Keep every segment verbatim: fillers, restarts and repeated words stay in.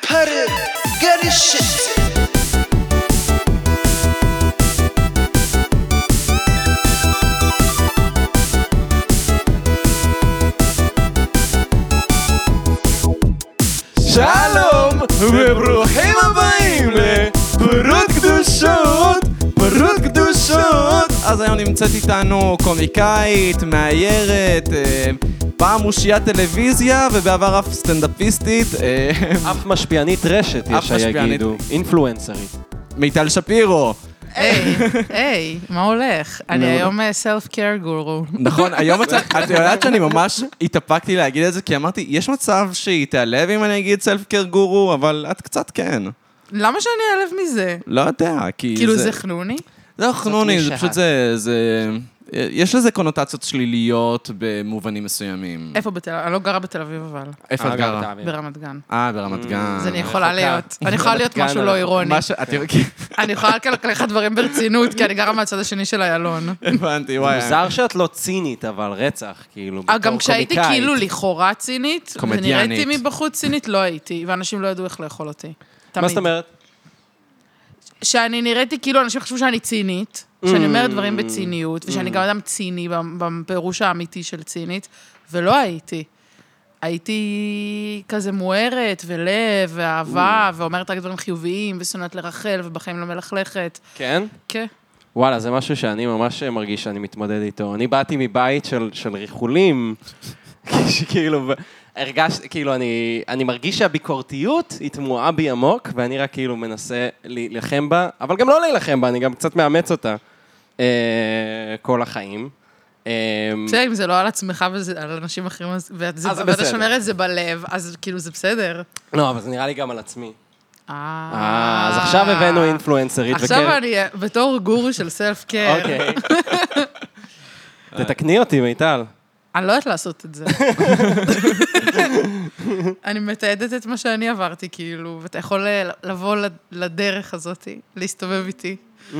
Harib, get his shit. שלום וברוכים הבאים לפרות קדושות, פרות קדושות. אז היום נמצאת איתנו קומיקאית, מאיירת, פעם מושיית טלוויזיה ובעבר אף סטנדאפיסטית, אף משפיענית רשת, יש שיגידו, אינפלואנסרית. מיטל שפירו. היי, היי, מה הולך? אני היום סלף קר גורו. נכון, היום את יודעת שאני ממש התאפקתי להגיד את זה, כי אמרתי, יש מצב שהיא תיעלב אם אני אגיד סלף קר גורו, אבל את קצת כן. למה שאני אעלב מזה? לא יודע, כי כאילו זה חנוני? זה חנוני, זה פשוט זה... יש לזה קונוטציות שליליות במובנים מסוימים. איפה בתל אביב? אני לא גרה בתל אביב אבל. איפה את גרה? ברמת גן. אה, ברמת גן. זה אני יכולה להיות. אני יכולה להיות משהו לא אירוני. אני יכולה לקחת דברים ברצינות, כי אני גרה מהצד השני של איילון. הבנתי, וואי. מוזר שאת לא צינית, אבל רצח, כאילו, בתור קומיקאית. גם כשהייתי כאילו לכאורה צינית, קומדיאנית. ונראיתי מבחוץ צינית, לא הייתי, ואנשים לא ידעו איך לאכול אותי. מה זאת אומרת? שאני נראיתי כאילו אנשים חשבו שאני צינית, שאני אומרת דברים בציניות, ושאני גם אדם ציני בפירוש האמיתי של צינית, ולא הייתי. הייתי כזה מוארת, ולב, ואהבה, ואומרת רק דברים חיוביים, ושונאת לרחל, ובחיים לא מלכלכת. כן? כן. וואלה, זה משהו שאני ממש מרגיש שאני מתמודד איתו. אני באתי מבית של, של ריחולים, כאילו, הרגש, כאילו, אני, אני מרגיש שהביקורתיות היא תמוהה בי עמוק, ואני רק כאילו מנסה להילחם בה, אבל גם לא להילחם בה, אני גם קצת מאמץ אותה אה, כל החיים. בסדר, אם זה לא על עצמך וזה על אנשים אחרים, ואתה שומר את זה בלב, אז כאילו זה בסדר. לא, אבל זה נראה לי גם על עצמי. אה, אז עכשיו הבאנו אינפלואנסרית. עכשיו אני בתור גורו של סלף קר. אוקיי. תתקני אותי, מיטל. אני לא יודעת לעשות את זה. אני מתעדת את מה שאני עברתי, כאילו, ואתה יכול לבוא לדרך הזאת, להסתובב איתי.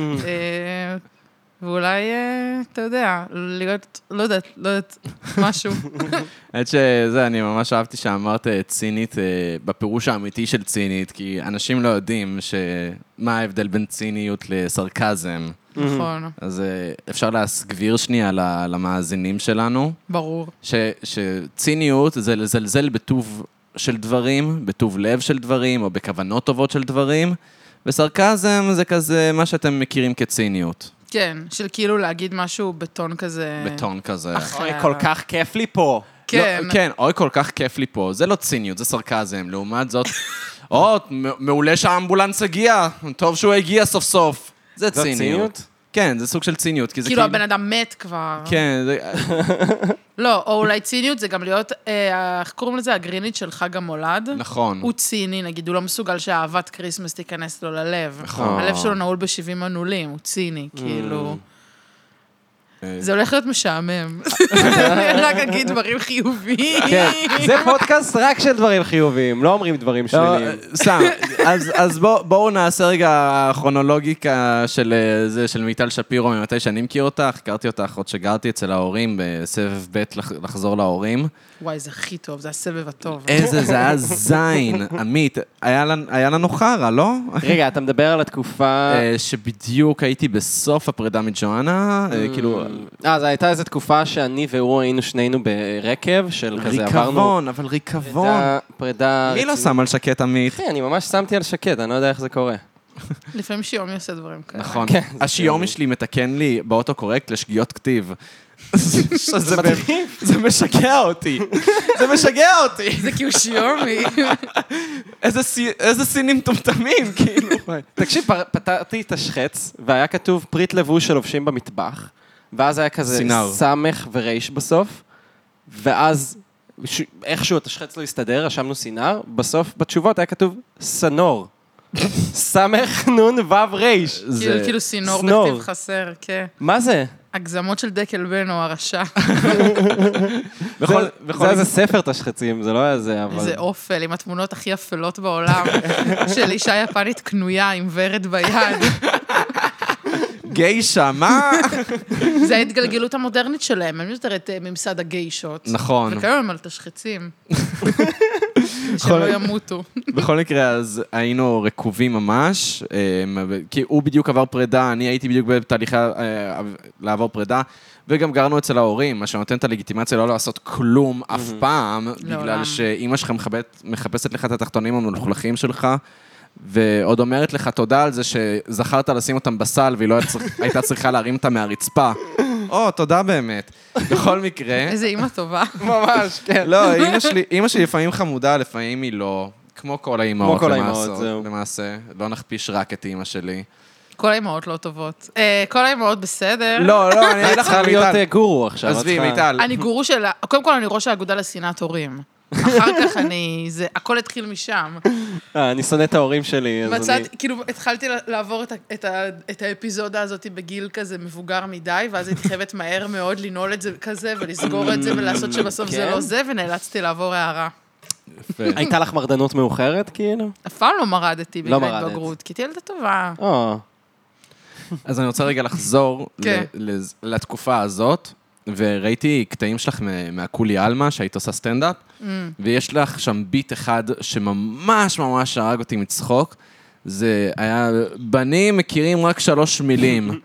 ואולי, אתה יודע, להיות, לא יודעת, לא יודעת, משהו. האמת שזה, אני ממש אהבתי שאמרת צינית, בפירוש האמיתי של צינית, כי אנשים לא יודעים שמה ההבדל בין ציניות לסרקזם. נכון. אז אפשר להסגביר שנייה למאזינים שלנו. ברור. שציניות זה לזלזל בטוב של דברים, בטוב לב של דברים, או בכוונות טובות של דברים, וסרקזם זה כזה מה שאתם מכירים כציניות. כן, של כאילו להגיד משהו בטון כזה... בטון כזה. אוי, כל כך כיף לי פה. כן. לא, כן, אוי, כל כך כיף לי פה. זה לא ציניות, זה סרקזם. לעומת זאת, או, מעולה שהאמבולנס הגיע, טוב שהוא הגיע סוף סוף. זה ציניות. ציניות? כן, זה סוג של ציניות. כאילו הבן אדם מת כבר. כן. לא, או אולי ציניות זה גם להיות, איך קוראים לזה? הגרינית של חג המולד. נכון. הוא ציני, נגיד, הוא לא מסוגל שאהבת קריסמס תיכנס לו ללב. נכון. הלב שלו נעול בשבעים מנעולים, הוא ציני, כאילו... זה הולך להיות משעמם. אני רק אגיד דברים חיוביים. כן, זה פודקאסט רק של דברים חיוביים, לא אומרים דברים שליליים. סתם, אז בואו נעשה רגע כרונולוגיקה של מיטל שפירו, ממתי שאני מכיר אותך, הכרתי אותך עוד שגרתי אצל ההורים בסבב ב' לחזור להורים. וואי, זה הכי טוב, זה הסבב הטוב. איזה, זה היה זין, עמית, היה לנו חרה, לא? רגע, אתה מדבר על התקופה... שבדיוק הייתי בסוף הפרידה מג'ואנה, כאילו... אה, זו הייתה איזו תקופה שאני והוא היינו שנינו ברקב, של כזה עברנו... ריקבון, אבל ריקבון. פרידה... מי לא שם על שקט, עמית? אחי, אני ממש שמתי על שקט, אני לא יודע איך זה קורה. לפעמים שיומי עושה דברים כאלה. נכון. השיומי שלי מתקן לי באוטו קורקט לשגיאות כתיב. זה משגע אותי. זה משגע אותי. זה כי הוא שיומי. איזה סינים טומטמים, כאילו. תקשיב, פתרתי את השחץ, והיה כתוב פריט לבוש שלובשים במטבח, ואז היה כזה סמך ורייש בסוף, ואז איכשהו את השחץ לא הסתדר, רשמנו סינר, בסוף בתשובות היה כתוב סנור. סמך נון וו רייש. כאילו סינור בכתיב חסר, כן. מה זה? הגזמות של דקל בנו, הרשע. זה איזה ספר תשחצים, זה לא איזה, אבל... זה אופל, עם התמונות הכי אפלות בעולם, של אישה יפנית קנויה עם ורד ביד. גיישה, מה? זה ההתגלגלות המודרנית שלהם, אני מתארת ממסד הגיישות. נכון. וכיום הם על תשחצים. כדי שהם לא ימותו. בכל מקרה, אז היינו רקובים ממש, כי הוא בדיוק עבר פרידה, אני הייתי בדיוק בתהליכי לעבור פרידה, וגם גרנו אצל ההורים, מה שנותן את הלגיטימציה לא לעשות כלום אף פעם, בגלל שאמא שלך מחפשת לך את התחתונים המלוכלכים שלך, ועוד אומרת לך תודה על זה שזכרת לשים אותם בסל, והיא לא הייתה צריכה להרים אותם מהרצפה. או, תודה באמת. בכל מקרה... איזה אימא טובה. ממש, כן. לא, אימא שלי, אימא שלי לפעמים חמודה, לפעמים היא לא. כמו כל האימהות, כל האימהות, זהו. למעשה. לא נכפיש רק את אימא שלי. כל האימהות לא טובות. כל האימהות בסדר. לא, לא, אני אגיד לך, צריכה להיות גורו עכשיו. עזבי, מיטל. אני גורו של... קודם כל, אני ראש האגודה לשנאת הורים. אחר כך אני... זה... הכל התחיל משם. אני שונא את ההורים שלי, אז אני... מצאתי, כאילו, התחלתי לעבור את, ה, את, ה, את האפיזודה הזאת בגיל כזה מבוגר מדי, ואז הייתי חייבת מהר מאוד לנעול את זה כזה, ולסגור את זה, ולעשות שבסוף זה לא זה, ונאלצתי לעבור הערה. הייתה לך מרדנות מאוחרת, כאילו? אף פעם לא מרדתי לא בגלל מרדת. התבגרות, כי הייתי ילדה טובה. או. אז אני רוצה רגע לחזור כן. ל- ל- לתקופה הזאת, וראיתי קטעים שלך מהקולי אלמה, שהיית עושה סטנדאפ, ויש לך שם ביט אחד שממש ממש הרג אותי מצחוק, זה היה, בנים מכירים רק שלוש מילים.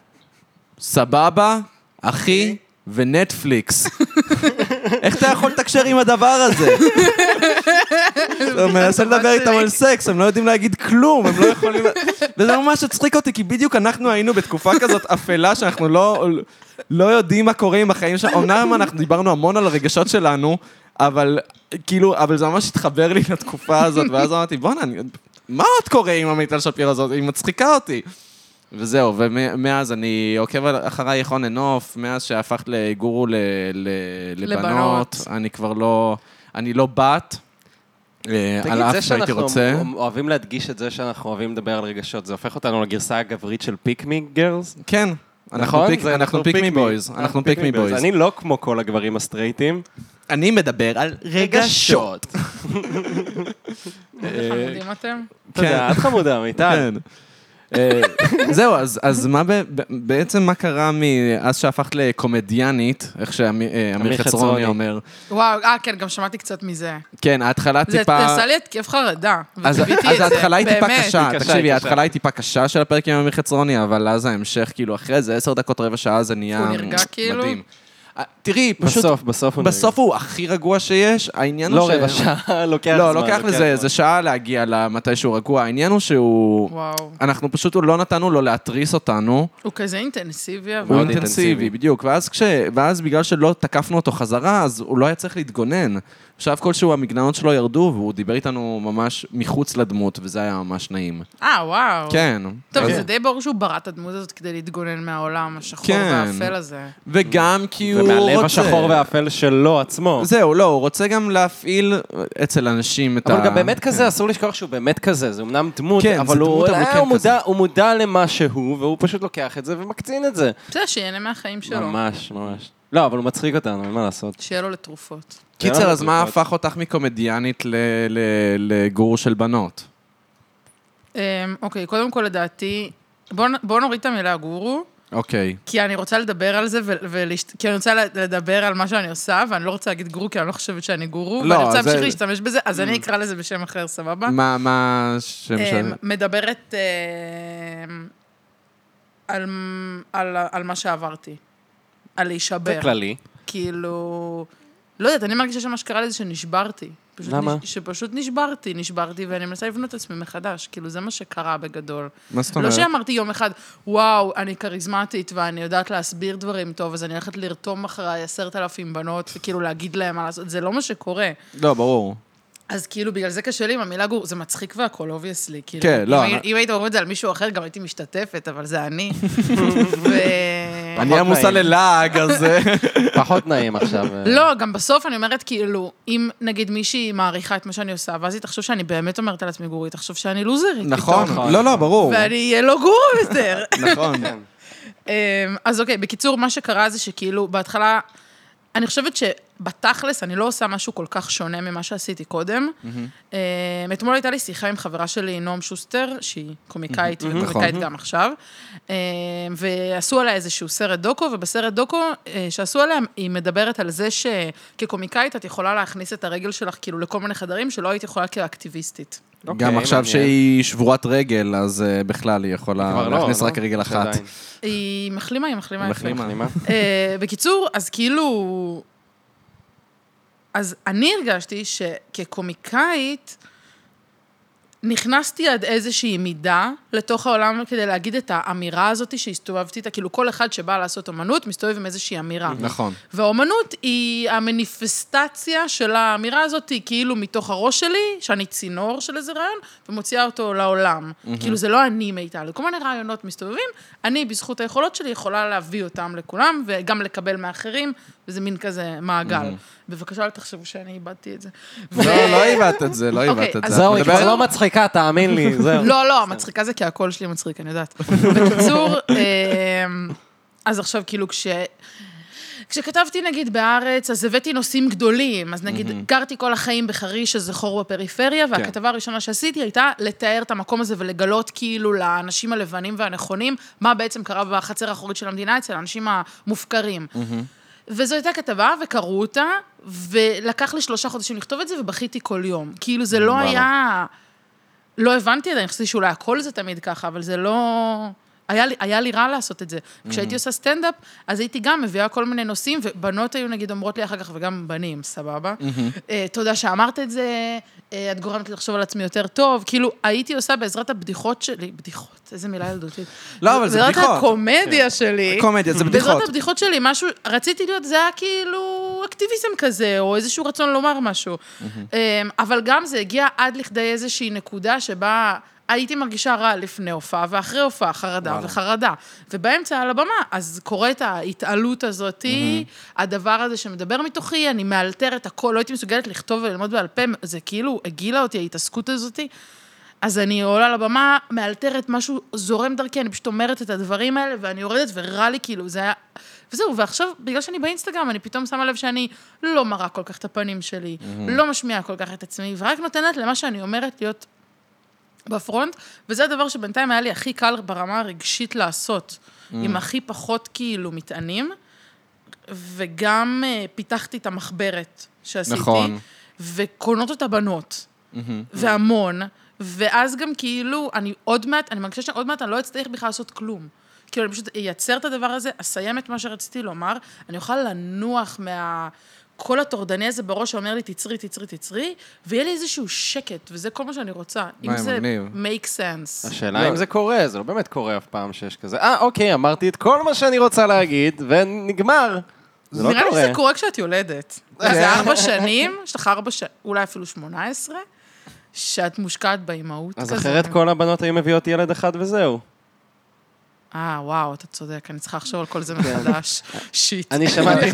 סבבה, אחי ונטפליקס. איך אתה יכול לתקשר עם הדבר הזה? הוא מנסה לדבר איתם על סקס, הם לא יודעים להגיד כלום, הם לא יכולים... וזה ממש הצחיק אותי, כי בדיוק אנחנו היינו בתקופה כזאת אפלה, שאנחנו לא, לא יודעים מה קורה עם החיים שלנו. אומנם אנחנו דיברנו המון על הרגשות שלנו, אבל כאילו, אבל זה ממש התחבר לי לתקופה הזאת, ואז אמרתי, בוא'נה, מה עוד קורה עם המיטל שפירו הזאת? היא מצחיקה אותי. וזהו, ומאז אני עוקב אחריי יכון אנוף, מאז שהפכת לגורו ל- ל- לבנות, לבנות. אני כבר לא, אני לא בת, על תגיד, אף זה שהייתי שאנחנו רוצה. אוהבים להדגיש את זה שאנחנו אוהבים לדבר על רגשות, זה הופך אותנו לגרסה הגברית של פיקמי גרלס? כן, אנחנו נכון? פיק- זה אנחנו פיקמי בויז, אנחנו פיקמי בויז. אני לא כמו כל הגברים הסטרייטים. אני מדבר על רגשות. איזה חמודים אתם? תודה, את חמודה, מיטל. כן. אה, זהו, אז, אז מה ב- ב- בעצם מה קרה מאז שהפכת לקומדיאנית, איך שאמיר חצרוני. חצרוני אומר. וואו, אה, כן, גם שמעתי קצת מזה. כן, ההתחלה זה טיפה... עשה לי התקף חרדה, אז וגיביתי את אז זה, ההתחלה היא טיפה באמת. קשה, היא קשה, תקשיבי, היא ההתחלה היא טיפה קשה של הפרק עם אמיר חצרוני, אבל אז ההמשך, כאילו, אחרי זה עשר דקות, רבע שעה, זה נהיה הוא נרגע, כאילו? מדהים. אה, תראי, פשוט... בסוף, בסוף הוא בסוף הוא הכי רגוע שיש, העניין הוא לא ש... רבע שעה, לוקח זמן. לא, לוקח לזה, זה שעה להגיע למתי שהוא רגוע, העניין הוא שהוא... וואו. אנחנו פשוט לא נתנו לו להתריס אותנו, הוא כזה אינטנסיבי, הוא אבל... מאוד אינטנסיבי, אינטנסיבי. בדיוק, ואז כש... ואז בגלל שלא תקפנו אותו חזרה, אז הוא לא היה צריך להתגונן. עכשיו כלשהו המגננות שלו ירדו, והוא דיבר איתנו ממש מחוץ לדמות, וזה היה ממש נעים. אה, וואו. כן. טוב, אז- זה די ברור שהוא ברא את הדמות הזאת כדי להתגונן מהעולם השחור כן. והאפל הזה. וגם כי הוא רוצה... ומהלב השחור והאפל שלו עצמו. זהו, לא, הוא רוצה גם להפעיל אצל אנשים את ה... אבל גם באמת כזה, אסור לשכוח שהוא באמת כזה, זה אמנם דמות, כן, אבל זה הוא דמות, אבל אה, כן הוא כזה. מודע- הוא מודע למה שהוא, והוא פשוט לוקח את זה ומקצין את זה. בסדר, שיהנה מהחיים שלו. ממש, ממש. לא, אבל הוא מצחיק אותנו, אין מה לעשות. שיהיה לו לתרופות. קיצר, אז מה תרופות. הפך אותך מקומדיאנית ל- ל- לגור של בנות? אמ, אוקיי, קודם כל לדעתי, בוא נ- בוא נוריד את המילה גורו, אוקיי. כי אני רוצה לדבר על זה, ו- ולהשת- כי אני רוצה לדבר על מה שאני עושה, ואני לא רוצה להגיד גורו, כי אני לא חושבת שאני גורו, לא, ואני רוצה זה- להמשיך להשתמש בזה, אז אני אקרא לזה בשם אחר, סבבה? מה, מה השם של... אמ, מדברת אמ, על, על, על מה שעברתי, על להישבר. זה כללי. כאילו, לא יודעת, אני מרגישה שמה שקרה לי זה שנשברתי. פשוט למה? נש, שפשוט נשברתי, נשברתי, ואני מנסה לבנות את עצמי מחדש. כאילו, זה מה שקרה בגדול. מה זאת לא אומרת? שאמרתי יום אחד, וואו, אני כריזמטית ואני יודעת להסביר דברים טוב, אז אני הולכת לרתום אחריי עשרת אלפים בנות, וכאילו להגיד להם מה לעשות, זה לא מה שקורה. לא, ברור. אז כאילו, בגלל זה קשה לי עם המילה גור, זה מצחיק והכל, אובייסלי. כאילו, כן, לא, אם, אני- אם היית אומרת את זה על מישהו אחר, גם הייתי משתתפת, אבל זה אני. ו... אני עמוסה נעים. ללעג, אז... פחות נעים עכשיו. לא, גם בסוף אני אומרת, כאילו, אם נגיד מישהי מעריכה את מה שאני עושה, ואז היא תחשוב שאני באמת אומרת על עצמי גורית, תחשוב שאני לוזרית. נכון, נכון. לא, לא, ברור. ואני אהיה לא גורו יותר. נכון. אמ, אז אוקיי, בקיצור, מה שקרה זה שכאילו, בהתחלה, אני חושבת שבתכלס אני לא עושה משהו כל כך שונה ממה שעשיתי קודם. אתמול הייתה לי שיחה עם חברה שלי, נועם שוסטר, שהיא קומיקאית וקומיקאית גם עכשיו, ועשו עליה איזשהו סרט דוקו, ובסרט דוקו שעשו עליה, היא מדברת על זה שכקומיקאית את יכולה להכניס את הרגל שלך כאילו לכל מיני חדרים, שלא היית יכולה כאקטיביסטית. גם עכשיו שהיא שבורת רגל, אז בכלל היא יכולה להכניס רק רגל אחת. היא מחלימה, היא מחלימה. היא מחלימה. בקיצור, אז כאילו... אז אני הרגשתי שכקומיקאית, נכנסתי עד איזושהי מידה לתוך העולם כדי להגיד את האמירה הזאת שהסתובבתי איתה, כאילו כל אחד שבא לעשות אומנות מסתובב עם איזושהי אמירה. נכון. והאומנות היא המניפסטציה של האמירה הזאת, היא כאילו מתוך הראש שלי, שאני צינור של איזה רעיון, ומוציאה אותו לעולם. כאילו זה לא אני מיטל, כל מיני רעיונות מסתובבים, אני בזכות היכולות שלי יכולה להביא אותם לכולם, וגם לקבל מאחרים, וזה מין כזה מעגל. בבקשה, אל תחשבו שאני איבדתי את זה. לא, לא איבדת את זה, לא איבדת את זה. זהו, היא כבר לא מצחיקה, תאמין לי, זהו. לא, לא, המצחיקה זה כי הקול שלי מצחיק, אני יודעת. בקיצור, אז עכשיו כאילו כש... כשכתבתי נגיד בארץ, אז הבאתי נושאים גדולים, אז נגיד גרתי כל החיים בחריש, שזה חור בפריפריה, והכתבה הראשונה שעשיתי הייתה לתאר את המקום הזה ולגלות כאילו לאנשים הלבנים והנכונים, מה בעצם קרה בחצר האחורית של המדינה אצל האנשים המופקרים. וזו הייתה כתבה, וקראו אותה, ולקח לי שלושה חודשים לכתוב את זה, ובכיתי כל יום. כאילו זה לא היה... לא הבנתי עדיין, אני חושבת שאולי הכל זה תמיד ככה, אבל זה לא... היה לי, היה לי רע לעשות את זה. כשהייתי עושה סטנדאפ, אז הייתי גם מביאה כל מיני נושאים, ובנות היו נגיד אומרות לי אחר כך, וגם בנים, סבבה. תודה שאמרת את זה, את גורמת לי לחשוב על עצמי יותר טוב, כאילו הייתי עושה בעזרת הבדיחות שלי, בדיחות, איזה מילה ילדותית. לא, אבל זה בדיחות. בעזרת הקומדיה שלי. קומדיה, זה בדיחות. בעזרת הבדיחות שלי, משהו, רציתי להיות, זה היה כאילו אקטיביזם כזה, או איזשהו רצון לומר משהו. אבל גם זה הגיע עד לכדי איזושהי נקודה שבה הייתי מרגישה רע לפני הופעה, ואחרי הופעה, חרדה וחרדה. ובאמצע על הבמה, אז קורית ההתעלות הזאת, הדבר הזה שמדבר מתוכי, אני מאלתר את הכל, לא הייתי מסוגלת לכתוב וללמוד בעל פה, זה כאילו הגילה אותי, ההתעסקות הזאת. אז אני עולה לבמה, מאלתרת משהו, זורם דרכי, אני פשוט אומרת את הדברים האלה, ואני יורדת ורע לי, כאילו, זה היה... וזהו, ועכשיו, בגלל שאני באינסטגרם, אני פתאום שמה לב שאני לא מראה כל כך את הפנים שלי, לא משמיעה כל כך את עצמי, ורק נותנת למה שאני אומרת להיות בפרונט, וזה הדבר שבינתיים היה לי הכי קל ברמה הרגשית לעשות, עם הכי פחות כאילו מטענים, וגם פיתחתי את המחברת שעשיתי, נכון. וקונות אותה בנות, והמון, ואז גם כאילו, אני עוד מעט, אני מרגישה שעוד מעט אני לא אצטרך בכלל לעשות כלום. כאילו, אני פשוט אייצר את הדבר הזה, אסיים את מה שרציתי לומר, אני אוכל לנוח מה... כל התורדני הזה בראש שאומר לי, תצרי, תצרי, תצרי, ויהיה לי איזשהו שקט, וזה כל מה שאני רוצה. אם זה make sense. השאלה אם זה קורה, זה לא באמת קורה אף פעם שיש כזה. אה, אוקיי, אמרתי את כל מה שאני רוצה להגיד, ונגמר. זה לא קורה. נראה לי שזה קורה כשאת יולדת. זה ארבע שנים, יש לך ארבע שנים, אולי אפילו שמונה עשרה, שאת מושקעת באימהות. אז אחרת כל הבנות היו מביאות ילד אחד וזהו. אה, וואו, אתה צודק, אני צריכה לחשוב על כל זה מחדש. שיט. אני שמעתי...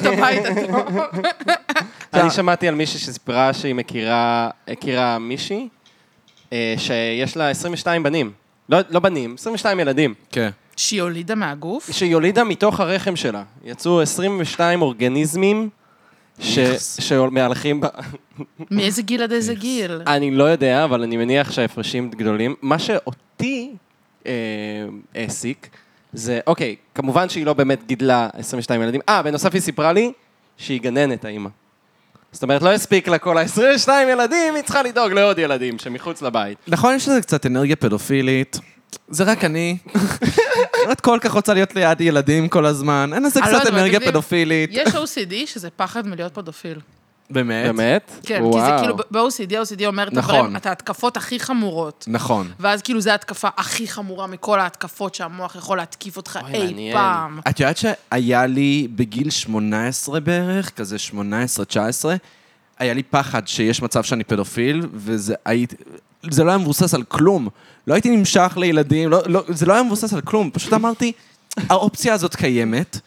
אני אני שמעתי על מישהי שסיפרה שהיא מכירה, הכירה מישהי, שיש לה עשרים ושניים בנים. לא בנים, עשרים ושניים ילדים. כן. שהיא הולידה מהגוף? שהיא הולידה מתוך הרחם שלה. יצאו עשרים ושניים אורגניזמים שמהלכים ב... מאיזה גיל עד איזה גיל? אני לא יודע, אבל אני מניח שההפרשים גדולים. מה שאותי העסיק, זה, אוקיי, כמובן שהיא לא באמת גידלה עשרים ושניים ילדים. אה, בנוסף היא סיפרה לי שהיא גננת, האמא. זאת אומרת, לא הספיק לה כל ה-עשרים ושניים ילדים, היא צריכה לדאוג לעוד ילדים שמחוץ לבית. נכון, יש לזה קצת אנרגיה פדופילית. זה רק אני. את כל כך רוצה להיות ליד ילדים כל הזמן. אין לזה קצת אנרגיה פדופילית. יש או סי די שזה פחד מלהיות פדופיל. באמת? באמת? כן, כי זה כאילו, ב-או סי די, ה-או סי די אומר את הדברים, את ההתקפות הכי חמורות. נכון. ואז כאילו זו ההתקפה הכי חמורה מכל ההתקפות שהמוח יכול להתקיף אותך אי פעם. את יודעת שהיה לי בגיל שמונה עשרה בערך, כזה שמונה עשרה תשע עשרה, היה לי פחד שיש מצב שאני פדופיל, וזה לא היה מבוסס על כלום. לא הייתי נמשך לילדים, זה לא היה מבוסס על כלום. פשוט אמרתי, האופציה הזאת קיימת,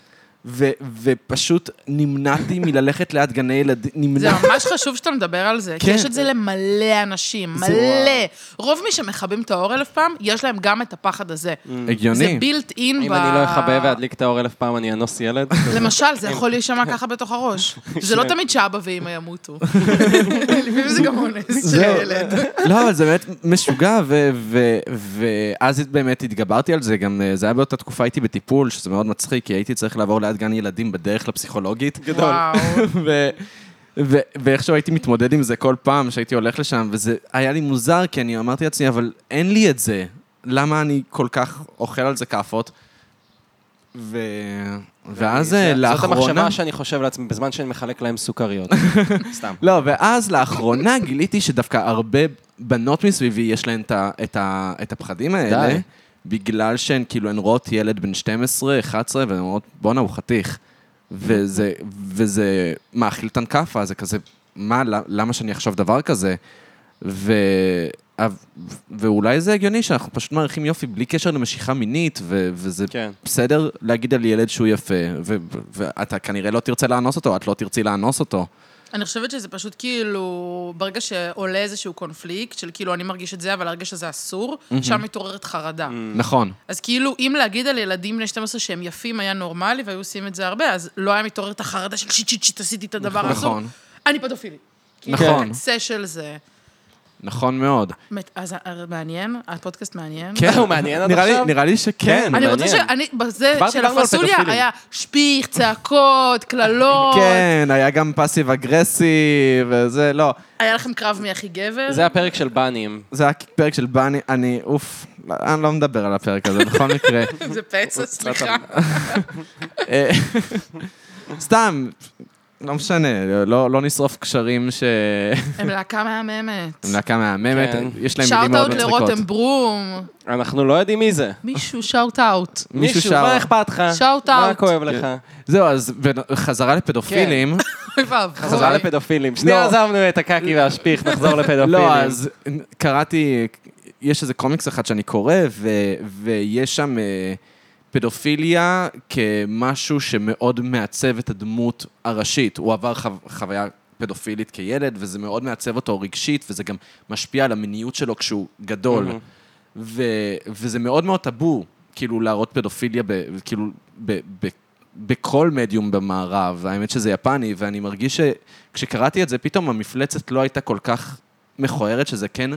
ו- ופשוט נמנעתי מללכת ליד גני ילדים. זה ממש חשוב שאתה מדבר על זה, כי כן. יש את זה למלא אנשים, מלא. רוב מי שמכבים את האור אלף פעם, יש להם גם את הפחד הזה. הגיוני. זה בילט אין ב... אם אני לא אכבה ואדליק את האור אלף פעם, אני אנוס ילד. למשל, זה יכול להישמע ככה בתוך הראש. זה לא תמיד שאבא ואמא ימותו. לפעמים זה גם אונס של ילד. לא, אבל זה באמת משוגע, ו- ו- ואז באמת התגברתי על זה, גם זה היה באותה תקופה הייתי בטיפול, שזה מאוד מצחיק, כי הייתי צריך לעבור ליד גן ילדים בדרך לפסיכולוגית. וואו. ו- ו- ואיכשהו הייתי מתמודד עם זה כל פעם שהייתי הולך לשם, וזה היה לי מוזר, כי אני אמרתי לעצמי, אבל אין לי את זה. למה אני כל כך אוכל על זה כאפות? ו... ואז לאחרונה... זאת המחשבה שאני חושב לעצמי, בזמן שאני מחלק להם סוכריות. סתם. לא, ואז לאחרונה גיליתי שדווקא הרבה בנות מסביבי יש להן את, ה, את, ה, את הפחדים האלה, די. בגלל שהן כאילו הן רואות ילד בן שתים עשרה, אחת עשרה, והן אומרות, בונה, הוא חתיך. וזה, וזה מאכיל אותן כפה, זה כזה, מה, למה שאני אחשוב דבר כזה? ו... ואולי זה הגיוני שאנחנו פשוט מעריכים יופי בלי קשר למשיכה מינית, ו- וזה כן. בסדר להגיד על ילד שהוא יפה, ו- ואתה כנראה לא תרצה לאנוס אותו, את לא תרצי לאנוס אותו. אני חושבת שזה פשוט כאילו, ברגע שעולה איזשהו קונפליקט, של כאילו אני מרגיש את זה, אבל הרגע שזה אסור, שם מתעוררת חרדה. נכון. אז כאילו, אם להגיד על ילדים בני שתים עשרה שהם יפים היה נורמלי, והיו עושים את זה הרבה, אז לא היה מתעורר את החרדה של שיט, שיט, שיט, עשיתי את הדבר האסור. נכון. אני פדופילי. נכון. כאילו, הקצה של זה. נכון מאוד. אז מעניין? הפודקאסט מעניין? כן, הוא מעניין עד נראה לי- עכשיו? נראה לי שכן. אני רוצה מעניין. שאני, בזה כבר של דיברנו על הפסוליה פדופילים. היה שפיך, צעקות, קללות. כן, היה גם פאסיב אגרסיב, וזה, לא. היה לכם קרב מי הכי גבר? זה הפרק של בנים. זה היה פרק של בני, אני, אוף, אני לא מדבר על הפרק הזה, בכל מקרה. זה פצע, סליחה. אה, סתם, לא משנה, לא, לא נשרוף קשרים ש... הם להקה מהממת. הם להקה מהממת, כן. יש להם מילים שאוט מאוד אאוט מצחיקות. לרותם ברום. אנחנו לא יודעים מי זה. מישהו שאוט אאוט. מישהו מישהו, שר- מה אכפת לך? שאוט מה אאוט. כואב לך? זהו, אז חזרה לפדופילים. אוי ואבוי. חזרה לפדופילים. שנייה לא. עזבנו את הקקי והשפיך, נחזור לפדופילים. לא, אז קראתי, יש איזה קומיקס אחד שאני קורא, ו- ויש שם אה, פדופיליה כמשהו שמאוד מעצב את הדמות הראשית. הוא עבר חו- חוויה פדופילית כילד, וזה מאוד מעצב אותו רגשית, וזה גם משפיע על המיניות שלו כשהוא גדול. ו- וזה מאוד מאוד טאבו, כאילו להראות פדופיליה, ב- כאילו, ב- ב- בכל מדיום במערב, האמת שזה יפני, ואני מרגיש שכשקראתי את זה, פתאום המפלצת לא הייתה כל כך מכוערת, שזה כן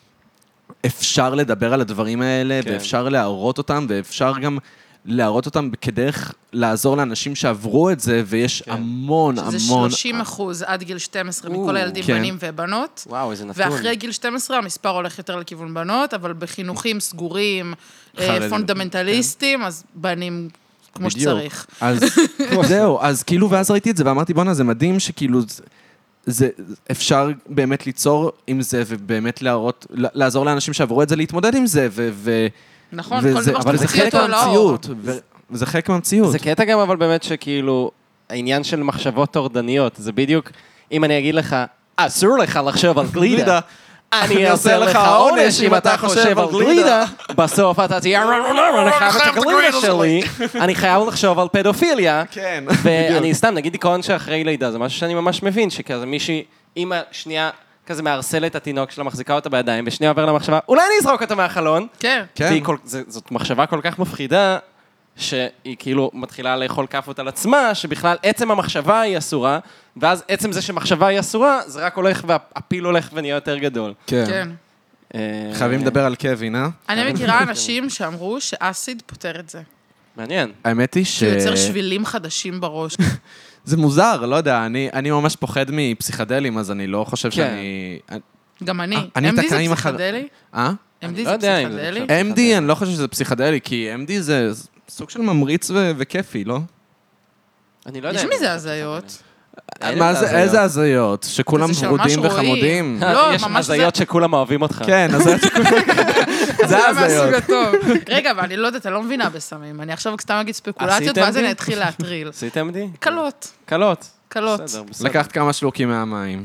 אפשר לדבר על הדברים האלה, כן. ואפשר להראות אותם, ואפשר גם להראות אותם כדרך לעזור לאנשים שעברו את זה, ויש כן. המון, שזה המון... שלושים אחוז עד גיל שתים עשרה או, מכל הילדים כן. בנים ובנות. וואו, איזה נתון. ואחרי גיל שתים עשרה המספר הולך יותר לכיוון בנות, אבל בחינוכים סגורים, אה, חרדים. פונדמנטליסטים, אז בנים כמו בדיוק. שצריך. אז זהו, אז כאילו, ואז ראיתי את זה, ואמרתי, בונה, זה מדהים שכאילו, זה- זה, אפשר באמת ליצור עם זה, ובאמת להראות, לעזור לאנשים שעברו את זה, להתמודד עם זה, ו... ו נכון, וזה- כל דבר אבל זה שתוציא חלק אותו לאור. מהמציאות, ו- וזה חלק מהמציאות. זה קטע גם, אבל באמת שכאילו, העניין של מחשבות טורדניות, זה בדיוק, אם אני אגיד לך, אסור לך לחשוב על גלידה, אני אעשה לך עונש אם אתה חושב על גלידה, בסוף אתה תהיה, אני חייב את הגלידה שלי, אני חייב לחשוב על פדופיליה, כן, ואני סתם, נגיד דיכאון שאחרי לידה, זה משהו שאני ממש מבין, שכזה מישהי, אמא שנייה, כזה מארסלת את התינוק שלה, מחזיקה אותה בידיים, ושנייה עובר למחשבה, אולי אני אזרוק אותה מהחלון, כן. כן. והיא כל- זה- זאת מחשבה כל כך מפחידה, שהיא כאילו מתחילה לאכול כאפות על עצמה, שבכלל עצם המחשבה היא אסורה, ואז עצם זה שמחשבה היא אסורה, זה רק הולך והפיל הולך ונהיה יותר גדול. כן. כן. אה, חייבים לדבר על קווין, אה? אני מכירה אנשים שאמרו שאסיד פותר את זה. מעניין. האמת היא ש... שהוא יוצר שבילים חדשים בראש. זה מוזר, לא יודע, אני, אני ממש פוחד מפסיכדלים, אז אני לא חושב כן. שאני... גם אני. אני אם די תקע זה עם החר- פסיכדלי? אה? אם די לא זה יודע אם זה פסיכדלי? נחשב. אם די, אני לא חושב שזה פסיכדלי, כי אם די זה סוג של ממריץ ו- וכיפי, לא? אני לא יודע. יש אם מזה זה הזיות. אין מה את זה, ההזיות. איזה הזיות? שכולם כזה שממש ורודים רואים. וחמודים? לא, יש ממש הזיות שכולם אוהבים אותך. כן, הזיות שכולם... זה זה מהסוג הזיות. הטוב. רגע, אבל אני לא יודעת, אני לא מבינה בסמים. אני עכשיו סתם אגיד ספקולציות, עשיתם ואז די? אני אתחיל להטריל. עשיתם די? קלות, קלות. קלות. בסדר, בסדר. לקחת כמה שלוקים מהמים.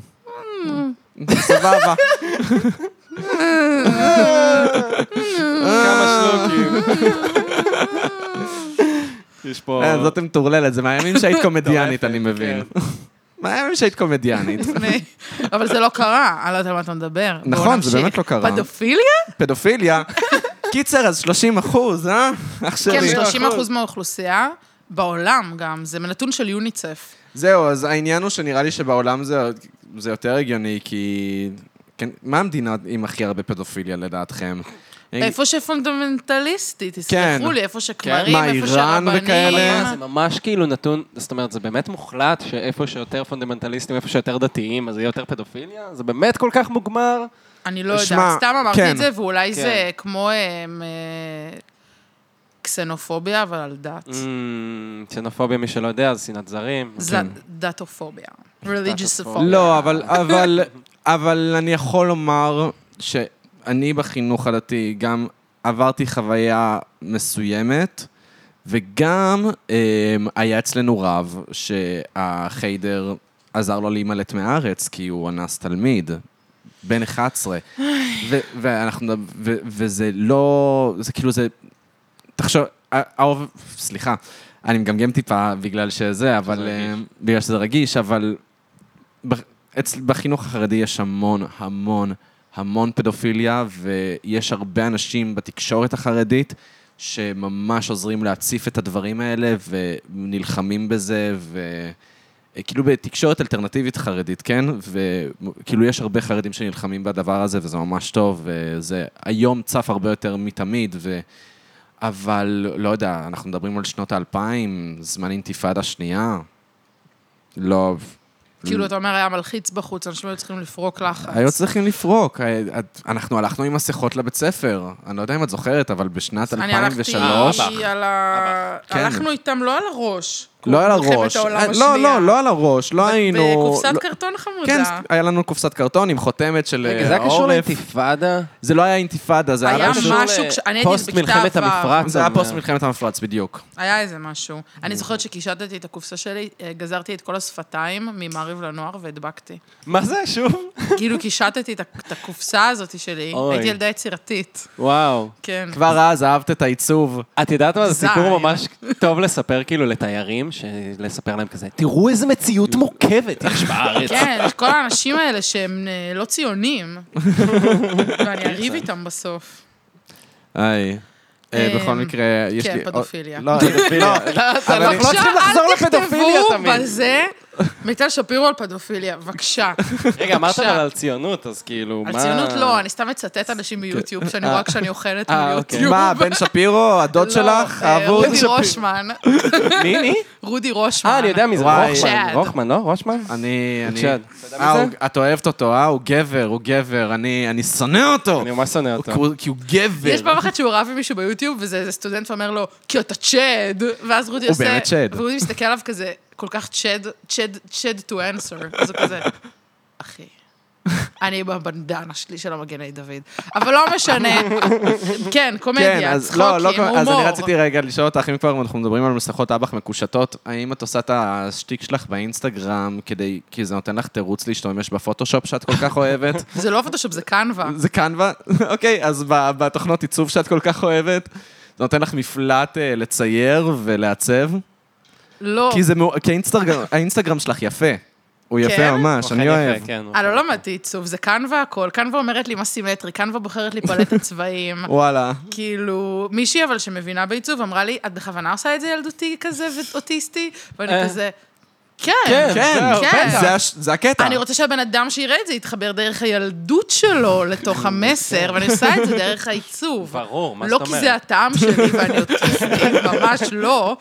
סבבה. כמה שלוקים. יש פה... אה, זאת מטורללת, זה מהימים שהיית קומדיאנית, אני מבין. כן. מהימים שהיית קומדיאנית. לפני. אבל זה לא קרה, אני לא יודעת על מה אתה מדבר. בואו נכון, זה נמשיך. באמת לא קרה. פדופיליה? פדופיליה. קיצר, אז שלושים אחוז, אה? אח כן, שלי. שלושים אחוז מהאוכלוסייה, בעולם גם, זה מנתון של יוניצף. זהו, אז העניין הוא שנראה לי שבעולם זה, זה יותר הגיוני, כי... כן, מה המדינה עם הכי הרבה פדופיליה לדעתכם? איפה שפונדמנטליסטי, כן. תסלחו לי, איפה שכמרים, מה, איפה איראן שרבנים. וכאלה? זה ממש כאילו נתון, זאת אומרת, זה באמת מוחלט שאיפה שיותר פונדמנטליסטים, איפה שיותר דתיים, אז יהיה יותר פדופיליה? זה באמת כל כך מוגמר? אני לא שמע, יודעת, סתם אמרתי כן. את זה, ואולי כן. זה כמו אה, אה, קסנופוביה, אבל על דת. קסנופוביה, מי שלא יודע, זה שנאת זרים. זה דתופוביה. religious לא, אבל, אבל, אבל אני יכול לומר שאני בחינוך הדתי גם עברתי חוויה מסוימת, וגם um, היה אצלנו רב שהחיידר עזר לו להימלט מהארץ, כי הוא אנס תלמיד, בן אחת עשרה. ו- ואנחנו, ו- וזה לא, זה כאילו זה, תחשוב, האוב, סליחה, אני מגמגם טיפה בגלל שזה, אבל, בגלל שזה רגיש, אבל בחינוך החרדי יש המון, המון, המון פדופיליה, ויש הרבה אנשים בתקשורת החרדית, שממש עוזרים להציף את הדברים האלה, ונלחמים בזה, וכאילו בתקשורת אלטרנטיבית חרדית, כן? וכאילו יש הרבה חרדים שנלחמים בדבר הזה, וזה ממש טוב, וזה היום צף הרבה יותר מתמיד, ו... אבל לא יודע, אנחנו מדברים על שנות האלפיים, זמן אינתיפאדה שנייה, לא... כאילו, אתה אומר, היה מלחיץ בחוץ, אנשים היו צריכים לפרוק לחץ. היו צריכים לפרוק. אנחנו הלכנו עם מסכות לבית ספר. אני לא יודע אם את זוכרת, אבל בשנת אלפיים ושלוש... אני הלכתי על ה... הלכנו איתם לא על הראש. לא על הראש. לא, לא, לא על הראש. לא היינו... בקופסת קרטון חמודה. כן, היה לנו קופסת קרטון עם חותמת של העורף. רגע, זה היה קשור לאינתיפאדה? זה לא היה אינתיפאדה, זה היה משהו, אני הייתי פוסט מלחמת המפרץ. זה היה פוסט מלחמת המפרץ, בדיוק. היה איזה משהו. אני זוכרת שקישטתי את הקופסה שלי, גזרתי את כל השפתיים ממעריב לנוער והדבקתי. מה זה, שוב? כאילו קישטתי את הקופסה הזאת שלי, הייתי ילדה יצירתית. וואו. כן. כבר אז אהבת את העיצוב. את יודעת מה, זה זין. סיפור ממש טוב לספר כאילו לתיירים, לספר להם כזה, תראו איזה מציאות מורכבת יש בארץ. כן, יש כל האנשים האלה שהם אה, לא ציונים, ואני אריב איתם בסוף. היי. בכל מקרה, יש לי... כן, פדופיליה. לא, פדופיליה. אנחנו לא צריכים לחזור לפדופיליה אל תמיד. תכתבו בזה, מיטל שפירו על פדופיליה, בבקשה. רגע, אמרת בבקשה. אבל על ציונות, אז כאילו, מה... על ציונות לא, אני סתם מצטט אנשים ביוטיוב, שאני רואה כשאני אוכלת אה, ביוטיוב. מה, בן שפירו, הדוד שלך? לא, האבוד? רודי רושמן. מי, מי? רודי רושמן. אה, אני יודע מי זה, וואי. רוחמן. צ'אד. רוחמן, לא? רושמן? אני... אני- צ'אד. אה, הוא- את אוהבת אותו, אה? הוא גבר, הוא גבר. אני אני שונא אותו. אני ממש שונא אותו. הוא- כי הוא גבר. יש פעם אחת שהוא רב עם מישהו ביוטיוב, וזה איזה סטודנט ואומר לו, כי אתה צ'אד, ואז רודי הוא עושה... באמת צ'אד. ורודי מסתכל עליו כזה, כל כך צ'אד, צ'אד, צ'אד to answer. אז הוא כזה, אחי, אני בבנדנה שלי של המגני דוד. אבל לא משנה, כן, כן, קומדיה, אז לא, לא, צחוקים, אז אני הומור. רציתי רגע לשאול אותך, אם כבר אנחנו מדברים על מסכות אב"ח מקושטות, האם את עושה את השטיק שלך באינסטגרם, כדי, כי זה נותן לך תירוץ להשתמש בפוטושופ שאת כל כך אוהבת? זה לא פוטושופ, זה קנווה. זה קנווה? אוקיי, אז ב- בתוכנות עיצוב שאת כל כך אוהבת, זה נותן לך מפלט אה, לצייר ולעצב? לא. כי זה, מאו- כי האינסטגרם, האינסטגרם שלך יפה. הוא יפה כן? ממש, אני אוכל יפה, אוהב. כן, אני לא למדתי עיצוב, זה קנווה הכל. קנווה אומרת לי מה סימטרי, קנווה בוחרת לי פלטת צבעים. וואלה. כאילו, מישהי אבל שמבינה בעיצוב אמרה לי, את בכוונה עושה את זה ילדותי כזה ואוטיסטי? ואני כזה, כן, כן, כן, זהו, כן. זה הש- זה הקטע. אני רוצה שהבן אדם שיראה את זה יתחבר דרך הילדות שלו לתוך המסר, ואני עושה את זה דרך העיצוב. ברור, מה לא זאת כי אומרת? זה הטעם שלי ואני אוטיסטית, ממש לא.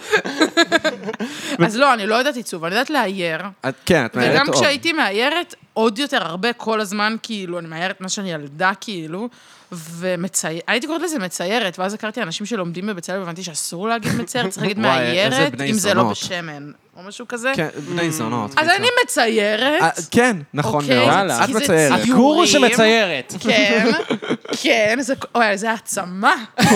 אז לא, אני לא יודעת עיצוב, אני יודעת לאייר. את- כן, את מאיירת וגם אור. כשהייתי מאיירת, עוד יותר הרבה כל הזמן, כאילו, אני מאיירת מה שאני ילדה, כאילו, ומצייר, הייתי קוראת לזה מציירת, ואז הכרתי אנשים שלומדים בבית ספר, והבנתי שאסור להגיד מציירת, צריך להגיד וואי, איזה מאיירת, בני אם זה לא זונות. בשמן, או משהו כזה. כן, בני זונות. אז אני מציירת. אה, כן, נכון אוקיי, מאוד. וואלה. את כי זה מציירת. ציור. גורו שמציירת. כן, כן, זה, אוי, זה העצמה.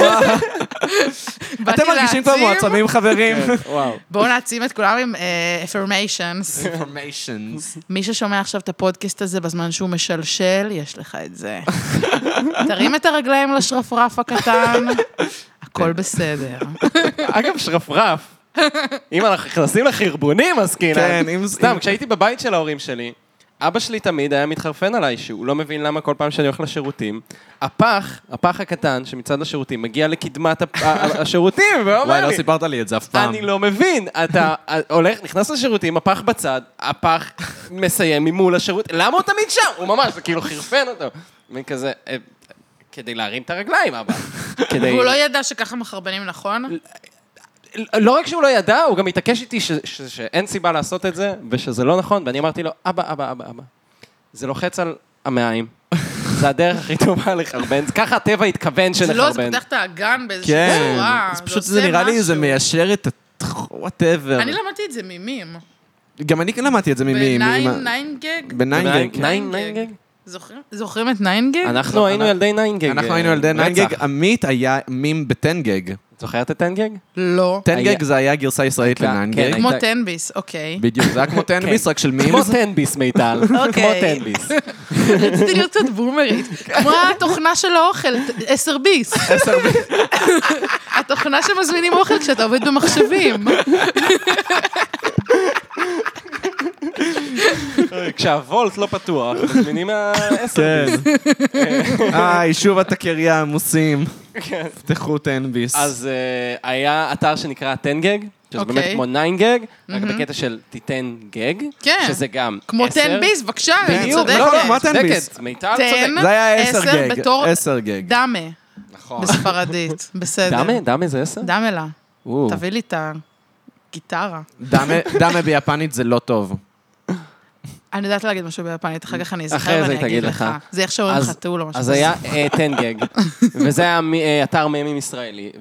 אתם מרגישים כמו מועצמים, חברים? וואו. בואו נעצים את כולם עם uh, affirmations. Informations. מי ששומע עכשיו את הפודקאסט הזה בזמן שהוא משלשל, יש לך את זה. תרים את הרגליים לשרפרף הקטן, הכל בסדר. אגב, שרפרף. אם אנחנו נכנסים לחרבונים, אז כאילו... כן, אם... סתם, כשהייתי בבית של ההורים שלי, אבא שלי תמיד היה מתחרפן עליי, שהוא לא מבין למה כל פעם שאני הולך לשירותים, הפח, הפח הקטן שמצד לשירותים, מגיע לקדמת השירותים, ואומר לי... וואי, לא סיפרת לי את זה אף פעם. אני לא מבין, אתה הולך, נכנס לשירותים, הפח בצד, הפח מסיים ממול השירות, למה הוא תמיד שם? הוא ממש, זה כאילו חרפן אותו. וכזה, כדי להרים את הרגליים, אבא. והוא לא ידע שככה מחרבנים נכון? לא רק שהוא לא ידע, הוא גם התעקש איתי שאין סיבה לעשות את זה, ושזה לא נכון, ואני אמרתי לו, אבא, אבא, אבא, אבא, זה לוחץ על המעיים. זה הדרך הכי טובה לחרבן, ככה הטבע התכוון שנחרבן. זה לא, זה פותח את האגן באיזושהי צורה. כן, פשוט זה נראה לי, זה מיישר את whatever. אני למדתי את זה מימים. גם אני למדתי את זה מימים. בניינגג? בניינגג. ניינגג? זוכרים את ניינגג? אנחנו היינו ילדי ניינגג. אנחנו היינו ילדי ניינגג. עמית היה מים בטנגג. זוכרת את טנגג? לא. טנגג זה היה גרסה ישראלית לניינגג. כמו טנביס, אוקיי. בדיוק, זה היה כמו טנביס, רק של מימס. כמו טנביס, מיטל. כמו טנביס. רציתי להיות קצת בומרית. כמו התוכנה של האוכל, עשר ביס. עשר ביס. התוכנה שמזמינים אוכל כשאתה עובד במחשבים. כשהוולט לא פתוח, מזמינים מהעשר ביס. אה, שוב התקריה עמוסים. פתחו טנביס. אז היה אתר שנקרא טנגג, שזה באמת כמו ניינגג, רק בקטע של תיתן גג, שזה גם כמו טנביס, בבקשה, אני צודקת. לא, לא, מה טנביס? מיטל צודקת. זה היה עשר עשר גג. בתור עשר גג. דמה. נכון. בספרדית, בסדר. דמה? דמה זה עשר? דמלה. תביא לי את הגיטרה. דמה ביפנית זה לא טוב. אני יודעת להגיד משהו ביפנית, אחר כך אני אחרי אזכר זה ואני אגיד לך. זה איך שאומרים חתול או משהו. אז היה טנגג, וזה היה אתר מימים ישראלי,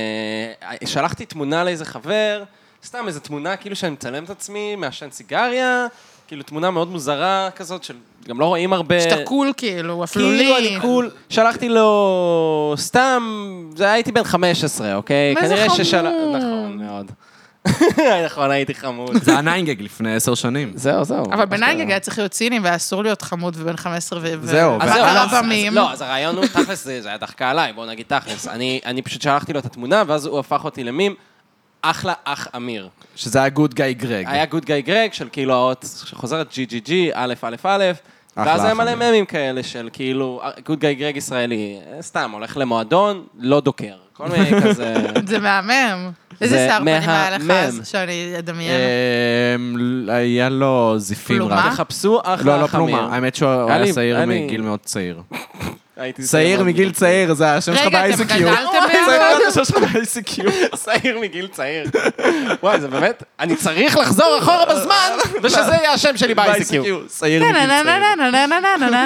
ושלחתי תמונה לאיזה חבר, סתם איזו תמונה כאילו שאני מצלם את עצמי, מעשן סיגריה, כאילו תמונה מאוד מוזרה כזאת, שגם לא רואים הרבה... שאתה קול כאילו, אפלולי. כאילו אני קול, שלחתי לו סתם, זה הייתי בן חמש עשרה, אוקיי? איזה חמוד. נכון, מאוד. נכון, הייתי חמוד. זה הניינגג לפני עשר שנים. זהו, זהו. אבל בניינגג היה צריך להיות ציני, והיה אסור להיות חמוד ובן חמש עשרה ו... זהו. אז זהו, ורק אז- רבמים. לא, אז הרעיון הוא, תכלס, זה זה היה דחקה עליי, בואו נגיד תכלס. אני אני פשוט שלחתי לו את התמונה, ואז הוא הפך אותי למים, אחלה אח אמיר. שזה היה גוד גאי גרג. היה גוד גאי גרג של כאילו האות שחוזרת ג'י ג'י ג'י, א' א' א', ואז אחלה היה אח מלא אמיר. ממים כאלה של כאילו, גוד גאי גרג ישראלי, סתם, הולך למועדון, לא דוקר. כל מיני כזה... זה מהמם. איזה זה שיער פנים היה לך מהמם. אז, שאני אדמיין. אמ, היה לו זיפים פלומה? רק. תחפשו אחלה לא, לא אח אמיר. פלומה. האמת שהוא היה היה לי- שעיר היה לי- מגיל מאוד צעיר. הייתי שעיר מאוד מגיל צעיר, זה השם שלך רגע, אתם ב-איי סי קיו. גדלתם זה ביחד? השם שלך ב-איי סי קיו. שעיר מגיל צעיר. וואי, זה באמת, אני צריך לחזור אחורה בזמן, ושזה יהיה השם שלי ב-איי סי קיו. שעיר מגיל צעיר.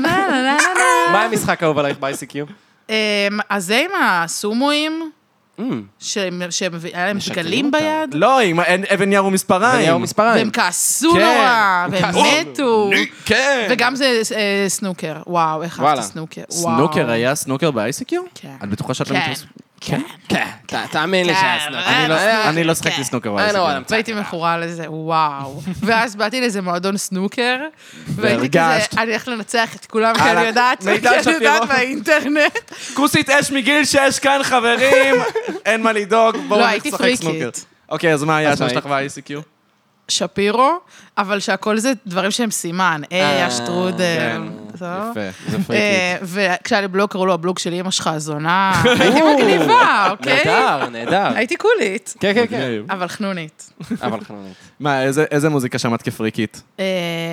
מה המשחק האהוב עלייך ב-איי סי קיו? אמ, אז זה עם הסומואים, שהם- שהם- היה להם משקרים דגלים אותם. ביד, לא, עם אין- אבן ירו מספריים. היה מספריים. והם כעסו כן. נורא, והם כעסו. מתו. כן. וגם זה אה, סנוקר. וואו, איך וואלה. אהבתי סנוקר. וואו. סנוקר היה סנוקר ב-איי סי קיו? כן. את בטוחה שאת לא כן. מתרס... כן. כן, ת- תאמין לי כן. שהיה סנוקר. אני לא- היה- אני לא שחקתי סנוקר ב-איי סי I know what קיו. I'm והייתי מכורה לזה, וואו. ואז באתי לאיזה מועדון סנוקר, והייתי והרגשת. כזה, אני הולכת לנצח את כולם, כי הלאה. אני יודעת, מידע כי אני שפירו. יודעת באינטרנט. כוסית אש מגיל שש כאן, חברים. אין מה לדאוג, בואו לא, הייתי נשחק פריקית. סנוקר. אוקיי, אז מה היה אז מה השם שלך ב-איי סי קיו? שפירו, אבל שהכל זה דברים שהם סימן. אה, אה, שטרודל. כן. טוב. יפה, זה אה, פריקית. וכשהיה לי בלוג, קראו לו הבלוג של אמא שלך הזונה. הייתי מגניבה, אוקיי? נהדר, נהדר. הייתי קולית, כן, כן, כן. מגניב. אבל חנונית. אבל חנונית. מה, איזה- איזה מוזיקה שמעת כפריקית? אה,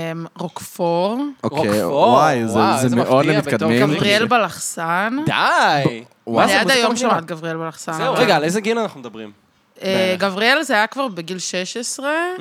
רוקפור, אוקיי, רוקפור, וואי, זה- וואו, זה איזה מאוד מפתיע למתקדמים. בתור גבריאל בלחסן. די! מה אני זה, עד מוזיקה היום מגניבה? שומעת גבריאל בלחסן. זהו, רגע, על איזה גיל אנחנו מדברים? אה, גבריאל זה היה כבר בגיל שש עשרה. Mm.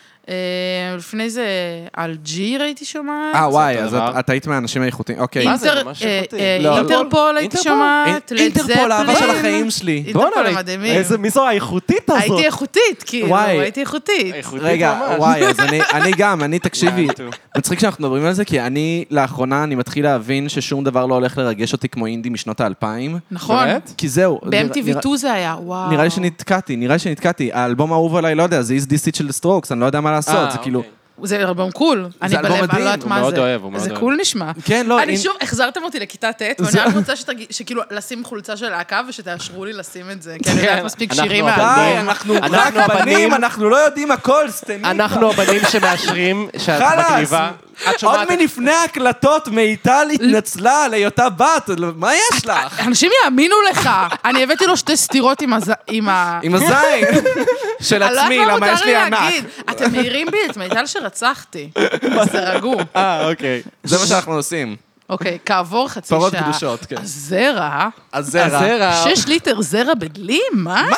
אה, לפני זה על ג'י הייתי שומעת. אה, וואי, אותו אז דבר. את- את היית מהאנשים האיכותיים. אוקיי. מה זה? אינטר- ממש אה, איכותי. אה, לא, לא. אינטרפול הייתי אינטרפול? שומעת, לד אינטרפול, האהבה של זפלין. החיים שלי. אינטרפול המדהימים. איזה, מי זו האיכותית הזאת? הייתי איכותית, כאילו, וואי. הייתי איכותית. איכותית רגע, ממש. וואי, אז אני, אני גם, אני, תקשיבי, Yeah, too. מצחיק שאנחנו מדברים על זה, כי אני, לאחרונה, אני מתחיל להבין ששום דבר לא הולך לרגש אותי כמו אינדי משנות האלפיים. נכון. באמת? כי זהו. ב-אם טי וי נראה- טו זה היה, וואו. נראה לי שנתקעתי, נראה לי שנתקעתי. האלבום האהוב עליי, לא יודע, זה איז דיס איט של סטרוקס, אני לא יודע מה לעשות, אה, זה כאילו... אוקיי. זה אלבום קול. אני אלבום בלב, אני מדהים, לא יודעת הוא מה מאוד זה. אוהב, הוא מאוד זה אוהב. קול נשמע. כן, לא, אני אם- שוב, החזרתם אותי לכיתה ט', ואני רק רוצה שתגיד- שכאילו, לשים חולצה של להקה ושתאשרו לי לשים את זה. כי אני יודעת כן, מספיק אנחנו שירים הבנים. מהאלבום. די, אנחנו אנחנו רק הבנים. הבנים, אנחנו לא יודעים הכל, סתמי. אנחנו הבנים שמאשרים שאת חלאס. מגניבה. את עוד שומעת... מלפני ההקלטות מיטל התנצלה על היותה בת, מה יש לך? אנשים יאמינו לך. אני הבאתי לו שתי סטירות עם הז... עם ה... עם הזין של אני לא עצמי, יודעת מה למה יש מותר לי לי ענק. להגיד. אתם מעירים בי את מיטל שרצחתי. אז תרגעו. אה, אוקיי. זה מה שאנחנו עושים. אוקיי, כעבור חצי פרות שעה. קדושות, כן. הזרע, הזרע. הזרע. שש ליטר זרע בדלי? מה?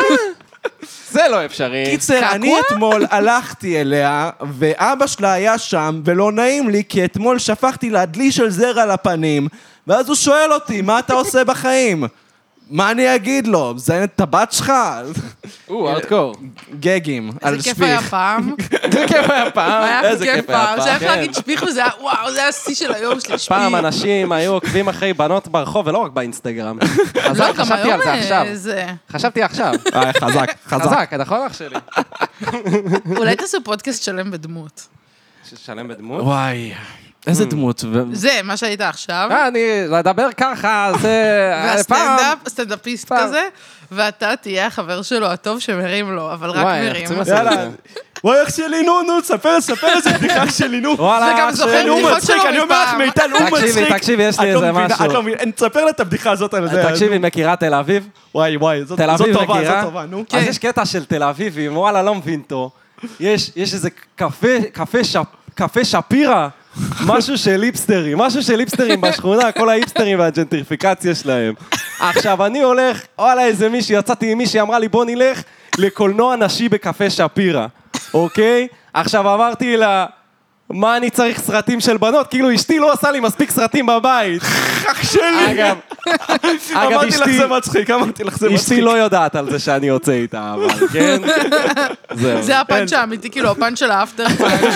זה לא אפשרי. קיצר, קעקוע? אני אתמול הלכתי אליה, ואבא שלה היה שם, ולא נעים לי, כי אתמול שפכתי לה דלי של זרע לפנים, ואז הוא שואל אותי, מה אתה עושה בחיים? מה אני אגיד לו? זה את הבת שלך? או, ארדקור. גגים, על איזה כיף היה שפיך. פעם. זה כיף היה פעם. היה איזה כיף כיף היה פעם. פעם, שהיה כן. להגיד שפיך וזה היה, וואו, זה היה השיא של היום שלי, שפיך. פעם אנשים היו עוקבים אחרי בנות ברחוב, ולא רק באינסטגרם. אז לא, גם חשבתי היום על זה עכשיו. זה... חשבתי עכשיו. אה, חזק, חזק. חזק, נכון אח שלי? אולי תעשו פודקאסט שלם בדמות. שלם בדמות? וואי, איזה דמות. ו- זה, מה שהיית עכשיו. אה, אני, לדבר ככה, זה... פעם... והסטנדאפ, סטנדאפיסט פעם. כזה, ואתה תהיה החבר שלו הטוב שמרים לו, אבל רק וואי, מרים. אנחנו צריכים לעשות יאללה. וואי, אח שלי, נו, נו, תספר, תספר איזה בדיחה שלי, נו. וואלה, וגם זוכר שלי. הוא בדיחות מצחיק, שלו אני אומר לך, מפעם. מיטל, הוא מצחיק. תקשיבי, תקשיבי, יש לי את לא איזה מבינה, משהו. את לא מבינה, תספר לה את הבדיחה הזאת על זה. תקשיבי, מכירה תל אביב? וואי, וואי, זאת תל זאת אביב טובה, מכירה? זאת טובה, נו. אז יש קטע של תל אביבים, וואלה, לא מבין אותו. יש יש איזה קפה, קפה שפ- קפה שפירא, משהו של היפסטרים, משהו של היפסטרים בשכונה, כל ההיפסטרים והג'נטריפיקציה שלהם. עכשיו, אני הולך, וואלה, איזה מישהי, יצאתי עם מישהי, אמרה לי, בוא נלך לקולנוע נשי בקפה שפירא, אוקיי? עכשיו אמרתי לה, מה אני צריך סרטים של בנות? כאילו, אשתי לא עושה לי מספיק סרטים בבית. אח שלי. אגב, אגב, אמרתי לך אשתי... זה מצחיק, אמרתי לך זה מצחיק. אשתי לא יודעת על זה שאני יוצא איתה, אבל כן? זהו. זה הפאנץ' האמיתי, כאילו, הפאנץ' של האפטר פאנץ'.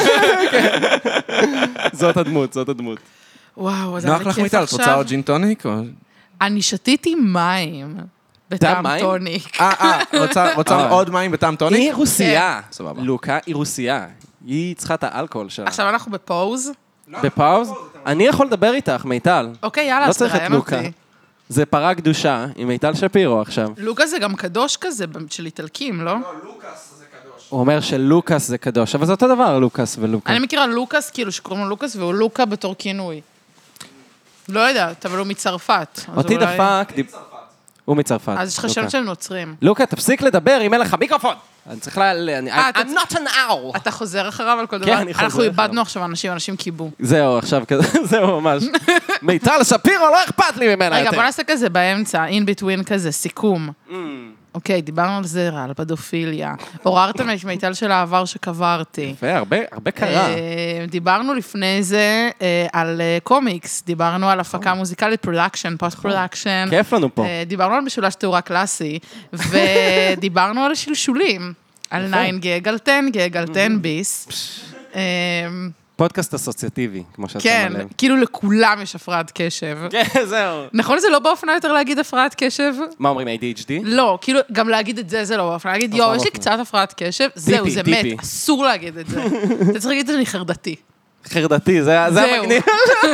זאת הדמות, זאת הדמות. וואו, אז היה נוח לי לך כיף מיטל, את רוצה עכשיו. עוד ג'ין טוניק? או- אני שתיתי מים בטעם מים? טוניק. אה, אה, רוצה- רוצה אה. עוד מים בטעם טוניק? היא רוסייה. סבבה. לוקה היא רוסייה. היא צריכה את האלכוהול שלה. עכשיו אנחנו בפוז. בפאוז? אני יכול לדבר איתך, מיטל. אוקיי, יאללה, לא אז צריך את תראיין לוקה. אותי. זה פרה קדושה עם מיטל שפירו עכשיו. לוקה זה גם קדוש כזה, של איטלקים, לא? הוא אומר שלוקאס זה קדוש, אבל זה אותו דבר, לוקאס ולוקה. אני מכירה לוקאס, כאילו שקוראים לו לוקאס, והוא לוקה בתור כינוי. לא יודעת, אבל הוא מצרפת. אז אותי אולי- דפק... דיב- הוא מצרפת. אז יש לך לוקה. שם של נוצרים. לוקה, תפסיק לדבר אם אין לך מיקרופון. אני צריך ל... ל- אני- אה, אתה- I'm not an owl. אתה חוזר אחריו על כל דבר? אני חוזר אנחנו אחריו. איבדנו עכשיו אנשים, אנשים קיבו. זהו, עכשיו כזה, זהו ממש. מיטל שפירו, לא אכפת לי ממנה רגע, יותר. בוא נעשה כזה באמצע, in between כזה, סיכום. אוקיי, דיברנו על זרע, על פדופיליה. עוררתם את מיטל של העבר שקברתי. יפה, הרבה, הרבה קרה. אה, דיברנו לפני זה אה, על אה, קומיקס, דיברנו על הפקה מוזיקלית, פרודקשן, פוסט פרודקשן. כיף לנו פה. אה, דיברנו על משולש תאורה קלאסי, ודיברנו על שלשולים, על ניין גג, על טן גג, על טן ביס. אה, פודקאסט אסוציאטיבי, כמו שאת כן, שמה לב. כאילו לכולם יש הפרעת קשב. כן, זהו. נכון, זה לא באופנה יותר להגיד הפרעת קשב? מה אומרים, איי די אייץ' די? לא, כאילו, גם להגיד את זה, זה לא באופנה. להגיד, אז יואו, מה יש לי באופנה? קצת הפרעת קשב, זהו, זה טיפי. מת, אסור להגיד את זה. אתה צריך להגיד את זה, אני חרדתי. חרדתי, זה זה זהו. המגניב.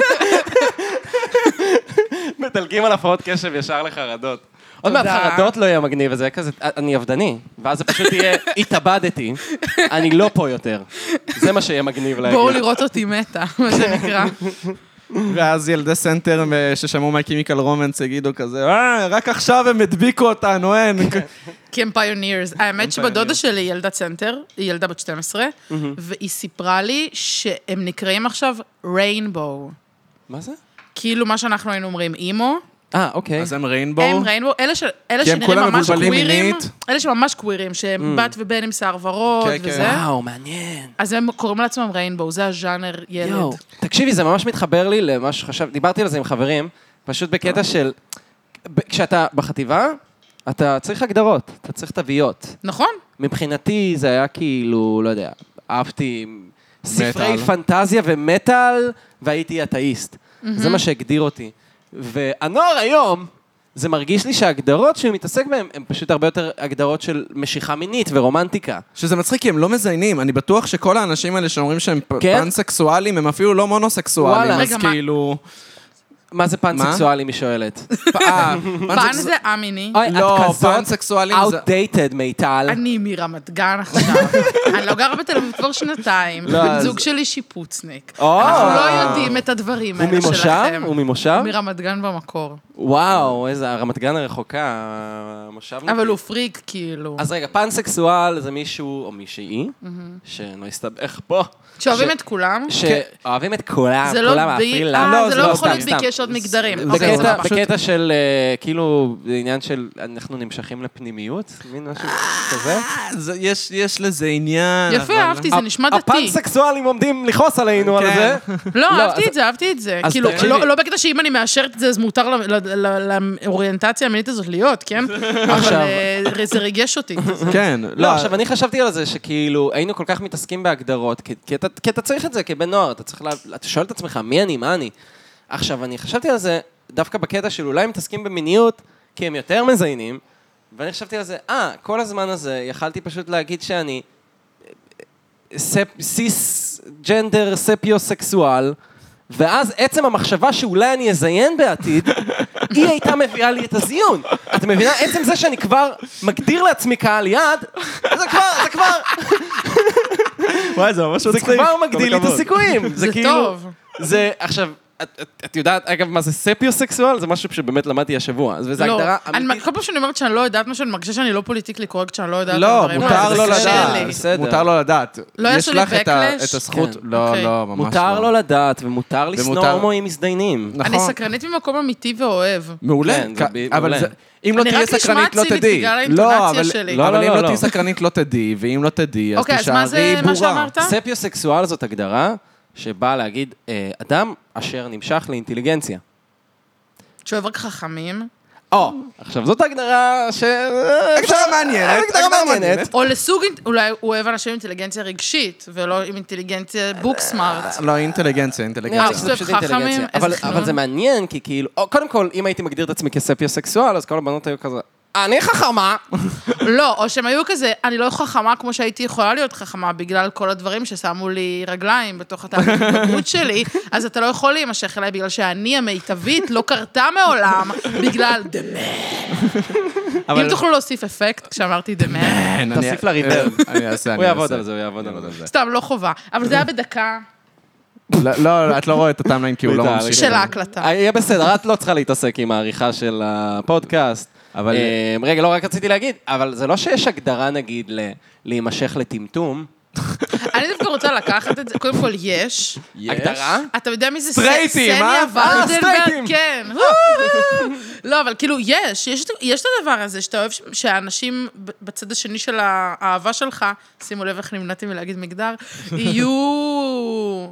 מדלגים על הפרעות קשב ישר לחרדות. עוד מעט תודה. חרדות לא יהיה מגניב, וזה יהיה כזה, אני אבדני, ואז זה פשוט יהיה, התאבדתי, אני לא פה יותר. זה מה שיהיה מגניב להגיד. בואו לראות אותי מתה, מה שנקרא. ואז ילדי סנטר ששמעו מהקימיקל רומנס יגידו כזה, אה, רק עכשיו הם הדביקו אותנו, אין. כי הם פיונירס. האמת שבדודה שלי היא ילדת סנטר, היא ילדה בת שתים עשרה, והיא סיפרה לי שהם נקראים עכשיו ריינבואו. מה זה? כאילו מה שאנחנו היינו אומרים, אימו, אה, אוקיי. אז הם ריינבואו. הם ריינבואו, אלה ש- אלה כי הם שנראים כולם ממש מבולבלים קווירים, מינית. אלה שממש קווירים, שהם בת ובן עם שיער ורוד כן, כן. וזה, וואו, מעניין. אז הם קוראים לעצמם ריינבואו, זה הז'אנר ילד. יואו. תקשיבי, זה ממש מתחבר לי למה שחשב, דיברתי על זה עם חברים, פשוט בקטע של, ב- כשאתה בחטיבה, אתה צריך הגדרות, אתה צריך תוויות. נכון? מבחינתי זה היה כאילו, לא יודע, אהבתי ספרי מטאל. פנטזיה ומטאל, והייתי אתאיסט. זה מה שהגדיר אותי. והנוער היום, זה מרגיש לי שההגדרות שהוא מתעסק בהן, הן פשוט הרבה יותר הגדרות של משיכה מינית ורומנטיקה. שזה מצחיק, כי הם לא מזיינים. אני בטוח שכל האנשים האלה שאומרים שהם כן? פנסקסואלים, הם אפילו לא מונוסקסואלים. וואלה. אז רגע, מה? כאילו... מה זה פנסקסואלי, מי שואלת? אה, פן זה א-מיני. אוי, לא, את כזאת פנסקסואלים זה... outdated, מיטל. אני מרמת גן עכשיו. אני לא גרה בתל אביב כבר שנתיים. לא, בן אז- זוג שלי שיפוצניק. או. אנחנו לא יודעים את הדברים הוא האלה ממושב? שלכם. הוא ממושב? מרמת גן במקור. וואו, איזה רמת גן הרחוקה, המושב. אבל הוא פריק, כאילו. אז רגע, פנסקסואל זה מישהו או מישהי, שלא יסתבך פה. שאוהבים ש- את כולם. שאוהבים את כולם, זה לא כולם בי... האפיל. אה, זה לא יכול להיות סתם, בי, כי יש עוד מגדרים. זה אוקיי, בקטע, סבבה. בקטע של, אה, כאילו, זה עניין של, אנחנו נמשכים לפנימיות, מין משהו כזה. זה- יש- יש לזה עניין. יפה, אבל- אהבתי, זה נשמע דתי. הפנסקסואלים עומדים לכעוס עלינו על כן. זה. לא, לא, אהבתי אז- את זה, אהבתי את זה. אז כאילו, תקשיבי. לא לא בקטע שאם אני מאשרת את זה, אז מותר ל- ל- ל- לאוריינטציה המינית הזאת להיות, כן? אבל עכשיו- אה, זה ריגש אותי. כן, לא, עכשיו, אני חשבתי על זה שכאילו, היינו כל כך מתעסקים בהגדרות, כי- כי אתה- כי אתה צריך את זה כבן נוער, אתה צריך, לה- אתה שואל את עצמך, מי אני, מה אני? עכשיו, אני חשבתי על זה דווקא בקטע של אולי הם מתעסקים במיניות, כי הם יותר מזיינים, ואני חשבתי על זה, אה, כל הזמן הזה יכלתי פשוט להגיד שאני ספ- סיס ג'נדר ספיוסקסואל, ואז עצם המחשבה שאולי אני אזיין בעתיד, היא הייתה מביאה לי את הזיון. את מבינה? עצם זה שאני כבר מגדיר לעצמי קהל יד, זה כבר, זה כבר, וואי, זה ממש זה מצחיק. כבר כל מגדיל לי את הכבוד. הסיכויים. זה כאילו- טוב. זה, עכשיו, את, את, את יודעת, אגב, מה זה ספיוסקסואל? זה משהו שבאמת למדתי השבוע. וזו לא, הגדרה אני- אמיתית. כל פעם שאני אומרת שאני לא יודעת משהו, אני מרגישה שאני לא פוליטיקלי קורקט, שאני לא יודעת את לא, הדברים מותר האלה, לא זה קשה לדעת. לי. בסדר. מותר לא לדעת. לא יש יעשו לי לך את ה- backlash? את הזכות. כן. לא, אוקיי. לא, ממש לא. מותר לא לדעת, ומותר לשנוא ומותר- הומואים מזדיינים. נכון. אני סקרנית ממקום אמיתי ואוהב. מעולה. כן, זה כ- ב- אבל מעולה. זה... אם לא אני תהיה רק נשמעת סקרנית, לא צינית תדעי. בגלל לא, האינטונציה אבל- שלי. לא, אבל לא, אם לא, לא לא. תהיי סקרנית, לא תדעי, ואם לא תדעי, אז אוקיי, אז מה תישארי זה מה בורה. שאמרת? ספיוסקסואל זאת הגדרה שבאה להגיד אה, אדם אשר נמשך לאינטליגנציה. שאוהב רק חכמים. או, עכשיו זאת הגדרה ש... הגדרה מעניינת, הגדרה הגדרה מעניינת. מעניינת. או לסוג, אולי הוא אוהב אנשים עם אינטליגנציה רגשית, ולא עם אינטליגנציה בוק סמארט. לא, אינטליגנציה, נראה לי אינטליגנציה. שזה פשוט חכמים, אינטליגנציה. איזה אבל- חנון. אבל זה מעניין, כי כאילו... או, קודם כל, אם הייתי מגדיר את עצמי כספיוסקסואל, אז כל הבנות היו כזה... אני חכמה! לא, או שהם היו כזה, אני לא חכמה כמו שהייתי יכולה להיות חכמה, בגלל כל הדברים ששמו לי רגליים בתוך התהליך התבגרות שלי, אז אתה לא יכול להימשך אליי, בגלל שאני המיטבית לא קרתה מעולם, בגלל דמן. אם תוכלו להוסיף אפקט כשאמרתי דמן, כן, אני- תוסיף לה ריברב. אני אעשה, הוא אני יעבוד אעשה. על זה, הוא יעבוד על זה. סתם, לא חובה. אבל זה היה בדקה לא, לא, את לא רואה את הטיימליין כי הוא לא ביטל, ממשיך. של ההקלטה. יהיה בסדר, את לא צריכה להתעסק עם העריכה של הפודקאסט. אבל- אמ, רגע, לא רק רציתי להגיד, אבל זה לא שיש הגדרה, נגיד, ל- להימשך לטמטום. אני דווקא רוצה לקחת את זה, קודם כל יש. הגדרה? אתה יודע מי זה סטרייטים, סניה אה? אה, ולדנברג? סטרייטים. כן. לא, אבל כאילו, יש, יש, יש את הדבר הזה, שאתה אוהב ש- שהאנשים ב- בצד השני של האהבה שלך, שימו לב איך נמנעתי מלהגיד מגדר, יהיו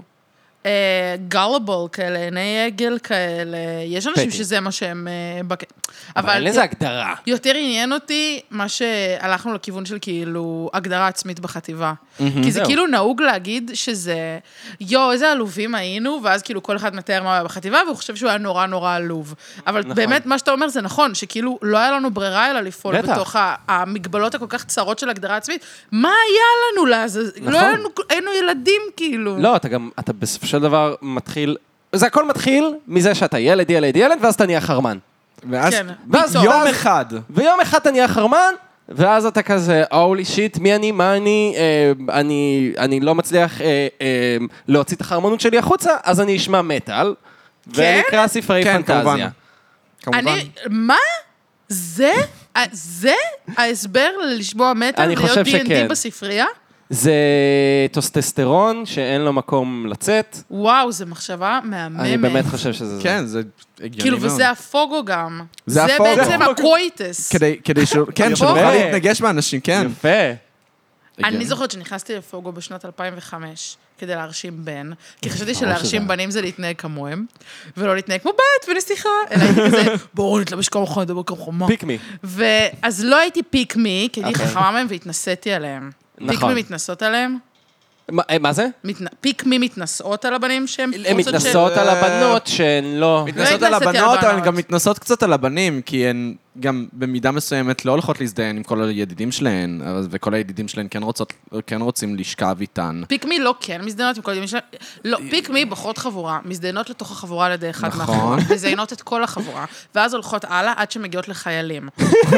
גולבל כאלה, עיני עגל כאלה, יש אנשים פטי. שזה מה שהם... אה, בק- אבל אין לזה הגדרה. יותר עניין אותי מה שהלכנו לכיוון של כאילו הגדרה עצמית בחטיבה. כי זה זהו. כאילו נהוג להגיד שזה, יו, איזה עלובים היינו, ואז כאילו כל אחד מתאר מה היה בחטיבה, והוא חושב שהוא היה נורא נורא עלוב. אבל נכון. באמת, מה שאתה אומר זה נכון, שכאילו לא היה לנו ברירה אלא לפעול בטח. בתוך ה- המגבלות הכל כך צרות של הגדרה עצמית. מה היה לנו לעזאזל? לא היה לנו, היינו ילדים כאילו. לא, אתה גם, אתה בסופו של דבר מתחיל, זה הכל מתחיל מזה שאתה ילד, ילד, ילד, ואז אתה נהיה חרמן. ואז כן. ואז פתאום. יום אחד. ויום אחד אתה נהיה חרמן, ואז אתה כזה, הולי שיט, מי אני, מה אני, אה, אני, אני לא מצליח אה, אה, להוציא את החרמנות שלי החוצה, אז אני אשמע מטאל, כן? ונקרא ספרי כן, פנטזיה. כמובן. כמובן. אני, מה? זה? זה ההסבר לשמוע מטאל, אני להיות חושב די אנד די שכן. בספרייה? זה טוסטסטרון שאין לו מקום לצאת. וואו, זו מחשבה מהממת. אני באמת חושב שזה זה. כן, זה הגיוני כאילו, מאוד. וזה הפוגו גם. זה הפוגו. בעצם הקויטס. כדי, כדי ש... כן, יפה. שנוכל להתנגש באנשים, כן. יפה. אני זוכרת שנכנסתי לפוגו בשנת אלפיים וחמש, כדי להרשים בן, כי חשבתי שזה- שלהרשים בנים זה להתנהג כמוהם, ולא להתנהג כמו בת ונסיכה, אלא הייתי כזה, בואו נתלבש כמוך, נדבר כמוך, מה? פיק מי. ואז לא הייתי פיק מי, כי הייתי אוקיי. חכמה מהם והתנסיתי עליהם. פיק נכון. מי מתנסות עליהם? מה- מה זה? מתנ- פיק מי מתנשאות על הבנים שהם... הן רוצות ש- מתנסות על הבנות שהן לא... מתנסות לא על התנסיתי על הבנות, אבל הן הבנות. גם מתנסות קצת על הבנים, כי הן גם במידה מסוימת לא הולכות להזדיין עם כל הידידים שלהן, אז- וכל הידידים שלהן כן רוצות, כן רוצים לשכב איתן. פיק מי לא כן מזדיינות עם כל הדברים שלהם. לא, פיק מי בוחרות חבורה, מזדיינות לתוך החבורה על ידי אחד נכון. מהחבורה, מזיינות את כל החבורה, ואז הולכות הלאה עד שמגיעות לחיילים.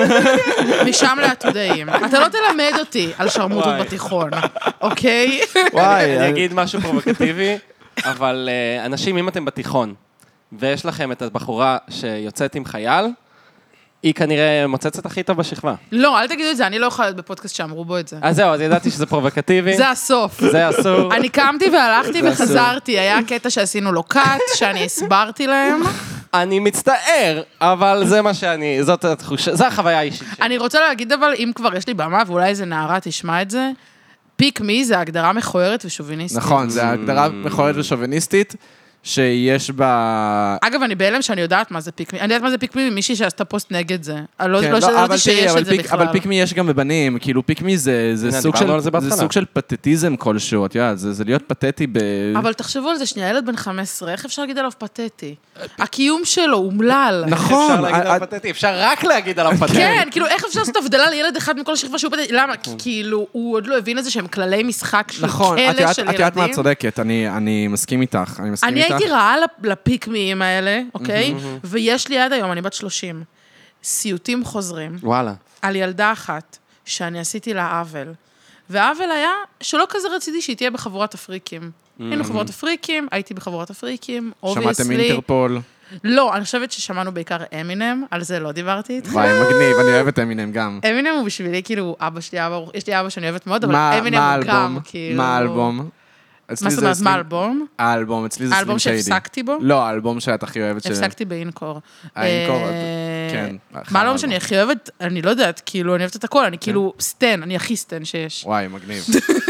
משם לעתודאים. אתה לא תלמד אותי על שרמוטות וואי. בתיכון, אוקיי? וואי, אני אגיד משהו פרובוקטיבי, אבל אה, אנשים, אם אתם בתיכון, ויש לכם את הבחורה שיוצאת עם חייל, היא כנראה מוצצת הכי טוב בשכבה. לא, אל תגידו את זה, אני לא יכולה להיות בפודקאסט שאמרו בו את זה. אז זהו, אז ידעתי שזה פרובוקטיבי. זה הסוף. זה אסור. אני קמתי והלכתי זה אסור. וחזרתי, היה קטע שעשינו לו קאט, שאני הסברתי להם. אני מצטער, אבל זה מה שאני, זאת התחושה, זו החוויה האישית שלי. אני רוצה להגיד אבל, אם כבר יש לי במה, ואולי איזה נערה תשמע את זה, פיק מי זה הגדרה מכוערת ושוביניסטית. נכון, זו הגדרה מכוערת ושוביניסטית, שיש בה... אגב, אני בהלם שאני יודעת מה זה פיק מי. אני יודעת מה זה פיק מי ממשיהי שעשתה פוסט נגד זה. אני לא כן, לא לא, ידעתי אבל שיש תראי, אבל את זה פיק- בכלל. אבל פיק מי יש גם בבנים, כאילו פיק מי זה זה הנה, סוג דיברנו של על זה בהתחלה. זה סוג של פתטיזם כלשהו, את יודעת, זה זה להיות פתטי ב... אבל תחשבו על זה שנייה, ילד בן חמש עשרה, איך אפשר להגיד עליו פתטי? הקיום שלו אומלל. נכון, אפשר להגיד אה, עליו פתטי, אפשר רק להגיד עליו פתטי. כן, כאילו, איך אפשר לעשות הבדלה לילד אחד מכל השכבה שהוא פתטי? למה? כי כאילו, הוא עוד לא הבין את זה שהם כללי משחק של נכון, את כלא יודעת- של את יודעת מה את ילדים. צודקת, אני אני מסכים איתך, אני מסכים אני איתך. הייתי רעה לפ- לפיקמיים האלה, אוקיי? ויש לי עד היום, אני בת שלושים, סיוטים חוזרים וואלה. על ילדה אחת, שאני עשיתי לה עוול. והעוול היה שלא כזה רציתי שהיא תהיה בחבורת הפריקים. היינו חבורת הפריקים, הייתי בחבורת הפריקים, שמעתם אובייסלי. אינטרפול? לא, אני חושבת ששמענו בעיקר אמינם, על זה לא דיברתי איתך. וואי, מגניב, אני אוהב את אמינם גם. אמינם הוא בשבילי, כאילו, אבא שלי, אבא, יש לי אבא שאני אוהבת מאוד, אבל מה אמינם מה הוא גם, האלבום? כאילו... מה האלבום? אצלי מה זאת זה אומרת, מה סלים- האלבום? האלבום, אצלי זה סלים האלבום שיידי. שהפסקתי בו? לא, האלבום שאת הכי אוהבת של... הפסקתי באינקור. האינקור, אה, כן, מה אחלה האלבום שאני אלבום. הכי אוהבת? אני לא יודעת, כאילו, אני אוהבת את הכל, אני כאילו סטן, אני הכי סטן שיש. וואי, מגניב.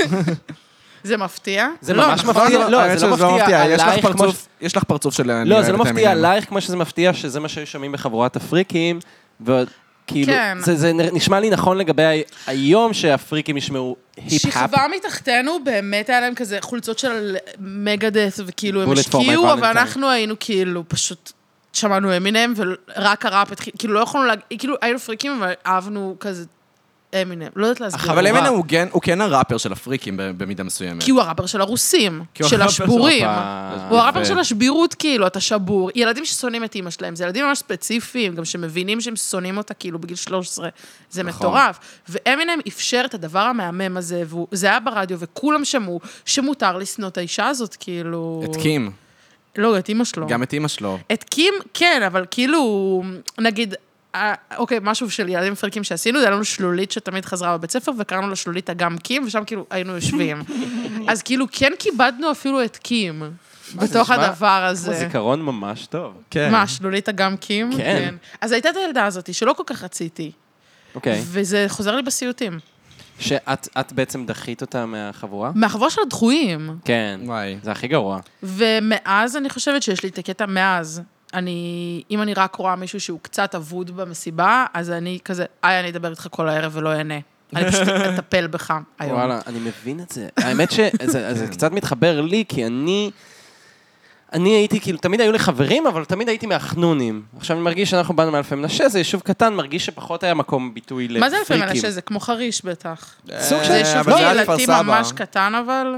זה מפתיע? זה לא, ממש נכון? מפתיע. לא, האמת זה לא שזה מפתיע יש לך עלייך כמו פרצוף- יש לך פרצוף של... אני לא, אוהב זה לא את מפתיע אמינם. עלייך כמו שזה מפתיע שזה מה שהיו שומעים בחבורת הפריקים, וכאילו, כן. זה, זה נשמע לי נכון לגבי ה- היום שהפריקים ישמעו היפ-האפ. שכבה מתחתנו, באמת היה להם כזה חולצות של מגדס, וכאילו הם Bullet for my השקיעו, אבל Valentine. אנחנו היינו כאילו פשוט... שמענו אמינם, ורק הראפ התחיל, כאילו לא יכולנו להגיד, כאילו היינו פריקים, אבל אהבנו כזה אמינם, לא יודעת להסביר. אבל נורא. אמינם הוא כן- הוא כן הראפר של הפריקים ב- במידה מסוימת. כי הוא הראפר של הרוסים, כי הוא של הראפר של השבורים. הופה. הוא הראפר יפה. של השבירות, כאילו, אתה שבור. ילדים ששונאים את אימא שלהם, זה ילדים ממש ספציפיים, גם שמבינים שהם שונאים אותה, כאילו, בגיל שלוש עשרה. זה נכון. מטורף. ואמינם אפשר את הדבר המהמם הזה, וזה היה ברדיו, וכולם שמעו שמותר לשנוא את האישה הזאת, כאילו... את קים, לא, את אימא שלו. גם את אימא שלו. את קים, כן, אבל כאילו, נגיד, אה, אוקיי, משהו של ילדים מפרקים שעשינו, זה היה לנו שלולית שתמיד חזרה בבית ספר, וקראנו לה שלולית אגם קים, ושם כאילו היינו יושבים. אז כאילו, כן כיבדנו אפילו את קים, בתוך נשמע הדבר כמו הזה. זיכרון ממש טוב. כן. מה, שלולית אגם קים? כן. אז הייתה את הילדה הזאת, שלא כל כך רציתי, אוקיי. וזה חוזר לי בסיוטים. שאת את בעצם דחית אותה מהחבורה? מהחבורה של הדחויים. כן. וואי. זה הכי גרוע. ומאז אני חושבת שיש לי את הקטע, מאז, אני, אם אני רק רואה מישהו שהוא קצת אבוד במסיבה, אז אני כזה, איי, אני אדבר איתך כל הערב ולא אענה. אני פשוט אטפל בך היום. וואלה, אני מבין את זה. האמת שזה זה קצת מתחבר לי, כי אני... אני הייתי, כאילו, תמיד היו לי חברים, אבל תמיד הייתי מהחנונים. עכשיו אני מרגיש שאנחנו באנו מאלפי מנשה, זה יישוב קטן, מרגיש שפחות היה מקום ביטוי לפריקים. מה זה אלפי מנשה? זה כמו חריש בטח. סוג של זה יישוב אבל זה היה קהילתי כפר סבא. ממש קטן, אבל...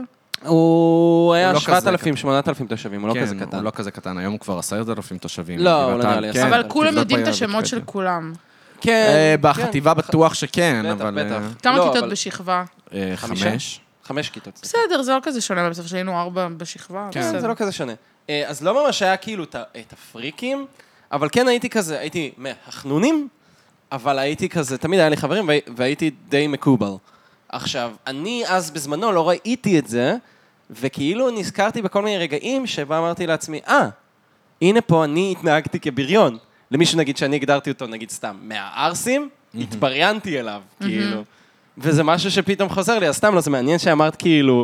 הוא היה לא שבעת כזה אלפים, שמונת אלפים תושבים, הוא לא כן, כזה קטן. הוא לא כזה קטן, היום הוא כבר עשרת אלפים תושבים. לא, הוא לא ואתה- נראה לי כן, עשרת אבל אלפים. כולם תבדוק יודעים את ב- השמות של בוויקיפדיה. כולם. כן. אה, כן. בחטיבה בטוח שכן, בטח, אבל... בטח. כמה לא, כיתות אבל- בשכבה? אה, חמישה? חמש? חמש כיתות. בסדר, זה לא כזה שונה, בבית ספר שהיינו ארבע בשכבה. כן, בסדר. זה לא כזה שונה. אה, אז לא ממש היה כאילו את ה- את הפריקים, אבל כן הייתי כזה, הייתי מהחנונים, אבל הייתי כזה, תמיד היה לי חברים והי- והייתי די מקובל. עכשיו, אני אז בזמנו לא ראיתי את זה, וכאילו נזכרתי בכל מיני רגעים שבה אמרתי לעצמי, אה, הנה פה אני התנהגתי כבריון. למישהו נגיד שאני הגדרתי אותו, נגיד סתם, מהערסים, התבריינתי אליו, כאילו. וזה משהו שפתאום חוזר לי, אז סתם לא, זה מעניין שאמרת כאילו,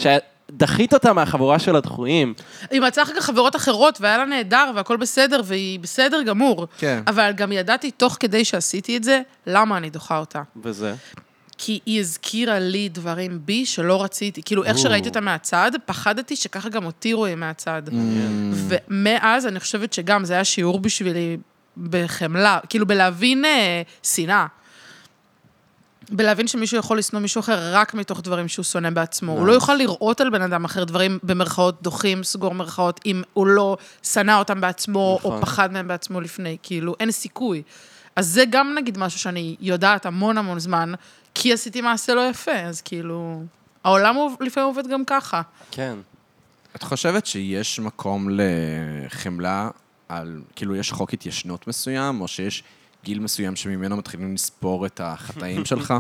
שדחית אותה מהחבורה של הדחויים. היא מצאה אחר כך חברות אחרות, והיה לה נהדר, והכל בסדר, והיא בסדר גמור. כן. אבל גם ידעתי, תוך כדי שעשיתי את זה, למה אני דוחה אותה. וזה. כי היא הזכירה לי דברים בי שלא רציתי. כאילו, איך שראיתי אותה מהצד, פחדתי שככה גם אותי רואים מהצד. ומאז אני חושבת שגם זה היה שיעור בשבילי בחמלה, כאילו בלהבין שנאה. בלהבין שמישהו יכול לשנוא מישהו אחר רק מתוך דברים שהוא שונא בעצמו. הוא לא יוכל לראות על בן אדם אחר דברים במרכאות דוחים, סגור מרכאות, אם הוא לא שנא אותם בעצמו, או פחד מהם בעצמו לפני, כאילו, אין סיכוי. אז זה גם נגיד משהו שאני יודעת המון המון זמן, כי עשיתי מעשה לא יפה, אז כאילו, העולם הוא לפעמים עובד גם ככה. כן. את חושבת שיש מקום לחמלה על, כאילו, יש חוק התיישנות מסוים, או שיש גיל מסוים שממנו מתחילים לספור את החטאים שלך?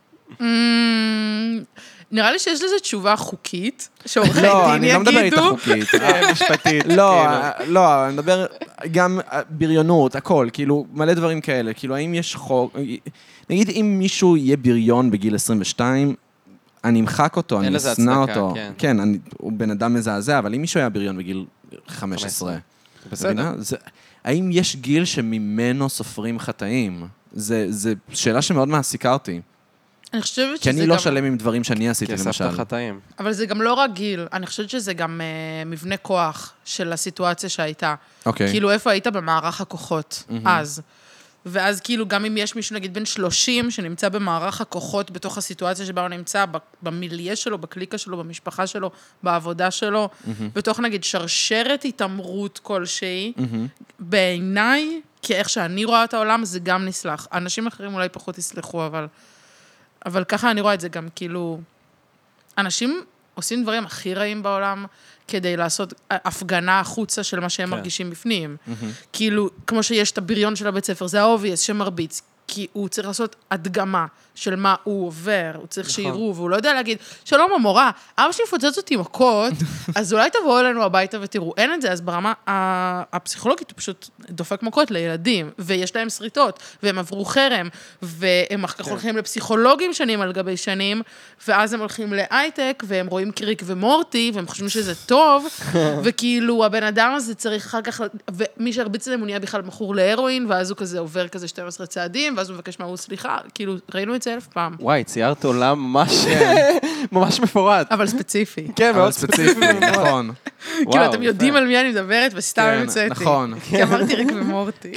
נראה לי שיש לזה תשובה חוקית, שעורכי דין לא, יגידו. אני לא מדבר איתך חוקית. משפטית. לא, לא, אני מדבר גם בריונות, הכל, כאילו, מלא דברים כאלה. כאילו, האם יש חוק... נגיד, אם מישהו יהיה בריון בגיל עשרים ושתיים, אני אמחק אותו, אני אסנע אותו. כן, הוא בן אדם מזעזע, אבל אם מישהו היה בריון בגיל חמש עשרה, בסדר. האם יש גיל שממנו סופרים חטאים? זו שאלה שמאוד מעסיקה אותי. אני חושבת שזה כי גם... אני לא שלם עם דברים שאני עשיתי, למשל. כספת חטאים. אבל זה גם לא רק גיל, אני חושבת שזה גם uh, מבנה כוח של הסיטואציה שהייתה. אוקיי. כאילו, איפה היית במערך הכוחות, אז. ואז כאילו, גם אם יש מישהו, נגיד, בן שלושים, שנמצא במערך הכוחות בתוך הסיטואציה שבה הוא נמצא, במיליה שלו, בקליקה שלו, במשפחה שלו, בעבודה שלו, בתוך, נגיד, שרשרת התאמרות כלשהי, בעיניי, כאיך שאני רואה את העולם, זה גם נסלח. אנשים אחרים אולי פחות יסלחו, אבל... אבל ככה אני רואה את זה גם, כאילו, אנשים עושים דברים הכי רעים בעולם, כדי לעשות הפגנה החוצה של מה שהם מרגישים בפנים. כאילו, כמו שיש את הבריון של הבית ספר, זה האובייס שמרביץ, כי הוא צריך לעשות הדגמה של מה הוא עובר, הוא צריך שיראו, והוא לא יודע להגיד, שלום המורה, אבא שלי מפוצץ אותי מכות, אז אולי תבואו אלינו הביתה ותראו, אין את זה, אז ברמה הפסיכולוגית הוא פשוט דופק מכות לילדים, ויש להם שריטות, והם עברו חרם, והם אחר כך הולכים לפסיכולוגים שנים על גבי שנים, ואז הם הולכים להייטק, והם רואים קריק ומורטי, והם חושבים שזה טוב, וכאילו הבן אדם הזה צריך אחר כך, ומי שהרביץ להם הוא נהיה בכלל מכור להרואין, ואז הוא כזה עובר כזה שתים עשרה צעדים, ואז הוא מבקש מהוא סליחה, כאילו, ראינו את זה אלף פעם. וואי, ציירת עולם ממש, ממש מפורט. אבל ספציפי. כן, מאוד ספציפי, נכון. כאילו, אתם יודעים על מי אני מדברת, וסתם המצאתי. נכון. כי אמרתי ריק ומורטי.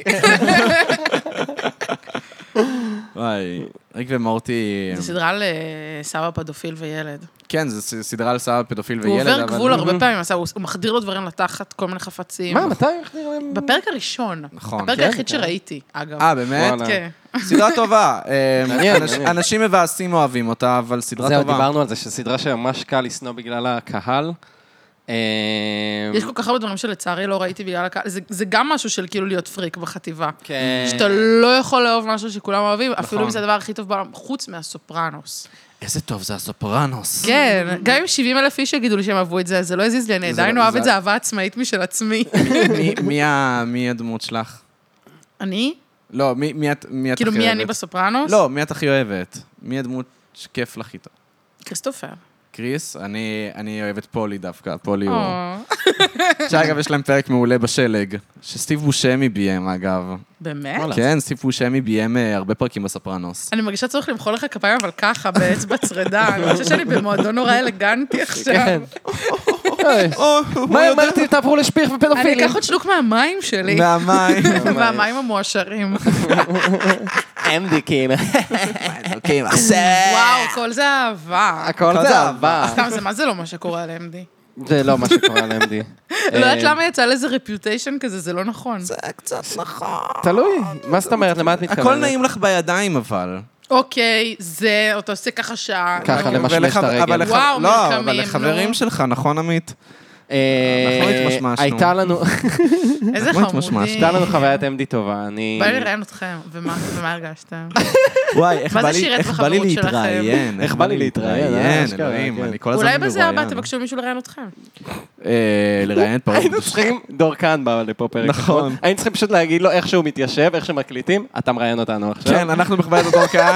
וואי, ריק ומורטי... זה סדרה לסבא פדופיל וילד. כן, זו סדרה על סבא פדופיל הוא וילד, עובר גבול הרבה פעמים, הוא מחדיר לו דברים לתחת, כל מיני חפצים. מה, מתי מחדיר להם? בפרק הראשון. נכון. הפרק היחיד שראיתי, אגב. אה, באמת? כן. סדרה טובה. מעניין, אנש- מעניין. אנשים מבאסים אוהבים אותה, אבל סדרה זהו, טובה. דיברנו על זה, שסדרה שממש קל לשנוא בגלל הקהל. יש כל כך הרבה דברים שלצערי לא ראיתי בגלל הקהל. זה- זה גם משהו של כאילו להיות פריק בחטיבה. כן. שאתה לא יכול לאהוב משהו שכולם אוהבים, אפילו אם זה הדבר הכי טוב בעולם, חוץ מהסופרנוס. איזה טוב, זה הסופרנוס. כן, גם אם שבעים אלף איש יגידו לי שהם אהבו את זה, זה לא הזיז לי, אני זה עדיין לא- אוהב זה- את זה אהבה עצמאית משל עצמי. מי- מי ה- מי הדמות שלך? אני? לא, מי מי את מי את כאילו הכי מי אוהבת? אני בסופרנוס? לא, מי את הכי אוהבת? מי הדמות שכיף לך איתו? כריסטופר. קריס? אני אני אוהב את פולי דווקא, פולי הוא... או, שאגב, יש להם פרק מעולה בשלג, שסטיב בושמי ביים, אגב. באמת? כן, סטיב בושמי ביים אה, הרבה פרקים בסופרנוס. אני מרגישה צורך למחוא לך כפיים, אבל ככה, באצבע צרדה. אני חושבת שאני במועדון נורא אלגנטי עכשיו. כן. מה אמרתי, תעברו לשפיך אני ופדופילים. אקח עוד שלוק מהמים שלי. מהמים. מהמים המועשרים. אמדי כאילו. אוקיי, עכשיו. וואו, כל זה אהבה. הכל זה זה אהבה. סתם, זה מה זה לא מה שקורה לאמדי? זה לא מה שקורה לאמדי. לא יודעת למה יצא לזה רפיוטיישן כזה, זה לא נכון. זה קצת נכון. תלוי. מה זאת אומרת? למה את מתכוונת? הכל נעים לך בידיים, אבל. אוקיי, זה, אתה עושה ככה שעה. ככה, למשמש ולח- את הרגל. אבל לח- וואו, לא, מרקמים, אבל לחברים נו. שלך, נכון, עמית? אה, אנחנו התמשמשנו. הייתה לנו, איזה אנחנו חמודים. התמשמשנו. הייתה לנו חוויית אמדי טובה. אני... בא לי לראיין אתכם, ומה ומה הרגשתם? וואי, איך מה בא זה לי- שירת איך בא לי בחברות שלכם? להתראיין. איך בא לי להתראיין, אה, אשכרה, אלוהים, כן. אני כל הזמן אולי בזה הבא מרואיין. תבקשו מישהו לראיין אתכם. אה, לראיין פה. היינו צריכים, דור כאן בא לפה פרק. נכון. היינו צריכים פשוט להגיד לו איך שהוא מתיישב, איך שמקליטים, אתה מראיין אותנו עכשיו. כן, אנחנו בחוויית הדור כאן.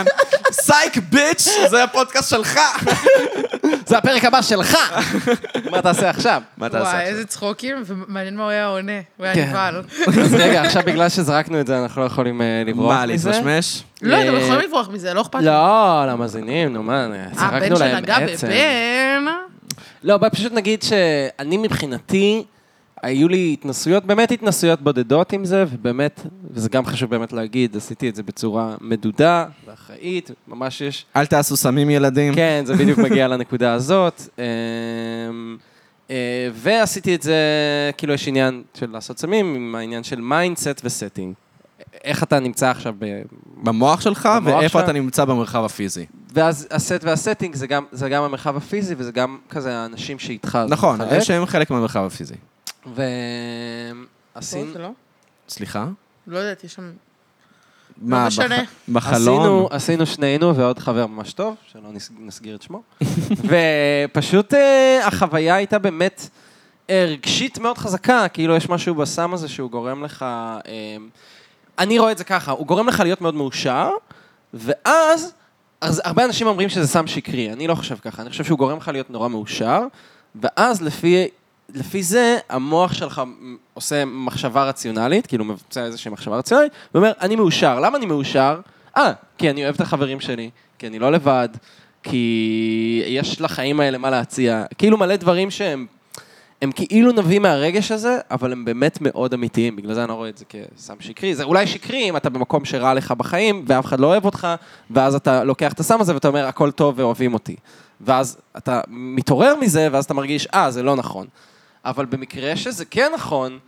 סייק ביץ', זה הפודקאסט שלך. זה הפרק הבא שלך! מה תעשה עכשיו? מה תעשה וואי, עכשיו? איזה צחוקים, ומעניין מה הוא היה עונה. הוא היה כן. נבהל. אז רגע, עכשיו בגלל שזרקנו את זה, אנחנו לא יכולים אה, לברוח מה, מזה? להתמשמש? לא, אתם יכולים לברוח מזה, לא אכפת לי. לא, למאזינים, נו מה, הבן זרקנו להם שנגע עצם. בבן. לא, בואי פשוט נגיד שאני מבחינתי, היו לי התנסויות, באמת התנסויות בודדות עם זה, ובאמת, וזה גם חשוב באמת להגיד, עשיתי את זה בצורה מדודה ואחראית, ממש יש... אל תעשו סמים ילדים. כן, זה בדיוק מגיע לנקודה הזאת. אמ, אה, ועשיתי את זה, כאילו יש עניין של לעשות סמים, עם העניין של מיינדסט וסטינג. איך אתה נמצא עכשיו ב... במוח שלך, במוח ואיפה שלך. אתה נמצא במרחב הפיזי. ואז הסט והסטינג זה גם, זה גם המרחב הפיזי, וזה גם כזה האנשים שאיתך. זה נכון, מחלק. שהם חלק מהמרחב הפיזי. ועשינו... זה לא? סליחה? לא יודעת, יש שם... מה, משנה. בח- בחלון? עשינו, עשינו שנינו ועוד חבר ממש טוב, שלא נס- נסגיר את שמו. ופשוט אה, החוויה הייתה באמת אה, רגשית מאוד חזקה, כאילו יש משהו בסם הזה שהוא גורם לך... אה, אני רואה את זה ככה, הוא גורם לך להיות מאוד מאושר, ואז, אז הרבה אנשים אומרים שזה סם שקרי, אני לא חושב ככה, אני חושב שהוא גורם לך להיות נורא מאושר, ואז לפי, לפי זה המוח שלך עושה מחשבה רציונלית, כאילו מבצע איזושהי מחשבה רציונלית, ואומר, אני מאושר, למה אני מאושר? אה, כי אני אוהב את החברים שלי, כי אני לא לבד, כי יש לחיים האלה מה להציע, כאילו מלא דברים שהם הם כאילו נביא מהרגש הזה, אבל הם באמת מאוד אמיתיים, בגלל זה אני לא רואה את זה כסם שקרי. זה אולי שקרי אם אתה במקום שרע לך בחיים, ואף אחד לא אוהב אותך, ואז אתה לוקח את הסם הזה ואתה אומר, הכל טוב ואוהבים אותי. ואז אתה מתעורר מזה, ואז אתה מרגיש, אה, זה לא נכון. אבל במקרה שזה כן נכון,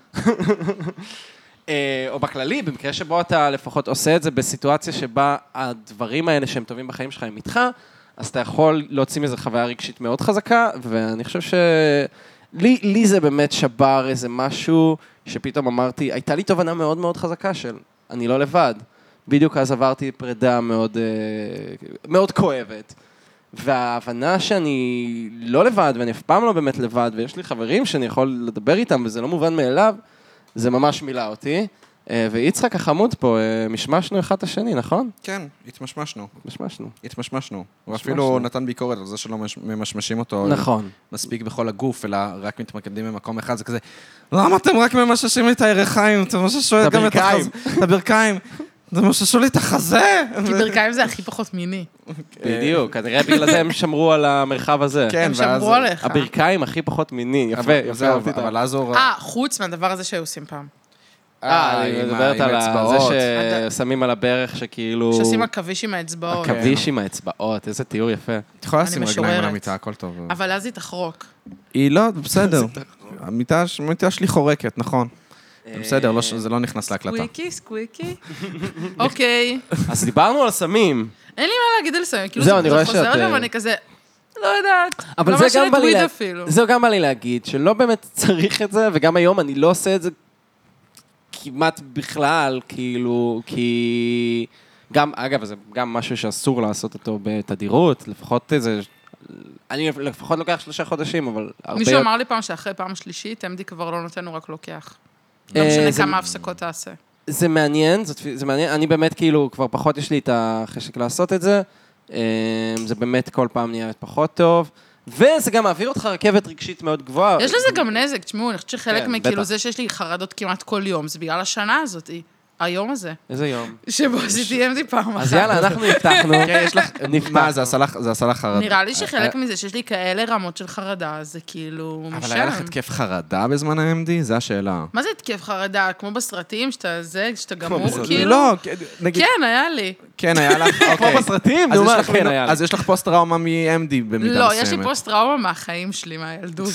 או בכללי, במקרה שבו אתה לפחות עושה את זה בסיטואציה שבה הדברים האלה שהם טובים בחיים שלך הם איתך, אז אתה יכול להוציא מזה חוויה רגשית מאוד חזקה, ואני חושב ש... לי, לי זה באמת שבר איזה משהו שפתאום אמרתי, הייתה לי תובנה מאוד מאוד חזקה של, אני לא לבד. בדיוק אז עברתי פרידה מאוד, מאוד כואבת. וההבנה שאני לא לבד, ואני אף פעם לא באמת לבד, ויש לי חברים שאני יכול לדבר איתם, וזה לא מובן מאליו, זה ממש מילא אותי. ויצחק החמוד פה, משמשנו אחד את השני, נכון? כן, התמשמשנו. משמשנו. התמשמשנו. הוא אפילו נתן ביקורת על זה שלא ממשמשים אותו. נכון. מספיק בכל הגוף, אלא רק מתמקדים במקום אחד, זה כזה, למה אתם רק ממששים לי את הירכיים? אתם מששו לי גם את החזה. את הברכיים. אתם מששו לי את החזה. כי ברכיים זה הכי פחות מיני. בדיוק, כנראה בגלל זה הם שמרו על המרחב הזה. הם שמרו עליך. הברכיים הכי פחות מיני, יפה, יפה, אהבתי את זה. אבל אז הוא... אה, חוץ מהדבר הזה שהיו עושים פעם. אה, אני מדברת על זה ששמים על הברך שכאילו... שעושים עכביש עם האצבעות. עכביש עם האצבעות, איזה תיאור יפה. את יכולה לשים רגליים על משוררת. המיטה, הכל טוב. אבל אז היא תחרוק. היא לא, בסדר. המיטה המיטה שלי חורקת, נכון. בסדר, לא ש- זה לא נכנס להקלטה. סקוויקי, סקוויקי. אוקיי. אז דיברנו על סמים. אין לי מה להגיד על זה, כאילו זהו, זה אני רואה חוזר שאת, אליו, אה, אני כזה, לא יודעת. אבל לא זה משנה גם בא לי טוויד לה- אפילו. זהו גם בא לי להגיד, שלא באמת צריך את זה, וגם היום אני לא עושה את זה כמעט בכלל, כאילו, כי... גם, אגב, זה גם משהו שאסור לעשות אותו בתדירות, לפחות איזה... אני לפחות לוקח שלושה חודשים, אבל הרבה... מישהו אמר לי פעם שאחרי פעם שלישית, אמדי כבר לא נותן, הוא רק לוקח. לא אה, משנה זה- כמה הפסקות תעשה. זה מעניין, זאת, זה מעניין, אני באמת כאילו, כבר פחות יש לי את החשק לעשות את זה, אמ, זה באמת כל פעם נהיה פחות טוב, וזה גם מעביר אותך רכבת רגשית מאוד גבוהה. יש לזה גם נזק, תשמעו, אני חושבת שחלק כן, מכאילו בטח. זה שיש לי חרדות כמעט כל יום, זה בגלל השנה הזאת, היום הזה, איזה יום. שבו עשיתי אמדי פעם אחת. אז יאללה, אנחנו נפתחנו. כן, יש לך... מה, זה עשה לך- זה עשה לך חרדה? נראה לי שחלק מזה שיש לי כאלה רמות של חרדה, זה כאילו משם. אבל היה לך התקף חרדה בזמן ה-אם די? זו השאלה. מה זה התקף חרדה? כמו בסרטים, שאתה זה, שאתה גמור, בסרטים. כאילו? לא, נגיד... כן, היה לי. כן, היה לך, אוקיי. כמו בסרטים, אז נו יש מה, לך כן מין- היה לי. אז יש לך פוסט-טראומה מ-אם די במידה מסוימת. לא, יש לי פוסט-טראומה מהחיים שלי, מהילדות.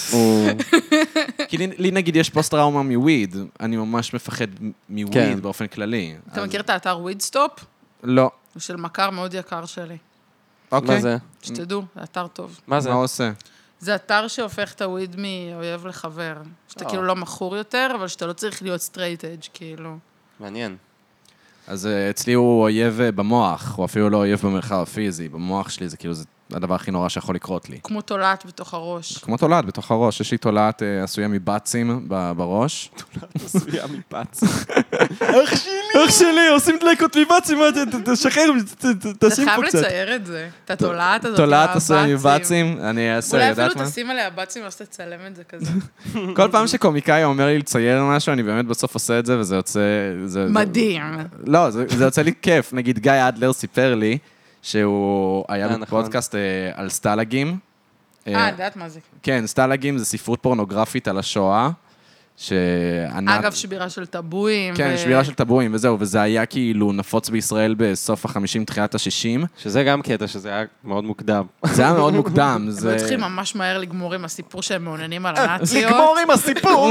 כי לי- לי נגיד יש פוסט-טראומה מוויד, אני ממש מפחד מוויד כן. באופן כללי. אתה אז- מכיר את האתר ווידסטופ? לא. הוא של מכר מאוד יקר שלי. אוקיי. מה זה? שתדעו, זה אתר טוב. מה זה? מה הוא עושה? זה אתר שהופך את הוויד מאויב לחבר. שאתה אה. כאילו לא מכור יותר, אבל שאתה לא צריך להיות סטרייט אג' כאילו. מעניין. אז אה, אצלי הוא אויב אה, במוח, הוא אפילו לא אויב במרחב הפיזי, במוח שלי זה כאילו, זה הדבר הכי נורא שיכול לקרות לי. כמו תולעת בתוך הראש. כמו תולעת בתוך הראש, יש לי תולעת אה, עשויה מבצים ב- בראש. עשויה מפץ. אח שלי, עושים דלקות מבצים, תשחרר, אתה חייב לצייר את זה. את התולעת הזאת. תולעת עשויה מבצים, אני אעשה, אולי יודעת אפילו מה? תשים עליה בצים, אז תצלם את זה כזה. כל פעם שקומיקאי אומר לי לצייר משהו, אני באמת בסוף עושה את זה, וזה יוצא... זה- מדהים. לא, זה זה יוצא לי כיף. נגיד, גיא אדלר סיפר לי שהוא היה אה, נכון. בפודקאסט אה, על סטלגים. אה, אני יודעת מה זה. כן, סטלגים זה ספרות פורנוגרפית על השואה, שענת... אגב, שבירה של טבואים. כן, ו- שבירה של טבואים וזהו, וזה היה כאילו נפוץ בישראל בסוף החמישים, תחילת השישים. שזה גם קטע, שזה היה מאוד מוקדם. זה היה מאוד מוקדם. הם זה... היו צריכים ממש מהר לגמור עם הסיפור שהם מעוניינים על הנאציות. לגמור עם הסיפור!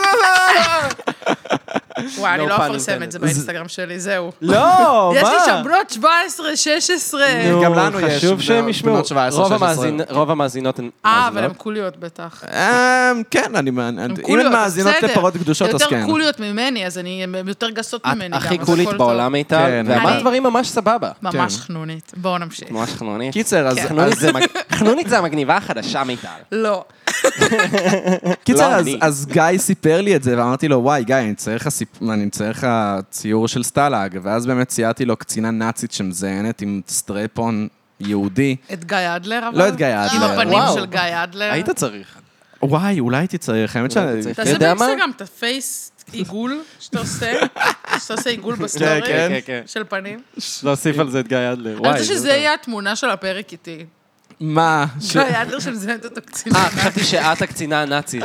וואי, אני No לא pun אפרסם את זה intended. באינסטגרם שלי, זהו. לא, יש לי שם בנות שבע עשרה, שש עשרה. נו, גם לנו יש חשוב שהם בנות ישמעו. שבע עשרה, רוב שש עשרה. המאזין- רוב המאזינות הן אה, אבל הן מאזינות. קוליות בטח. אמ, כן, אני... אם קוליות, הן מאזינות בסדר. לפרות קדושות, אז כן. יותר קוליות ממני, אז אני- הן יותר גסות את ממני גם. הכי אז קולית הכל טוב. בעולם איתה, כן, ואמרת אני- דברים ממש סבבה. ממש כן. חנונית. בואו נמשיך. ממש חנונית. קיצר, אז... חנונית אז- זה מג- חנונית זה המגניבה החדשה מיטל. לא. קיצר, לא אז, אני. אז גיא סיפר לי את זה, ואמרתי לו, וואי, גיא, אני צריך לך, סיפ... אני צריך לך ציור של סטלאג, ואז באמת ציירתי לו קצינה נאצית שמזיינת עם סטרפון יהודי. את גיא אדלר, אבל? לא את גיא עם אדלר. הפנים וואו. של גיא אדלר. היית צריך. וואי, אולי הייתי צריך, האמת אולי הייתי שאני... צריך. תעשה יודע מה? באינסטגרם את הפייס עיגול שאתה עושה, שאתה עושה עיגול בסטורי כן, כן, כן. של פנים. להוסיף על זה את גיא אדלר. אני רוצה שזה יהיה התמונה של הפרק איתי. מה? ש... גיא אדלר שמזיינת אותו קצינה. אה, חשבתי שאת הקצינה הנאצית.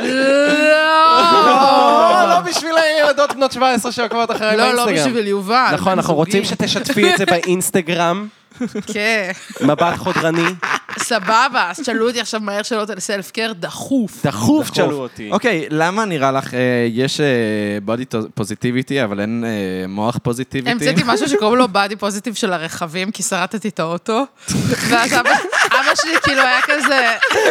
לא! לא בשביל הילדות בנות שבע עשרה שעוקבות אחרי לא, לא באינסטגרם. בשביל יובל. נכון, בן אנחנו זוגי. רוצים שתשתפי את זה באינסטגרם, כן. מבט חודרני. סבבה, אז תשאלו אותי עכשיו מהר שאלות על סלף קר, דחוף. דחוף תשאלו אותי. אוקיי, למה נראה לך, אה, יש בודי פוזיטיביטי, אבל אין אה, מוח פוזיטיביטי? המצאתי משהו שקוראים לו בדי פוזיטיב של הרכבים, כי שרטתי את האוטו, ואז אבא אבא שלי כאילו היה כזה...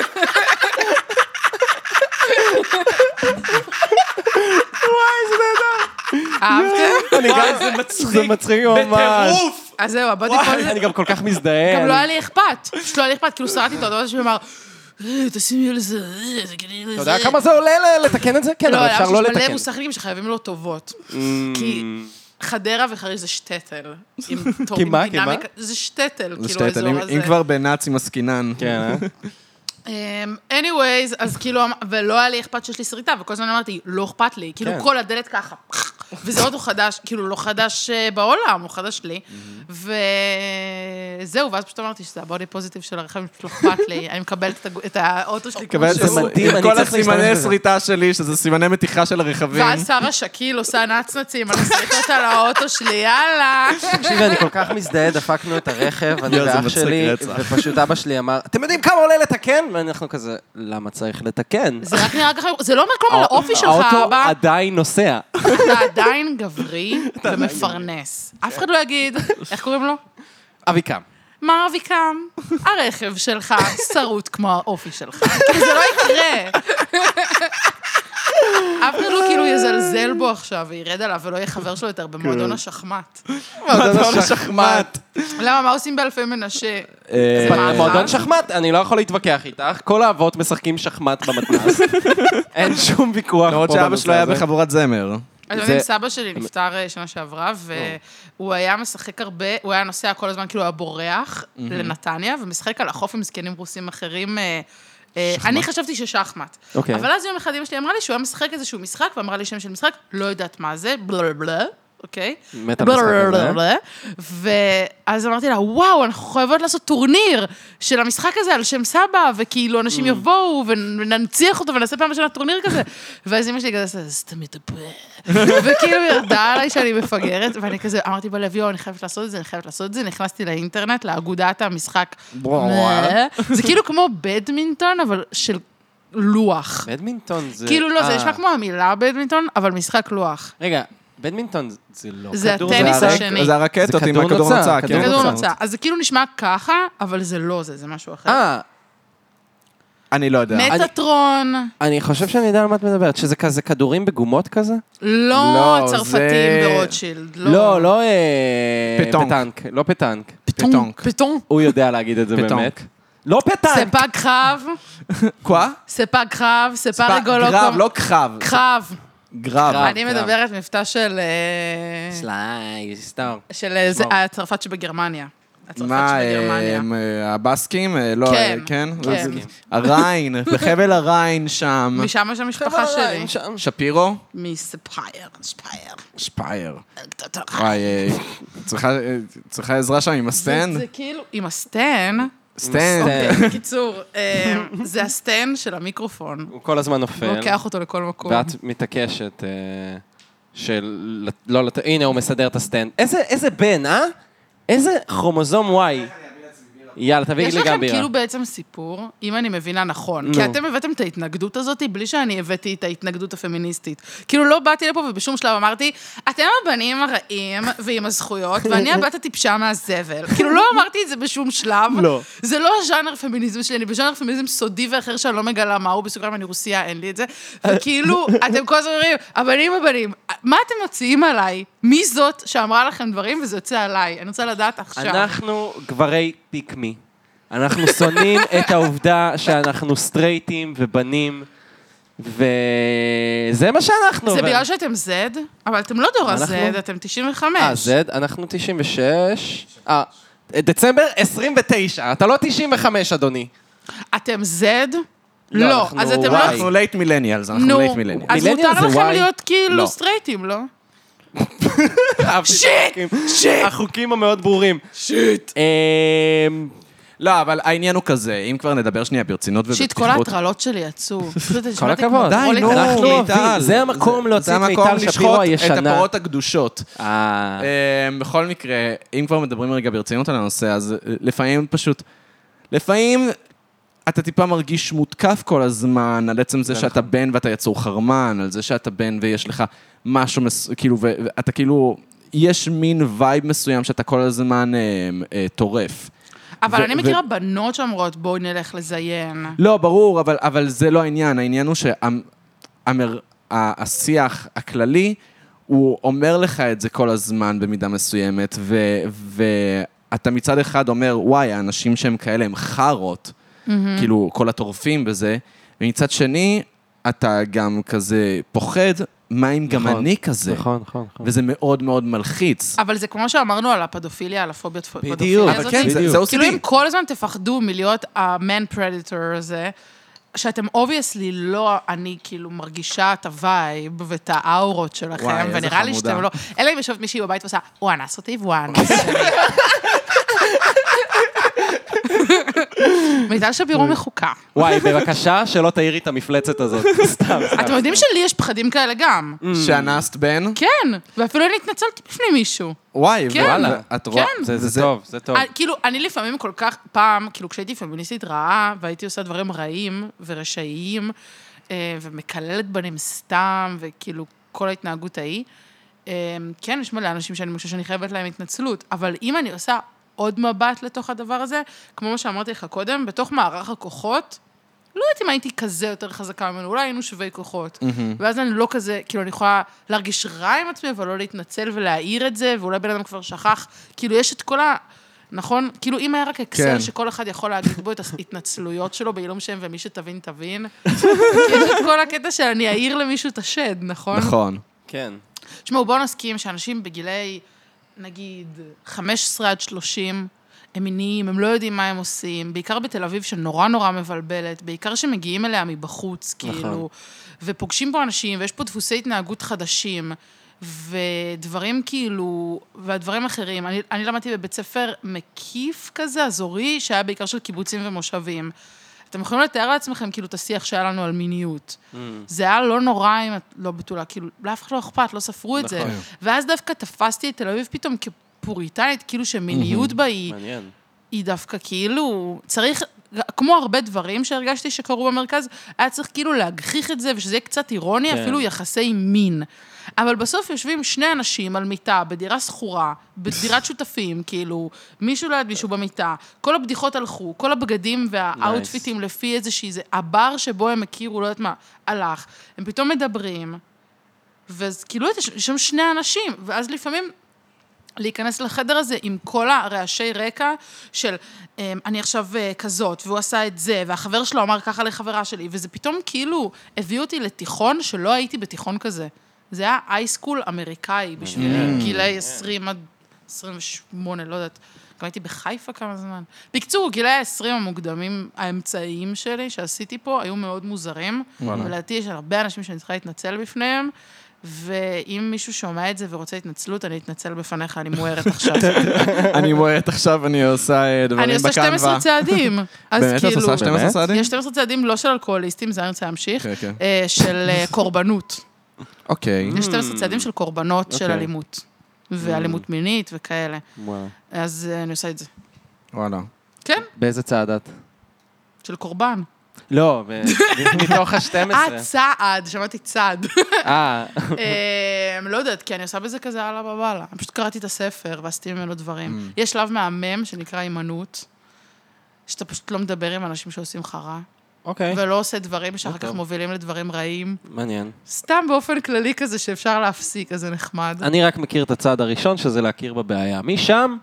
אהבתם? אני גם, זה מצחיק. זה מצחיק ממש. אז זהו, הבדי וואי, פוזיטיב... אני גם כל כך מזדהה. גם לא אני- היה לי אכפת, פשוט לא היה לי אכפת, כאילו שרטתי את האוטו, ואז שהוא אמר, "אה, תשימי על זה, אה, זה כאילו... אתה יודע כמה זה עולה ל- לתקן את זה? כן, לא, אבל היה אפשר פשוט לא מלא לתקן. מוסכניקים שחייבים לו טובות. Mm, כי חדרה וחריש זה שטטל. עם תור- עם מה? כי מה? דינמיקה- זה שטטל, זה כאילו שטטל, האזור אם- הזה. אם כבר בנאצים עסקינן. כן, אה? אמ, anyways, אז כאילו, ולא היה לי אכפת שיש לי שריטה, וכל הזמן אמרתי, לא אכפת לי, כאילו כן. כל הדלת ככה, וזה אוטו חדש, כאילו לא חדש אה, בעולם, הוא חדש לי, וזהו, ואז פשוט אמרתי שזה הבודי פוזיטיב של הרכב, פשוט לא אכפת לי, אני מקבלת את הג- את האוטו שלי כמו מקבל את זה שהוא. מדהים, עם אני כל צריך להשתמש הסימני בזה. שריטה שלי, שזה סימני מתיחה של הרכבים. ואז שרה שקיל עושה נצנצים על השריטות על האוטו שלי, יאללה. תקשיבי, אני כל כך מזדהה, דפקנו את הרכב, אני יואו, זה ואח מצחיק שלי, רצח. ופשוט אבא שלי אמר, אתם יודעים כמה עולה לתקן? ואנחנו כזה, למה צריך לתקן? זה רק נראה ככה, זה לא אומר כלום על האופי שלך, האוטו אבא. עדיין נוסע. אתה עדיין גברי ומפרנס. אף אחד לא יגיד, איך קוראים לו? אביקם. מר אביקם, הרכב שלך שרוט כמו האופי שלך. כאילו זה לא יקרה. אף אחד לא כאילו יזלזל בו עכשיו וירד עליו ולא יהיה חבר שלו יותר במועדון השחמט. מועדון השחמט. למה, מה עושים באלפי מנשה? אה, זה מאכל? מועדון שחמט, אני לא יכול להתווכח איתך, כל האבות משחקים שחמט במתנ"ס. אין שום ויכוח פה למרות בנושא שאבא שלו היה הזה. בחבורת זמר. אז זה- יודעים, סבא שלי נפטר אה, שנה שעברה, והוא היה משחק הרבה, הוא היה נוסע כל הזמן, כאילו, היה בורח לנתניה, ומשחק על החוף עם זקנים רוסים אחרים. אה, אה, אני חשבתי ששחמט. אוקיי. אבל אז יום אחד אמא שלי אמרה לי שהוא היה משחק איזשהו משחק, ואמרה לי שם של משחק, לא יודעת מה זה, בלה בלה, אוקיי? מת על המשחק הזה. בלה. ואז אמרתי לה, וואו, אנחנו חייבות לעשות טורניר של המשחק הזה על שם סבא, וכאילו אנשים יבואו וננציח אותו ונעשה פעם בשנה טורניר כזה. ואז אמא שלי כזה, אז אתה מטפל. וכאילו ירדה עליי שאני מפגרת, ואני כזה, אמרתי בלב, יואו, אני חייבת לעשות את זה, אני חייבת לעשות את זה. נכנסתי לאינטרנט, לאגודת המשחק. זה כאילו כמו בדמינטון, אבל של לוח. בדמינטון זה... כאילו לא, זה אה, נשמע כמו המילה בדמינטון, אבל משחק לוח. רגע, בדמינטון זה לא זה כדור, הטניס הרי- השני. זה הרקטות זה עם כדור הכדור נוצה, נוצה. כדור כן. כדור נוצה. נוצה. אז זה כאילו נשמע ככה, אבל זה לא זה, זה משהו אחר. אה, אני לא יודע. מטאטרון, אני חושב שאני יודע על מה את מדברת, שזה כזה כדורים בגומות כזה? לא לא, צרפתים זה- ברוטשילד. לא, לא אה, פטונק. פטנק, לא פטנק. פטונק. פטון. הוא יודע להגיד את זה פטונק. באמת. לא פטנק. זה פג קרב, קווה? זה פג קרב, זה פג רגולוקו. גרב, לא קרב. קרב. גרב. אני מדברת מבטא של... אה, סליי, סטאר. של אה, זה- שמור. הצרפת שבגרמניה. הצרפת מה, שבגרמניה. הם, אה, הבסקים? אה, לא, כן, אה, כן? כן. זה- הריין, בחבל הריין שם. משם יש המשפחה שלי. שפירו? מספייר, ספייר. שפייר. וואי, אה, צריכה- אה, צריכה עזרה שם עם הסטנד? זה כאילו, עם הסטן, סטנד. אוקיי, בקיצור, אה, זה הסטן של המיקרופון. הוא כל הזמן נופל. הוא לוקח אותו לכל מקום. ואת מתעקשת אה, של... לא, לת- הנה, הוא מסדר את הסטנד. איזה, איזה בן, אה? איזה כרומוזום וואי. יאללה, תביאי יש לי גם לכם בירה. כאילו בעצם סיפור, אם אני מבינה נכון, נו. כי אתם הבאתם את ההתנגדות הזאת בלי שאני הבאתי את ההתנגדות הפמיניסטית. כאילו לא באתי לפה ובשום שלב אמרתי, אתם הבנים הרעים ועם הזכויות, ואני הבת הטיפשה מהזבל. כאילו לא אמרתי את זה בשום שלב. לא. זה לא הז'אנר פמיניזם שלי, אני בז'אנר פמיניזם סודי ואחר שאני לא מגלה מהו, בסוגריים אני רוסיה, אין לי את זה. וכאילו, אתם כל הזמן אומרים, הבנים הבנים, מה אתם מוציאים עליי? מי זאת שאמרה לכם דברים וזה יוצא עליי? אני רוצה לדעת עכשיו. אנחנו גברי פיקמי. אנחנו שונאים את העובדה שאנחנו סטרייטים ובנים, וזה מה שאנחנו. זה ו- בגלל שאתם Z, אבל אתם לא דור אנחנו- ה-Z, אתם תשעים וחמש. אה, זד, אנחנו תשעים ושש. אה, דצמבר עשרים ותשע. אתה לא תשעים וחמש, אדוני. אתם Z? לא, לא, אנחנו אז אתם Y. לא... אנחנו לייט מילניאלס, אנחנו נו, לייט מילניאלס. אז מילניאל מותר זה לכם Y. להיות כאילו לא. סטרייטים, לא? שיט! שיט! החוקים המאוד ברורים. שיט. אמ, לא, אבל העניין הוא כזה, אם כבר נדבר שנייה ברצינות שיט, כל ובפתיחות. ההטרלות שלי יצאו. כל הכבוד. די, נו, אנחנו מיטל. אוהבים. זה המקום להוציא זה את המקום מיטל שפירו לשחוט את הישנה. הפרות הקדושות. אה, אמ, בכל מקרה, אם כבר מדברים רגע ברצינות על הנושא, אז אה, לפעמים פשוט, לפעמים אתה טיפה מרגיש מותקף כל הזמן, על עצם זה שאתה בן ואתה יצור חרמן, על זה שאתה בן ויש לך משהו, מס- כאילו, ו- ואתה כאילו, יש מין וייב מסוים שאתה כל הזמן אה, אה, טורף. אבל ו- אני ו- מכירה בנות שאומרות, בואי נלך לזיין. לא, ברור, אבל, אבל זה לא העניין. העניין הוא שהשיח הכללי, הוא אומר לך את זה כל הזמן במידה מסוימת, ו, ואתה מצד אחד אומר, וואי, האנשים שהם כאלה הם חארות, כאילו, כל הטורפים בזה, ומצד שני, אתה גם כזה פוחד, מה אם גם נכון, אני כזה? נכון, נכון, נכון. וזה מאוד מאוד מלחיץ. אבל זה כמו שאמרנו על הפדופיליה, על הפוביית בדיוק, פדופיליה אבל הזאת. כן, זה- בדיוק. זה אוסידי. כאילו אם כל הזמן תפחדו מלהיות ה-man predator הזה, שאתם אובייסלי לא, אני כאילו מרגישה את הווייב ואת האורות שלכם, וואי, איזה ונראה לי חמודה. שאתם לא... אלא אם יושבת מישהי בבית ועושה, הוא אנס אותי והוא אנס שלי. מיטל שפירו מחוקה. וואי, בבקשה, שלא תעירי את המפלצת הזאת. סתם, סתם. אתם יודעים שלי יש פחדים כאלה גם. שאנסת בן? כן, ואפילו אני התנצלתי בפני מישהו. וואי, כן. וואלה. את רואה? כן. זה זה טוב, זה טוב. אני- כאילו, אני לפעמים כל כך, פעם, כאילו, כשהייתי פמיניסטית רעה, והייתי עושה דברים רעים ורשעיים, אה, ומקללת בנים סתם, וכאילו, כל ההתנהגות ההיא, אה, כן, יש מלא אנשים שאני חושבת שאני חייבת להם התנצלות, אבל אם אני עושה עוד מבט לתוך הדבר הזה, כמו מה שאמרתי לך קודם, בתוך מערך הכוחות, לא יודעת אם הייתי כזה יותר חזקה ממנו, אולי היינו שווי כוחות. ואז אני לא כזה, כאילו, אני יכולה להרגיש רע עם עצמי, אבל לא להתנצל ולהעיר את זה, ואולי בן אדם כבר שכח. כאילו, יש את כל ה... נכון? כאילו, אם היה רק אקסל כן. שכל אחד יכול להגיד בו את ההתנצלויות שלו בעילום שם, ומי שתבין, תבין. כי יש את כל הקטע שאני אעיר למישהו את השד, נכון? נכון. כן. תשמעו, בואו נסכים שאנשים בגילי, נגיד, חמש עשרה עד שלושים, הם מיניים, הם לא יודעים מה הם עושים, בעיקר בתל אביב שנורא נורא מבלבלת, בעיקר שמגיעים אליה מבחוץ, כאילו, ופוגשים פה אנשים, ויש פה דפוסי התנהגות חדשים, ודברים כאילו, והדברים אחרים. אני, אני למדתי בבית ספר מקיף כזה, אזורי, שהיה בעיקר של קיבוצים ומושבים. אתם יכולים לתאר לעצמכם כאילו את השיח שהיה לנו על מיניות. זה היה לא נורא אם את לא בתולה, כאילו, לאף אחד לא אכפת, לא ספרו את זה. ואז דווקא תפסתי את תל אביב פתאום כפוריטנית, כאילו שמיניות בה היא, מעניין. היא דווקא כאילו, צריך, כמו הרבה דברים שהרגשתי שקרו במרכז, היה צריך כאילו להגחיך את זה, ושזה יהיה קצת אירוני, כן. אפילו יחסי מין. אבל בסוף יושבים שני אנשים על מיטה, בדירה סחורה, בדירת שותפים, כאילו, מישהו ליד מישהו במיטה, כל הבדיחות הלכו, כל הבגדים והאוטפיטים לפי איזושהי, זה הבר שבו הם הכירו, לא יודעת מה, הלך. הם פתאום מדברים, וכאילו, יש שם שני אנשים, ואז לפעמים, להיכנס לחדר הזה עם כל הרעשי רקע של אני עכשיו כזאת, והוא עשה את זה, והחבר שלו אמר ככה לחברה שלי, וזה פתאום כאילו הביא אותי לתיכון שלא הייתי בתיכון כזה. זה היה אייסקול אמריקאי בשבילי, גילי עשרים עד עשרים ושמונה, לא יודעת. גם הייתי בחיפה כמה זמן. בקצור, גילי ה-עשרים המוקדמים, האמצעיים שלי, שעשיתי פה, היו מאוד מוזרים. ולדעתי יש הרבה אנשים שאני צריכה להתנצל בפניהם, ואם מישהו שומע את זה ורוצה התנצלות, אני אתנצל בפניך, אני מוארת עכשיו. אני מוארת עכשיו, אני עושה דברים בקנווה. אני עושה שתים עשרה צעדים. באמת? את עושה שתים עשרה צעדים? יש שתים עשרה צעדים לא של אלכוהוליסטים, זה אני רוצה להמשיך, של קורבנות. אוקיי. יש שתים עשרה צעדים של קורבנות של אלימות. ואלימות מינית וכאלה. אז אני עושה את זה. וואלה. כן? באיזה צעד את? של קורבן. לא, מתוך ה-שתים עשרה. אה, צעד, שמעתי צעד. אה. לא יודעת, כי אני עושה בזה כזה הלאה בבאללה. אני פשוט קראתי את הספר ועשיתי ממנו דברים. יש שלב מהמם שנקרא אימנות, שאתה פשוט לא מדבר עם אנשים שעושים לך רע. אוקיי. ולא עושה דברים שאחר כך מובילים לדברים רעים. מעניין. סתם באופן כללי כזה שאפשר להפסיק, אז זה נחמד. אני רק מכיר את הצעד הראשון, שזה להכיר בבעיה. משם,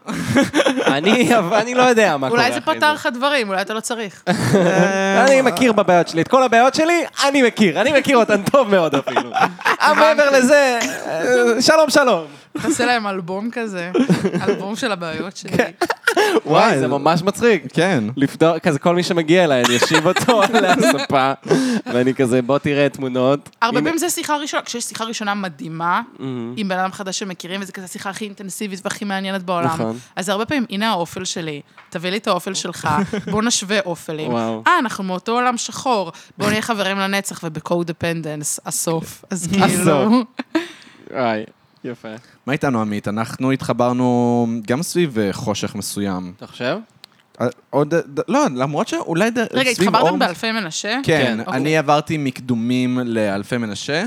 אני, אני לא יודע מה קורה אולי זה פתר לך דברים, אולי אתה לא צריך. אני מכיר בבעיות שלי. את כל הבעיות שלי, אני מכיר. אני מכיר אותן טוב מאוד אפילו. מעבר לזה, שלום, שלום. תעשה להם אלבום כזה, אלבום של הבעיות שלי. וואי, זה ממש מצחיק. כן. לפתור, כזה כל מי שמגיע אליי, אני אשיב אותו על הספה, ואני כזה, בוא תראה תמונות. הרבה פעמים זה שיחה ראשונה, כשיש שיחה ראשונה מדהימה, עם בן אדם חדש שמכירים, וזה כזה שיחה הכי אינטנסיבית והכי מעניינת בעולם. אז הרבה פעמים, הנה האופל שלי, תביא לי את האופל שלך, בוא נשווה אופלים. אה, אנחנו מאותו עולם שחור, בוא נהיה חברים לנצח, ובקו-דפנדנס, הסוף. אז כאילו... וואי, יפה. מה איתנו, עמית? אנחנו התחברנו גם סביב חושך מסוים. אתה חושב? עוד, לא, למרות שאולי סביב אור... רגע, התחברתם באלפי מנשה? כן, אני עברתי מקדומים לאלפי מנשה,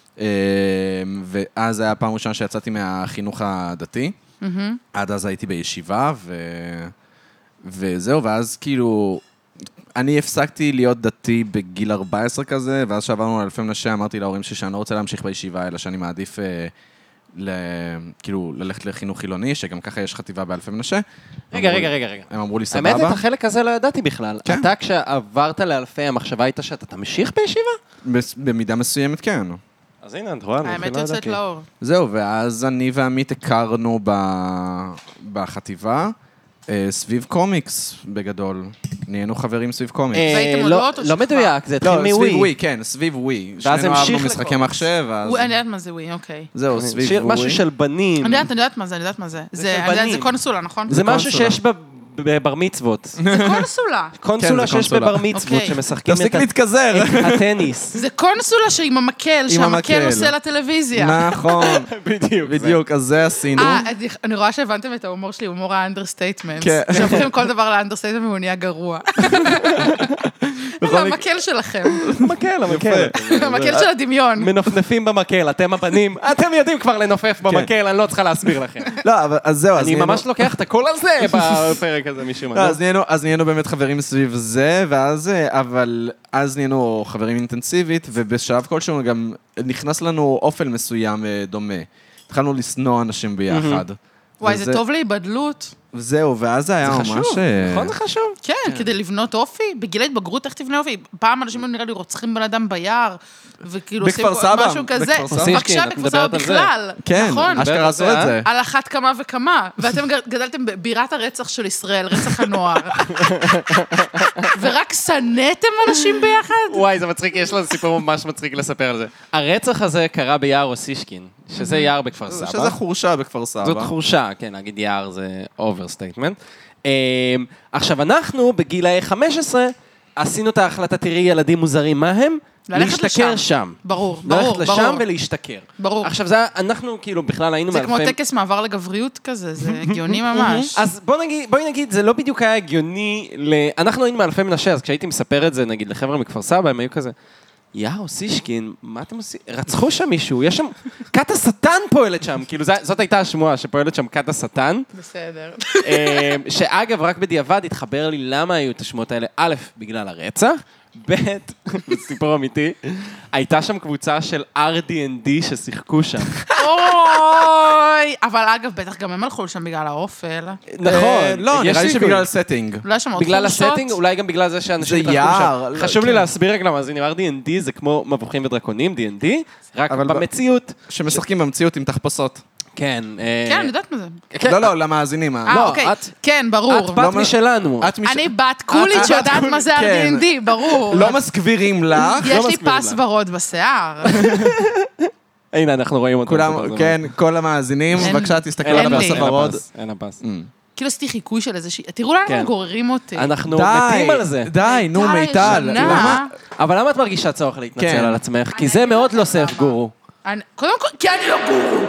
ואז היה הפעם ראשונה שיצאתי מהחינוך הדתי. עד אז הייתי בישיבה, וזהו, ואז כאילו... אני הפסקתי להיות דתי בגיל ארבע עשרה כזה, ואז שעברנו לאלפי מנשה, אמרתי להורים שלי שאני לא רוצה להמשיך בישיבה, אלא שאני מעדיף... ל... כאילו, ללכת לחינוך חילוני, שגם ככה יש חטיבה באלפי מנשה. רגע, רגע, רגע, רגע. הם אמרו לי סבבה. האמת, את החלק הזה לא ידעתי בכלל. אתה כשעברת לאלפי, המחשבה הייתה שאתה תמשיך בישיבה? במידה מסוימת, כן. אז הנה, את רואה, אני האמת יוצאת לאור. זהו, ואז אני ועמית הכרנו בחטיבה, סביב קומיקס בגדול. נהיינו חברים סביב קומיקס. לא מדויק, זה התחיל מווי. סביב ווי, כן, סביב ווי. ואז המשיך לקומיקס. משחקי מחשב, אז... אני יודעת מה זה ווי, אוקיי. זהו, סביב ווי. משהו של בנים. אני יודעת, אני יודעת מה זה, אני יודעת מה זה. זה קונסולה, נכון? זה משהו שיש בבר מצוות. זה קונסולה. קונסולה שיש בבר מצוות, שמשחקים תפסיק להתכזר. את הטניס. זה קונסולה שעם המקל, שהמקל עושה לטלוויזיה. נכון. בדיוק. בדיוק, אז זה עשינו. אה, אני רואה שהבנתם את ההומור שלי, הומור האנדרסטייטמנט. שהופכים כל דבר לאנדרסטייטמנט והוא נהיה גרוע. זה המקל שלכם. המקל, המקל. המקל של הדמיון. מנופנפים במקל, אתם הבנים, אתם יודעים כבר לנופף במקל, אני לא צריכה להסביר לכם. לא, אז זהו, אני ממש לוקח את הקול הזה בפרק הזה, מישהו מה. אז נהיינו באמת חברים סביב זה, ואז, אבל אז נהיינו חברים אינטנסיבית, ובשלב כלשהו גם נכנס לנו אופל מסוים דומה. התחלנו לשנוא אנשים ביחד. וואי, זה טוב להיבדלות. זהו, ואז זה היה ממש... זה חשוב, נכון זה חשוב? כן, כדי לבנות אופי, בגיל התבגרות, איך תבנה אופי? פעם אנשים נראה לי רוצחים בן אדם ביער, וכאילו עושים משהו כזה. בבקשה, בכפר סבא בכלל. כן, אשכרה עשו את זה. על אחת כמה וכמה. ואתם גדלתם בבירת הרצח של ישראל, רצח הנוער. ורק שנאתם אנשים ביחד? וואי, זה מצחיק, יש לנו סיפור ממש מצחיק לספר על זה. הרצח הזה קרה ביער אוסישקין, שזה יער בכפר סבא. שזה חורשה בכפר סבא. זאת חורשה, כן, להגיד יער זה אוברסטייטמנט. עכשיו, אנחנו בגילי חמש עשרה עשינו את ההחלטה, תראי ילדים מוזרים, מה הם? להשתכר שם. ברור, ברור, ברור. ללכת לשם ולהשתכר. ברור. עכשיו, זה, אנחנו כאילו בכלל היינו מאלפים... זה כמו טקס מעבר לגבריות כזה, זה הגיוני ממש. אז בוא נגיד, בואי נגיד, זה לא בדיוק היה הגיוני ל... אנחנו היינו מאלפי מנשה, אז כשהייתי מספר את זה, נגיד, לחבר'ה מכפר סבא, הם היו כזה, יאו, סישקין, מה אתם עושים? רצחו שם מישהו, יש שם... כת השטן פועלת שם, כאילו זאת הייתה השמועה שפועלת שם כת השטן. בסדר. שאגב, רק בדיעבד התחבר לי למה היו את השמועות האלה, א', בגלל הרצח, ב', בסיפור אמיתי, הייתה שם קבוצה של אר די אנד די ששיחקו שם. אוי! אוי, אבל אגב, בטח גם הם הלכו לשם בגלל האופל. נכון. לא, יש נראה לי סיכוי. שבגלל סטינג. אולי יש שם עוד בגלל חורשות. הסטינג, אולי גם בגלל זה שאנשים זה יער, לא, חשוב לי כן. להסביר רק למה, זה נראה די אנד די, זה כמו מבוכים ודרקונים, די אנד די, רק אבל ב- במציאות. שמשחקים במציאות עם תחפושות. כן. כן, אני יודעת מה זה. לא, לא, למאזינים. אה, לא, אוקיי. את- כן, ברור. את בת לא, משלנו. את מש- אני בת קולית את- שיודעת את- מה זה כן. די אנד די, ברור. לא מסגבירים לך. יש לי מסבירים פס לך. ורוד בשיער. הנה, אנחנו רואים אותו. כולם, זה כן, כל המאזינים, אין- בבקשה תסתכלו אין על אין לה הפס לי. פס, אין לה הוורוד. פס, אין לה פס. כאילו עשיתי חיקוי של איזושהי... תראו לאן כן. הם גוררים אותי. אנחנו די, מתים על זה. די, נו, די, מיטל. שנה. למה? אבל למה את מרגישה צורך להתנצל כן. על עצמך? כי זה מאוד לא סלף גורו. אני- קודם כל, כי אני לא גורו.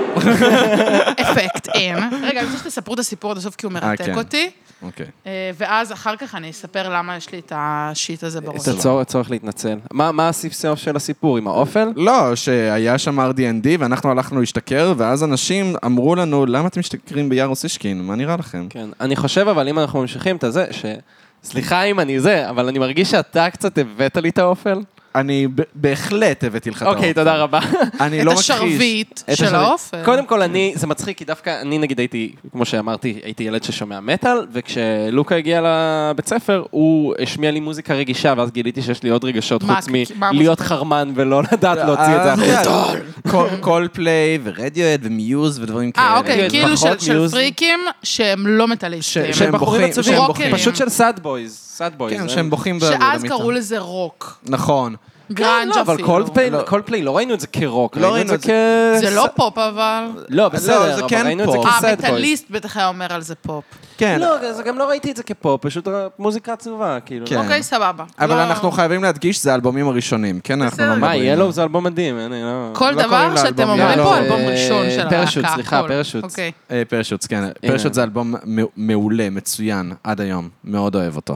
אפקט, אין. רגע, אני רוצה שתספרו את הסיפור עד הסוף, כי הוא מרתק כן. אותי. אוקיי. אה, ואז אחר כך אני אספר למה יש לי את השיט הזה בראש. את הצורך הצורך להתנצל. מה מה הסוף של הסיפור? עם האופל? לא, שהיה שם אר די אנד די, ואנחנו הלכנו להשתכר, ואז אנשים אמרו לנו, למה אתם משתכרים ביער אוסישקין? מה נראה לכם? כן. אני חושב, אבל אם אנחנו ממשיכים את הזה, ש... סליחה אם אני זה, אבל אני מרגיש שאתה קצת הבאת לי את האופל. אני ב- בהחלט הבאתי לך את האופן. אוקיי, תודה רבה. אני לא את מכחיש. השרביט את של השרביט. האופל. קודם כל, אני, זה מצחיק, כי דווקא אני נגיד הייתי, כמו שאמרתי, הייתי ילד ששומע מטאל, וכשלוקה הגיע לבית ספר, הוא השמיע לי מוזיקה רגישה, ואז גיליתי שיש לי עוד רגשות מה, חוץ כי- מה מלהיות המוזיקה? חרמן ולא לדעת להוציא את זה החוצה. קול פליי ורדיואד ומיוז ודברים כאלה. אה, אוקיי, כן, כאילו פחות של- של מיוז. פריקים שהם לא מטאליסטים. ש- שהם שהם בחורים בוכים- עצובים, שהם בוכים. פשוט של סאד בויז, סאד בויז. כן, זה- שהם בוכים ב- שאז במיטה. קראו לזה רוק. נכון. גראנג' לא, אבל אפילו. קולדפליי, לא. קולדפליי, לא ראינו את זה כרוק, לא ראינו את זה ראינו כ... זה לא פופ אבל. לא, לא, בסדר, זה אבל כן ראינו את זה פופ. אה, כסאד בויז. מטאליסט בטח היה אומר על זה פופ. כן. לא, אז גם לא ראיתי את זה כפופ, פשוט מוזיקה עצובה, כאילו. כן. אוקיי, סבבה. אבל לא- אנחנו חייבים להדגיש שזה האלבומים הראשונים, כן? אנחנו בסדר. לא מה, מדברים. ילו זה אלבום מדהים, אני לא... כל לא דבר קוראים שאתם לאלבום אומרים יאלו. פה, אלבום אה, ראשון של הלהקה. פרשוט, סליחה, הכל. פרשוט. אוקיי. אה, פרשוטס, כן. פרשוט זה אלבום מ- מעולה, מצוין, עד היום. מאוד אוהב אותו.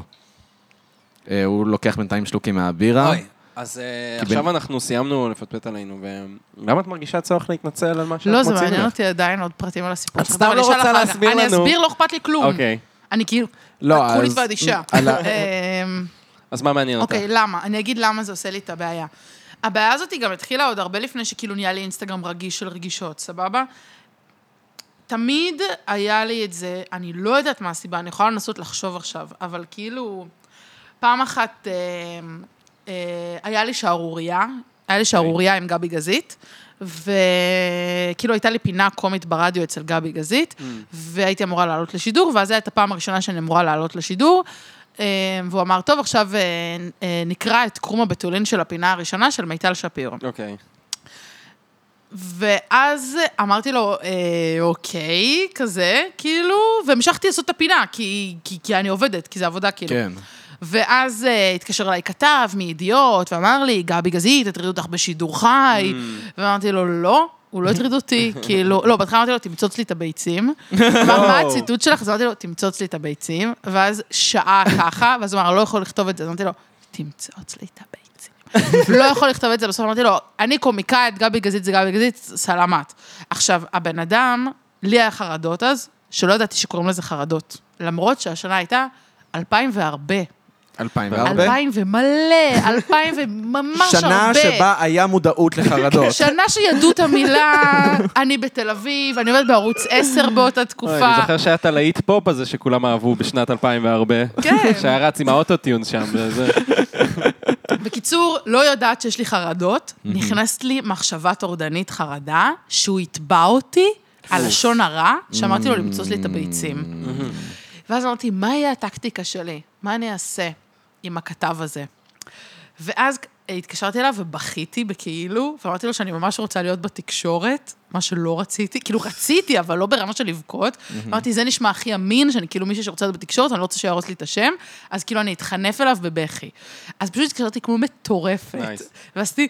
אה, הוא לוקח בינתיים שלוקים מהבירה. אוי, אז אה, כי עכשיו בין- אנחנו סיימנו לפטפט עלינו, ולמה את מרגישה צורך להתנצל על מה שאנחנו לא, מוצאים זה מעניין לך? אותי עדיין עוד פרטים על הסיפור את שלך, סתם אבל לא אני אשאל רוצה אחר כך. להסביר אני לנו? אסביר, לא אכפת לי כלום. אוקיי, אני כאילו, לא, קולית אז- ואדישה. על ה- אמ, אז מה מעניין אותך? אוקיי, למה? אני אגיד למה זה עושה לי את הבעיה. הבעיה הזאת היא גם התחילה עוד הרבה לפני שכאילו נהיה לי אינסטגרם רגיש של רגישות, סבבה? תמיד היה לי את זה, אני לא יודעת מה הסיבה, אני יכולה לנסות לחשוב עכשיו, אבל כאילו, פעם אחת אה, אה, היה לי שערוריה, היה לי שערוריה עם גבי גזית, וכאילו הייתה לי פינה קומית ברדיו אצל גבי גזית, והייתי אמורה לעלות לשידור, ואז זו הייתה הפעם הראשונה שאני אמורה לעלות לשידור, אה, והוא אמר, טוב, עכשיו אה, אה, נקרא את קרום הבתולין של הפינה הראשונה של מיטל שפירו. אוקיי. ואז אמרתי לו, אה, אוקיי, כזה, כאילו, והמשכתי לעשות את הפינה, כי, כי, כי אני עובדת, כי זה עבודה, כאילו. כן. ואז אה, התקשר אליי כתב מידיעות, ואמר לי, גבי גזית, הטריד אותך בשידור חי, ואמרתי לו, לא, הוא לא הטריד אותי, כאילו, לא, בהתחלה אמרתי לו, תמצוץ לי את הביצים. אמר, מה הציטוט שלך? אז אמרתי לו, תמצוץ לי את הביצים, ואז שעה ככה, ואז הוא אמר, לא יכול לכתוב את זה, אז אמרתי לו, תמצוץ לי את הביצים. לא יכול לכתוב את זה, בסוף אמרתי לו, אני קומיקאית, גבי גזית זה גבי גזית, סלמת. עכשיו, הבן אדם, לי היה חרדות אז, שלא ידעתי שקוראים לזה חרדות. למרות שהשנה הייתה אלפיים והרבה. אלפיים וארבע. אלפיים ומלא, אלפיים וממש הרבה. שנה שבה היה מודעות לחרדות. שנה שידעו את המילה, אני בתל אביב, אני עובדת בערוץ עשר באותה אוי, תקופה. אני זוכר שהיה את הלהיט פופ הזה שכולם אהבו בשנת אלפיים והרבה. כן. שהיה רץ עם האוטוטיונס שם. וזה. בקיצור, לא יודעת שיש לי חרדות, נכנסת לי מחשבה טורדנית חרדה, שהוא יתבע אותי על לשון הרע, שאמרתי לו למצוץ לי את הביצים. ואז אמרתי, מה יהיה הטקטיקה שלי? מה אני אעשה עם הכתב הזה? ואז התקשרתי אליו ובכיתי בכאילו, ואמרתי לו שאני ממש רוצה להיות בתקשורת, מה שלא רציתי, כאילו רציתי, אבל לא ברמה של לבכות. אמרתי, זה נשמע הכי אמין, שאני כאילו מישהו שרוצה להיות בתקשורת, אני לא רוצה שיהרוס לי את השם, אז כאילו אני אתחנף אליו בבכי. אז פשוט התקשרתי כמו מטורפת, Nice. ועשיתי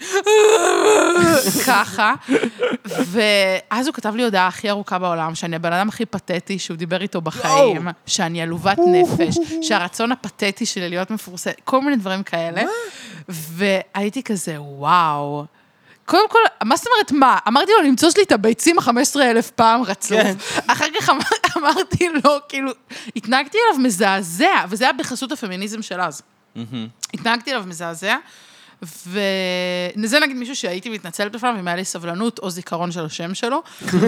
ככה, ואז הוא כתב לי הודעה הכי ארוכה בעולם, שאני הבן אדם הכי פתטי שהוא דיבר איתו בחיים, שאני עלובת נפש, שהרצון הפתטי שלי להיות מפורסם, כל מיני דברים כאלה, והייתי כזה, וואו. קודם כל, מה זאת אומרת מה? אמרתי לו, למצוץ לי את הביצים חמש עשרה אלף פעם רצוף. אחר כך אמר, אמרתי לו, כאילו, התנהגתי אליו מזעזע, וזה היה בחסות הפמיניזם של אז. התנהגתי אליו מזעזע, וזה נגיד מישהו שהייתי מתנצלת בפניו, אם היה לי סבלנות או זיכרון של השם שלו,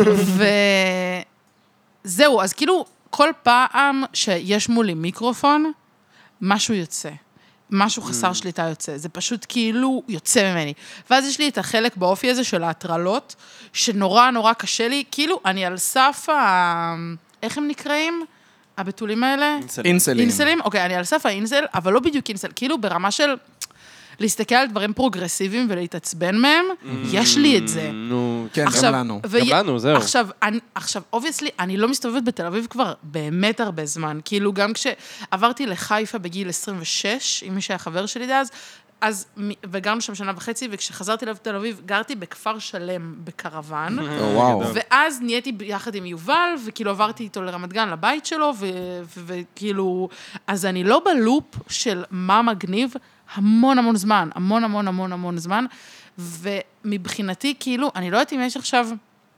וזהו, אז כאילו, כל פעם שיש מולי מיקרופון, משהו יוצא. משהו חסר שליטה יוצא. זה פשוט כאילו יוצא ממני. ואז יש לי את החלק באופי הזה של ההטרלות, שנורא נורא קשה לי, כאילו, אני על סף ה... איך הם נקראים? הבתולים האלה? אינסלים. אינסלים? אוקיי, אני על סף האינסל, אבל לא בדיוק אינסל, כאילו ברמה של להסתכל על דברים פרוגרסיביים ולהתעצבן מהם, יש לי את זה. נו, כן, עכשיו, גם לנו. ו- גם לנו, זהו. עכשיו, אני, עכשיו, obviously, אני לא מסתובבת בתל אביב כבר באמת הרבה זמן. כאילו, גם כשעברתי לחיפה בגיל עשרים ושש, עם מי שהיה חבר שלי דאז, אז, וגרנו שם שנה וחצי, וכשחזרתי לתל אביב, גרתי בכפר שלם בקרוון. וואו. ואז נהייתי יחד עם יובל, וכאילו עברתי איתו לרמת גן, לבית שלו, וכאילו, אז אני לא בלופ של מה מגניב המון המון זמן, המון המון המון המון זמן, ומבחינתי, כאילו, אני לא יודעת אם יש עכשיו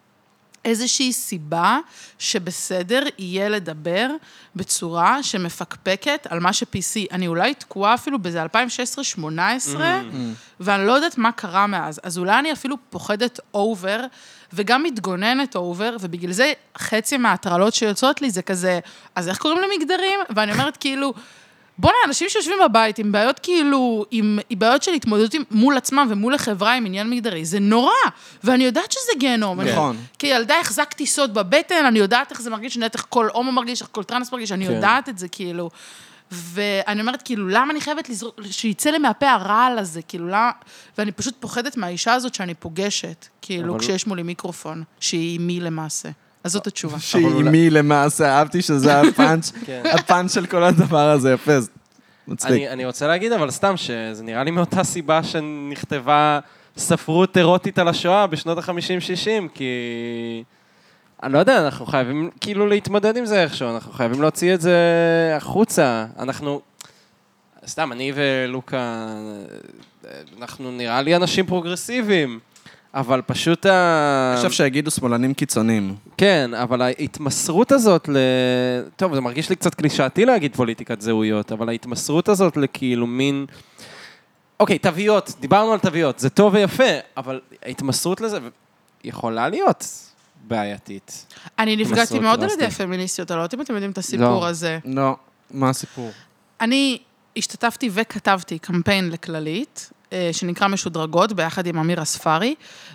איזושהי סיבה שבסדר יהיה לדבר בצורה שמפקפקת על מה ש-פי סי. אני אולי תקועה אפילו באיזה אלפיים ושש עשרה שמונה עשרה, ואני לא יודעת מה קרה מאז. אז אולי אני אפילו פוחדת אובר, וגם מתגוננת אובר, ובגלל זה חצי מההטרלות שיוצאות לי זה כזה, אז איך קוראים למגדרים? ואני אומרת כאילו, בוא'נה, אנשים שיושבים בבית עם בעיות כאילו, עם, עם בעיות של התמודדות מול עצמם ומול החברה עם עניין מגדרי, זה נורא, ואני יודעת שזה גיהנום. נכון. אני, כילדה החזקתי סוד בבטן, אני יודעת איך זה מרגיש, אני יודעת איך כל הומו מרגיש, איך כל טרנס מרגיש, אני כן. יודעת את זה כאילו. ואני אומרת, כאילו, למה אני חייבת לזרוק, שיצא לי מהפה הרעל הזה, כאילו, למה, ואני פשוט פוחדת מהאישה הזאת שאני פוגשת, כאילו, אבל... כשיש מולי מיקרופון, שהיא מי למעשה. אז זאת התשובה. שהיא מי למעשה, אהבתי שזה הפאנץ', כן. הפאנץ' של כל הדבר הזה, יפה, זה מצחיק. אני, אני רוצה להגיד, אבל סתם, שזה נראה לי מאותה סיבה שנכתבה ספרות אירוטית על השואה בשנות ה-חמישים שישים, כי... אני לא יודע, אנחנו חייבים כאילו להתמודד עם זה איכשהו, אנחנו חייבים להוציא את זה החוצה. אנחנו... סתם, אני ולוקה, אנחנו נראה לי אנשים פרוגרסיביים, אבל פשוט ה... אני חושב שיגידו שמאלנים קיצוניים. כן, אבל ההתמסרות הזאת ל... טוב, זה מרגיש לי קצת קלישאתי להגיד פוליטיקת זהויות, אבל ההתמסרות הזאת לכאילו מין... אוקיי, תוויות, דיברנו על תוויות, זה טוב ויפה, אבל ההתמסרות לזה יכולה להיות בעייתית. אני נפגעתי מסורת מאוד על דרסטית. ידי פמיניסטיות, אני לא יודעת אם אתם יודעים את הסיפור לא. הזה. לא, מה הסיפור? אני השתתפתי וכתבתי קמפיין לכללית, שנקרא משודרגות, ביחד עם אמיר אספרי,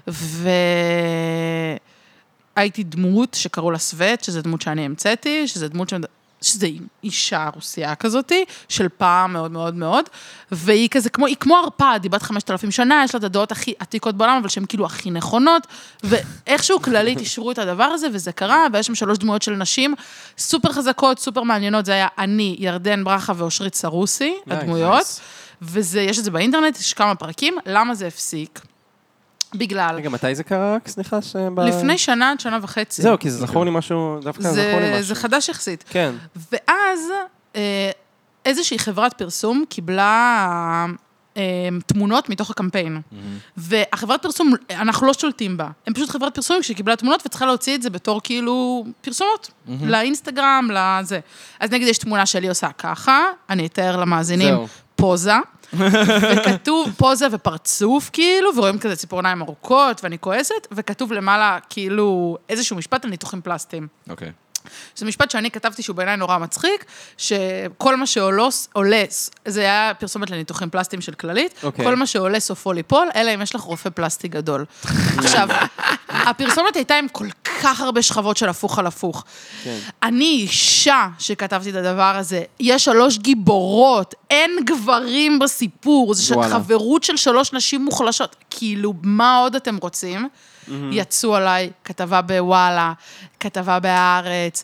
והייתי דמות שקראו לה סווט, שזו דמות שאני המצאתי, שזו דמות שמד... שזה אישה רוסייה כזאת, של פעם מאוד מאוד מאוד, והיא כזה כמו, היא כמו הרפד, היא בת חמשת אלפים שנה, יש לה את הדעות הכי עתיקות בעולם, אבל שהן כאילו הכי נכונות, ואיכשהו כללית אישרו את הדבר הזה, וזה קרה, ויש שם שלוש דמויות של נשים, סופר חזקות, סופר מעניינות, זה היה אני, ירדן ברכה ואושרית סרוסי, הדמויות, וזה, יש את זה באינטרנט, יש כמה פרקים, למה זה הפסיק? בגלל... רגע, מתי זה קרה? רק סליחה ש... לפני שנה עד שנה וחצי. זהו, כי זה זכור לי משהו, דווקא זכור לי משהו. זה חדש יחסית. כן. ואז איזושהי חברת פרסום קיבלה תמונות מתוך הקמפיין. והחברת פרסום, אנחנו לא שולטים בה. הם פשוט חברת פרסום שקיבלה תמונות וצריכה להוציא את זה בתור כאילו פרסומות. לאינסטגרם, לזה. אז נגיד יש תמונה שלי עושה ככה, אני אתאר למאזינים פוזה. וכתוב פוזה ופרצוף, כאילו, ורואים כזה ציפורניים ארוכות, ואני כועסת, וכתוב למעלה, כאילו, איזשהו משפט על ניתוחים פלסטיים. אוקיי. זה משפט שאני כתבתי שהוא בעיניי נורא מצחיק, שכל מה שעולה, זה היה פרסומת לניתוחים פלסטיים של כללית, Okay. כל מה שעולה סופו ליפול, אלא אם יש לך רופא פלסטי גדול. עכשיו, הפרסומת הייתה עם כל כך הרבה שכבות של הפוך על הפוך. כן. אני אישה שכתבתי את הדבר הזה, יש שלוש גיבורות, אין גברים בסיפור, זה של חברות של שלוש נשים מוחלשות, כאילו, מה עוד אתם רוצים? Mm-hmm. יצאו עליי, כתבה בוואלה, כתבה בהארץ,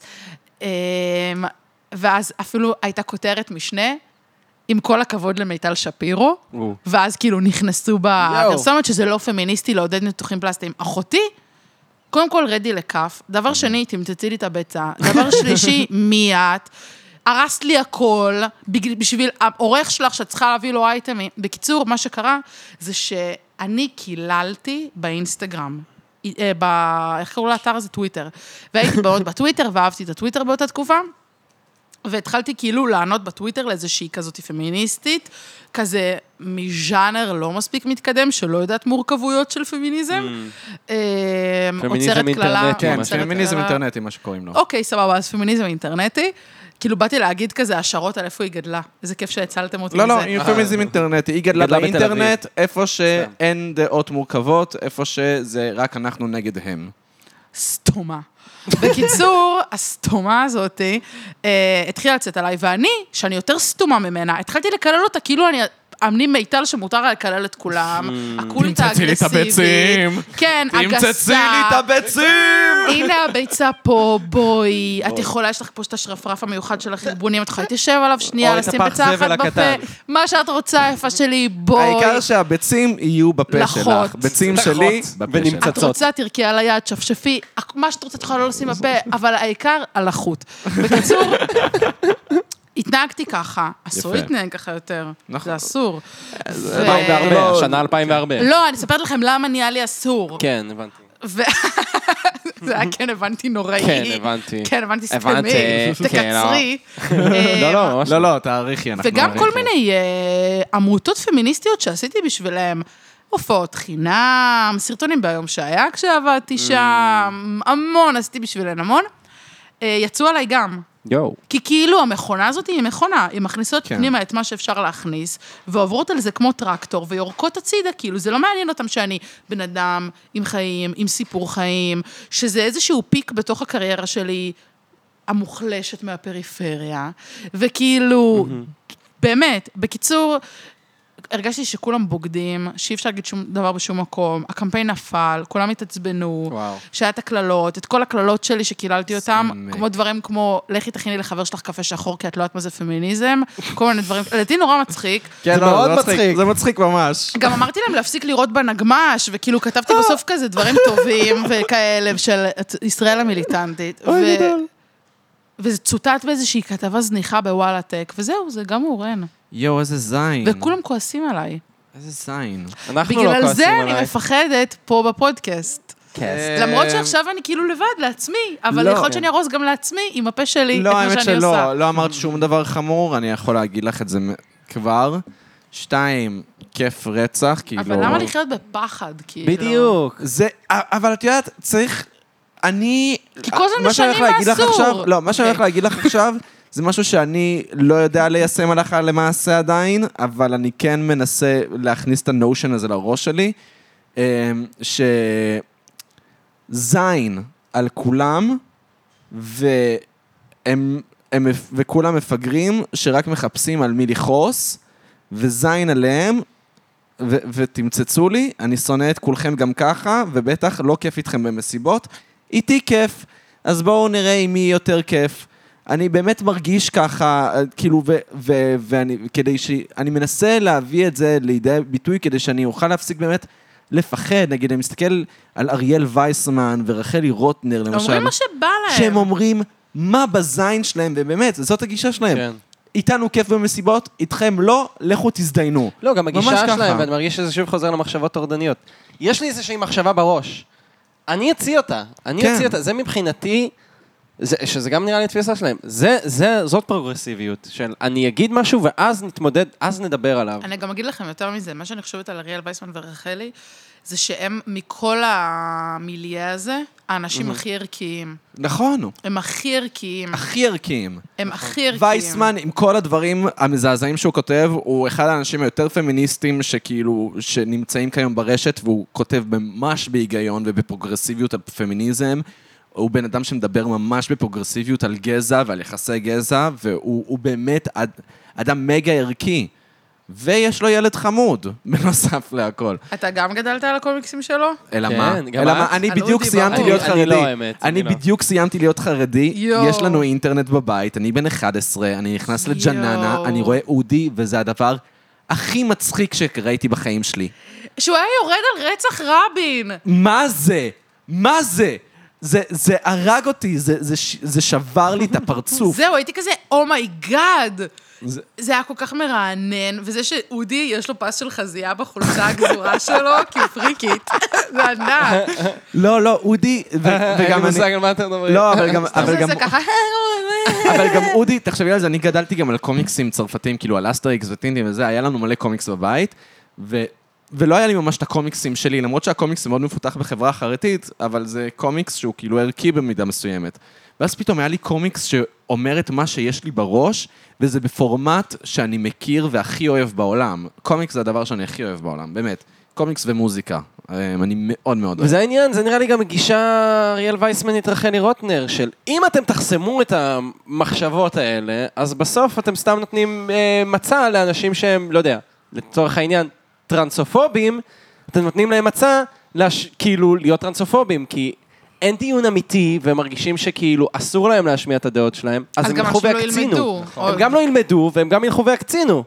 ואז אפילו הייתה כותרת משנה, עם כל הכבוד למיטל שפירו, mm. ואז כאילו נכנסו בפרסומת, שזה לא פמיניסטי לעודד ניתוחים פלסטיים. אחותי, קודם כל רדי לכף, דבר שני, תמצצי לי את הביצה, דבר שלישי, מי את? הרסת לי הכל, בשביל העורך שלך שאת צריכה להביא לו אייטמים. בקיצור, מה שקרה, זה שאני קיללתי באינסטגרם. ב... איך קראו לאתר הזה? טוויטר. והייתי מאוד בטוויטר, ואהבתי את הטוויטר באותה תקופה, והתחלתי כאילו לענות בטוויטר לאיזושהי כזאת פמיניסטית, כזה מז'אנר לא מספיק מתקדם, שלא יודעת מורכבויות של פמיניזם. פמיניזם אינטרנטי. כן, פמיניזם אינטרנטי, מה שקוראים לו. אוקיי, סבבה, אז פמיניזם אינטרנטי. כאילו באתי להגיד כזה, השערות על איפה היא גדלה. איזה כיף שהצלתם אותי לא, מזה. לא, היא פמיניזם אינטרנטי. היא גדלה גדלה בתל באינטרנט, איפה שאין דעות מורכבות, איפה שזה רק אנחנו נגד הם. סתומה. בקיצור, הסתומה הזאת אה, התחילה לצאת עליי, ואני, שאני יותר סתומה ממנה, התחלתי לקלל אותה, כאילו אני... אני מיטל שמותר לקלל את כולם, הקולית האגרסיבית. תמצצי לי את הביצים. כן, הגסה. תמצצי לי את הביצים! הנה הביצה פה, בואי. את יכולה, יש לך פה את השרפרף המיוחד של החרבונים, את יכולה להתיישב עליו שנייה, או את לשים הפח ביצה אחת זבל בפה. הקטן. מה שאת רוצה, יפה שלי, בואי. העיקר שהביצים יהיו בפה לחות. שלך. ביצים שלי בפה שלך. ונמצא- את רוצה, תרקי על היד, שפשפי, מה שאת רוצה, תוכל לא לשים בפה, אבל העיקר, על החוט. בקיצור, התנהגתי ככה, אסור יפה. להתנהג ככה יותר, נכון. זה אסור. ו- אלפיים וארבע, לא- השנה אלפיים וארבע. לא, אני אספר לכם למה נהיה לי אסור. כן, הבנתי. ו- זה היה כן, הבנתי נוראי. כן, הבנתי. כן, הבנתי הבנתי, סתמי, כן, תקצרי. לא, לא, ממש לא, לא, תאריכי, אנחנו... וגם כל נאריך. מיני אה, עמותות פמיניסטיות שעשיתי בשבילם, הופעות חינם, סרטונים ביום שהיה כשעבדתי שם, המון, עשיתי בשבילם המון. אה, יצאו עליי גם. יואו. כי כאילו המכונה הזאת היא מכונה, היא מכניסות כן. פנימה את מה שאפשר להכניס, ועוברות על זה כמו טרקטור, ויורקות הצידה, כאילו זה לא מעניין אותם שאני בן אדם עם חיים, עם סיפור חיים, שזה איזשהו פיק בתוך הקריירה שלי, המוחלשת מהפריפריה, וכאילו, באמת, בקיצור, הרגשתי שכולם בוגדים, שאי אפשר להגיד שום דבר בשום מקום, הקמפיין נפל, כולם התעצבנו, וואו. שהיה את הקללות, את כל הקללות שלי שקיללתי אותם, סמק. כמו דברים כמו, לכי תכיני לחבר שלך קפה שחור, כי את לא יודעת מה זה פמיניזם, כל מיני דברים, לדעתי נורא מצחיק. כן, זה לא, מאוד מצחיק. מצחיק. זה מצחיק ממש. גם אמרתי להם להפסיק לראות בנגמש, וכאילו כתבתי בסוף כזה דברים טובים וכאלה, של ישראל המיליטנטית. ו- וזה צוטט באיזושהי כתבה זניחה בוואלאטק, וזהו, זה גם אורן. יואו, איזה זין. וכולם כועסים עליי. איזה זין. אנחנו לא בגלל כועסים זה עליי. אני מפחדת פה בפודקאסט. למרות שעכשיו אני כאילו לבד, לעצמי, אבל לא. יכול להיות שאני ארוס גם לעצמי עם הפה שלי את לא, מה האמת שאני עושה. שלא, לא אמרת שום דבר חמור, אני יכול להגיד לך את זה כבר. שתיים, כיף רצח, כאילו... אבל למה לחיות בפחד, כאילו? בדיוק. זה, אבל את יודעת, צריך... אני... כי כל הזמן מה שאני משנים הולך להגיד לך מה אסור. עכשיו- לא, מה שאני הולך אוקיי. להגיד לך עכשיו, זה משהו שאני לא יודע ליישם הלכה למעשה עדיין, אבל אני כן מנסה להכניס את הנושן הזה לראש שלי, שזין על כולם, והם, הם, וכולם מפגרים שרק מחפשים על מי לכעוס, וזין עליהם, ו- ותמצצו לי, אני שונא את כולכם גם ככה, ובטח לא כיף איתכם במסיבות. איתי כיף, אז בואו נראה עם מי יותר כיף. אני באמת מרגיש ככה, כאילו, ו- ו- ואני, כדי ש... אני מנסה להביא את זה לידי ביטוי, כדי שאני אוכל להפסיק באמת לפחד. נגיד, אני מסתכל על אריאל וייסמן ורחלי רוטנר, למשל. אומרים מה שבא להם. שהם אומרים מה בזין שלהם, ובאמת, זאת הגישה שלהם. כן. איתנו כיף במסיבות, איתכם לא, לכו תזדיינו. לא, גם ממש הגישה ככה. שלהם, ואני מרגיש שזה שוב חוזר למחשבות טורדניות. יש לי איזושהי מחשבה בראש. אני אציע אותה. אני כן. אציע אותה. זה מבחינתי, זה, שזה גם נראה לי תפיסה שלהם. זה, זה, זאת פרוגרסיביות של אני אגיד משהו ואז נתמודד, אז נדבר עליו. אני גם אגיד לכם יותר מזה, מה שאני חושבת על אריאל וייסמן ורחלי, זה שהם מכל המיליה הזה, האנשים הכי ערכיים. נכון, הם הכי ערכיים. הכי ערכיים. הם הכי ערכיים. וייסמן, עם כל הדברים המזעזעים שהוא כותב, הוא אחד האנשים היותר פמיניסטים שכאילו, שנמצאים כיום ברשת, והוא כותב ממש בהיגיון ובפרוגרסיביות על פמיניזם. הוא בן אדם שמדבר ממש בפרוגרסיביות על גזע ועל יחסי גזע, והוא הוא באמת אד, אדם מגה ערכי. ויש לו ילד חמוד, בנוסף להכל. אתה גם גדלת על הקומיקסים שלו? אלא כן, מה? גם אלא את? מה? אני על בדיוק אודי סיימתי ברור. להיות אני- חרדי. אני לא, האמת, אני אני לא. בדיוק סיימתי להיות חרדי. יואו. יש לנו אינטרנט בבית, אני בן אחד עשרה, אני נכנס לג'ננה, יואו. אני רואה אודי, וזה הדבר הכי מצחיק שראיתי בחיים שלי. שהוא היה יורד על רצח רבין. מה זה? מה זה? זה, זה הרג אותי, זה, זה, ש- זה שבר לי את הפרצוף. זהו, הייתי כזה, אומייגאד. זה- זה היה כל כך מרענן, וזה שאודי, יש לו פס של חזייה בחולצה הגזורה שלו, כי הוא פריקית. זה ענק. לא, לא, אודי, ו- אין לי וגם מושג אני... על מה אתם מדברים. לא, אבל גם... אבל זה גם... זה ככה, אבל גם אודי, תחשבי על זה, אני גדלתי גם על קומיקסים צרפתיים, כאילו על אסטריקס וטינטים וזה, היה לנו מלא קומיקס בבית, ו... ולא היה לי ממש את הקומיקסים שלי, למרות שהקומיקס מאוד מפותח בחברה החרדית, אבל זה קומיקס שהוא כאילו ערכי במידה מסוימת. ואז פתאום היה לי קומיקס שאומר את מה שיש לי בראש, וזה בפורמט שאני מכיר והכי אוהב בעולם. קומיקס זה הדבר שאני הכי אוהב בעולם, באמת. קומיקס ומוזיקה. אני מאוד מאוד אוהב. וזה העניין, זה נראה לי גם גישה אריאל וייסמנית רחלי רוטנר, של אם אתם תחסמו את המחשבות האלה, אז בסוף אתם סתם נותנים אה, מצע לאנשים שהם, לא יודע, לצורך העניין, טרנסופובים, אתם נותנים להם מצע, לש... כאילו, להיות טרנסופובים, כי אין דיון אמיתי, והם מרגישים שכאילו אסור להם להשמיע את הדעות שלהם, אז, אז הם ילכו ויקצינו. הם גם לא ילמדו, והם גם ילכו ויקצינו.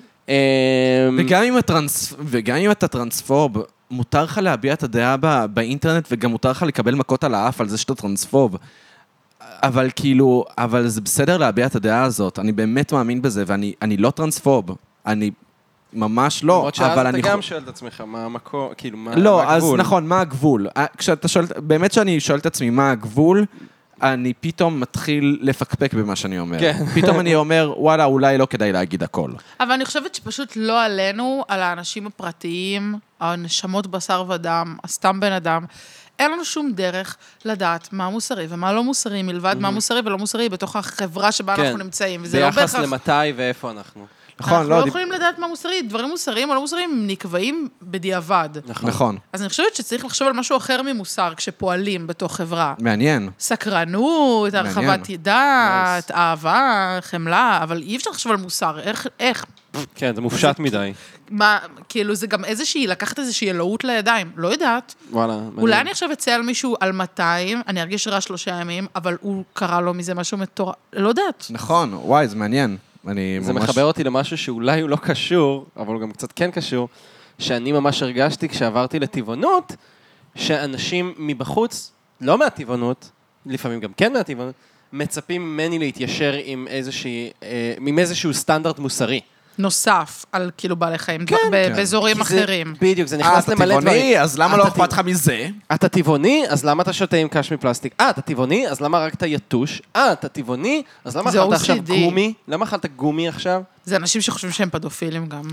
וגם אם, הטרנס... וגם אם אתה טרנספוב, מותר לך להביע את הדעה בא... באינטרנט, וגם מותר לך לקבל מכות על האף על זה שאתה טרנספוב. אבל כאילו, אבל זה בסדר להביע את הדעה הזאת. אני באמת מאמין בזה, ואני אני לא טרנספוב. אני ממש לא, אבל אני... אתה גם שואל את עצמך, מה המקור, כאילו, מה הגבול? לא, אז נכון, מה הגבול? כשאתה שואל, באמת שאני שואל את עצמי מה הגבול, אני פתאום מתחיל לפקפק במה שאני אומר. פתאום אני אומר, וואלה, אולי לא כדאי להגיד הכל. אבל אני חושבת שפשוט לא עלינו, על האנשים הפרטיים, הנשמות בשר ודם, הסתם בן אדם, אין לנו שום דרך לדעת מה מוסרי ומה לא מוסרי, מלבד מה מוסרי ולא מוסרי בתוך החברה שבה אנחנו נמצאים. ביחס למתי ואיפה אנחנו. נכון, אנחנו לא יכולים לדעת מה מוסרי, דברים מוסריים או לא מוסריים נקבעים בדיעבד. נכון. אז אני חושבת שצריך לחשוב על משהו אחר ממוסר כשפועלים בתוך חברה. מעניין. סקרנות, הרחבת ידעת, אהבה, חמלה, אבל אי אפשר לחשוב על מוסר, איך, איך? כן, זה מופשט מדי. מה, כאילו זה גם איזושהי, לקחת איזושהי אלוהות לידיים, לא יודעת. וואלה. אולי אני עכשיו אצא על מישהו על מאתיים, אני ארגיש רע שלושה ימים, אבל הוא קרא לו מזה משהו מטורף, לא יודעת. נכון, וואי, זה מעניין. זה ממש... מחבר אותי למשהו שאולי הוא לא קשור, אבל הוא גם קצת כן קשור, שאני ממש הרגשתי כשעברתי לטבעונות, שאנשים מבחוץ, לא מהטבעונות, לפעמים גם כן מהטבעונות, מצפים ממני להתיישר עם איזושהי, אה, עם איזשהו סטנדרט מוסרי. נוסף על כאילו בעלי חיים, כן, כן. באזורים אחרים. בדיוק, זה נכנס למלא דברים. אתה טבעוני, אז למה לא אכפת לך מזה? אתה טבעוני, אז למה אתה שותה עם קש מפלסטיק? אה, אתה טבעוני, אז למה רק אתה יתוש? אה, אתה טבעוני, אז למה אכלת עכשיו גומי? למה אכלת גומי עכשיו? זה אנשים שחושבים שהם פדופילים גם.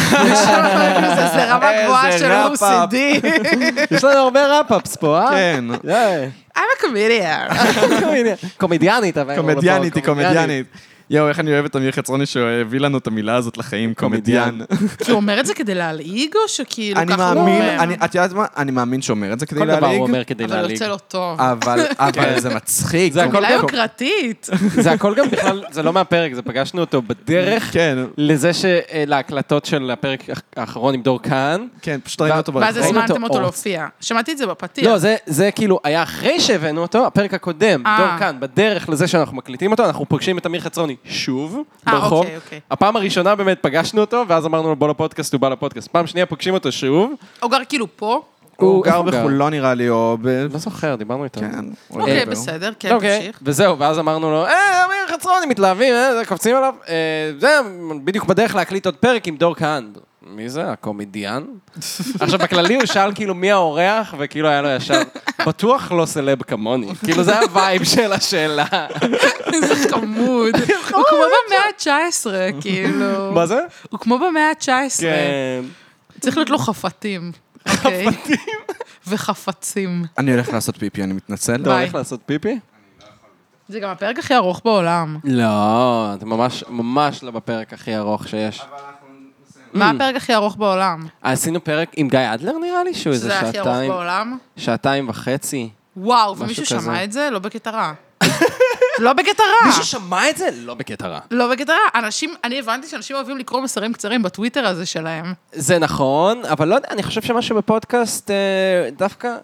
זה רמה גבוהה של או סי די. יש לנו הרבה ראפ-אפס פה, אה? כן. I'm a comedian. קומדיאנית, אבל... קומדיאנית, היא קומדיאנית. יואו, איך אני אוהב את אמיר חצרוני שהביא לנו את המילה הזאת לחיים, קומדיאן. כי הוא אומר את זה כדי להלעיג, או שכאילו ככה הוא אומר? את יודעת מה? אני מאמין שאומר את זה כדי להלעיג. כל דבר הוא אומר כדי להלעיג. אבל יוצא לו טוב. אבל זה מצחיק. זה מילה יוקרתית. זה הכל גם בכלל, זה לא מהפרק, זה פגשנו אותו בדרך לזה שלהקלטות של הפרק האחרון עם דור כאן. כן, פשוט ראינו אותו ברחוב. ואז הזמנתם אותו להופיע. שמעתי את זה בפתיח. לא, זה כאילו היה אחרי שהבאנו אותו, הפרק הקודם, דור כאן, בדרך לזה שאנחנו מקליטים אותו, אנחנו פוגשים את אמיר חצרוני שוב, ברחוב. הפעם הראשונה באמת פגשנו אותו, ואז אמרנו לו בוא לפודקאסט, הוא בא לפודקאסט. פעם שנייה פוגשים אותו שוב. הוא גר כאילו פה? הוא גר בחולון נראה לי, או ב... לא זוכר, דיברנו איתו. כן. אוקיי, בסדר, כן, תמשיך. וזהו, ואז אמרנו לו, אה, אמיר חצרוני, מתלהבים, קופצים עליו. זה בדיוק בדרך להקליט עוד פרק עם דור כהן. מי זה? הקומדיאן? עכשיו, בכללי הוא שאל כאילו מי האורח, וכאילו היה לו ישר, בטוח לא סלב כמוני. כאילו זה הווייב של השאלה. איזה חמוד. הוא כמו במאה ה-תשע עשרה, כאילו. מה זה? הוא כמו במאה ה-תשע עשרה. כן. צריך להיות לו חפתים. חפתים? וחפצים. אני הולך לעשות פיפי, אני מתנצל. אתה הולך לעשות פיפי? זה גם הפרק הכי ארוך בעולם. לא, אתה ממש, ממש לא בפרק הכי ארוך שיש. מה הפרק הכי ארוך בעולם? עשינו פרק עם גיא אדלר נראה לי, שהוא איזה שעתיים. שזה הכי ארוך בעולם? שעתיים וחצי. וואו, ומישהו שמע את זה? לא בקטע רע. לא בקטע רע. מישהו שמע את זה? לא בקטע רע. לא בקטע רע. אנשים, אני הבנתי שאנשים אוהבים לקרוא מסרים קצרים בטוויטר הזה שלהם. זה נכון, אבל לא יודע, אני חושב שמשהו בפודקאסט דווקא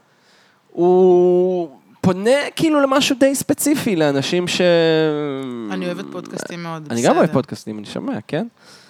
הוא פונה כאילו למשהו די ספציפי, לאנשים ש... אני אוהבת פודקאסטים מאוד, בסדר. אני גם אוהב פודקאסטים, אני שומע, כן?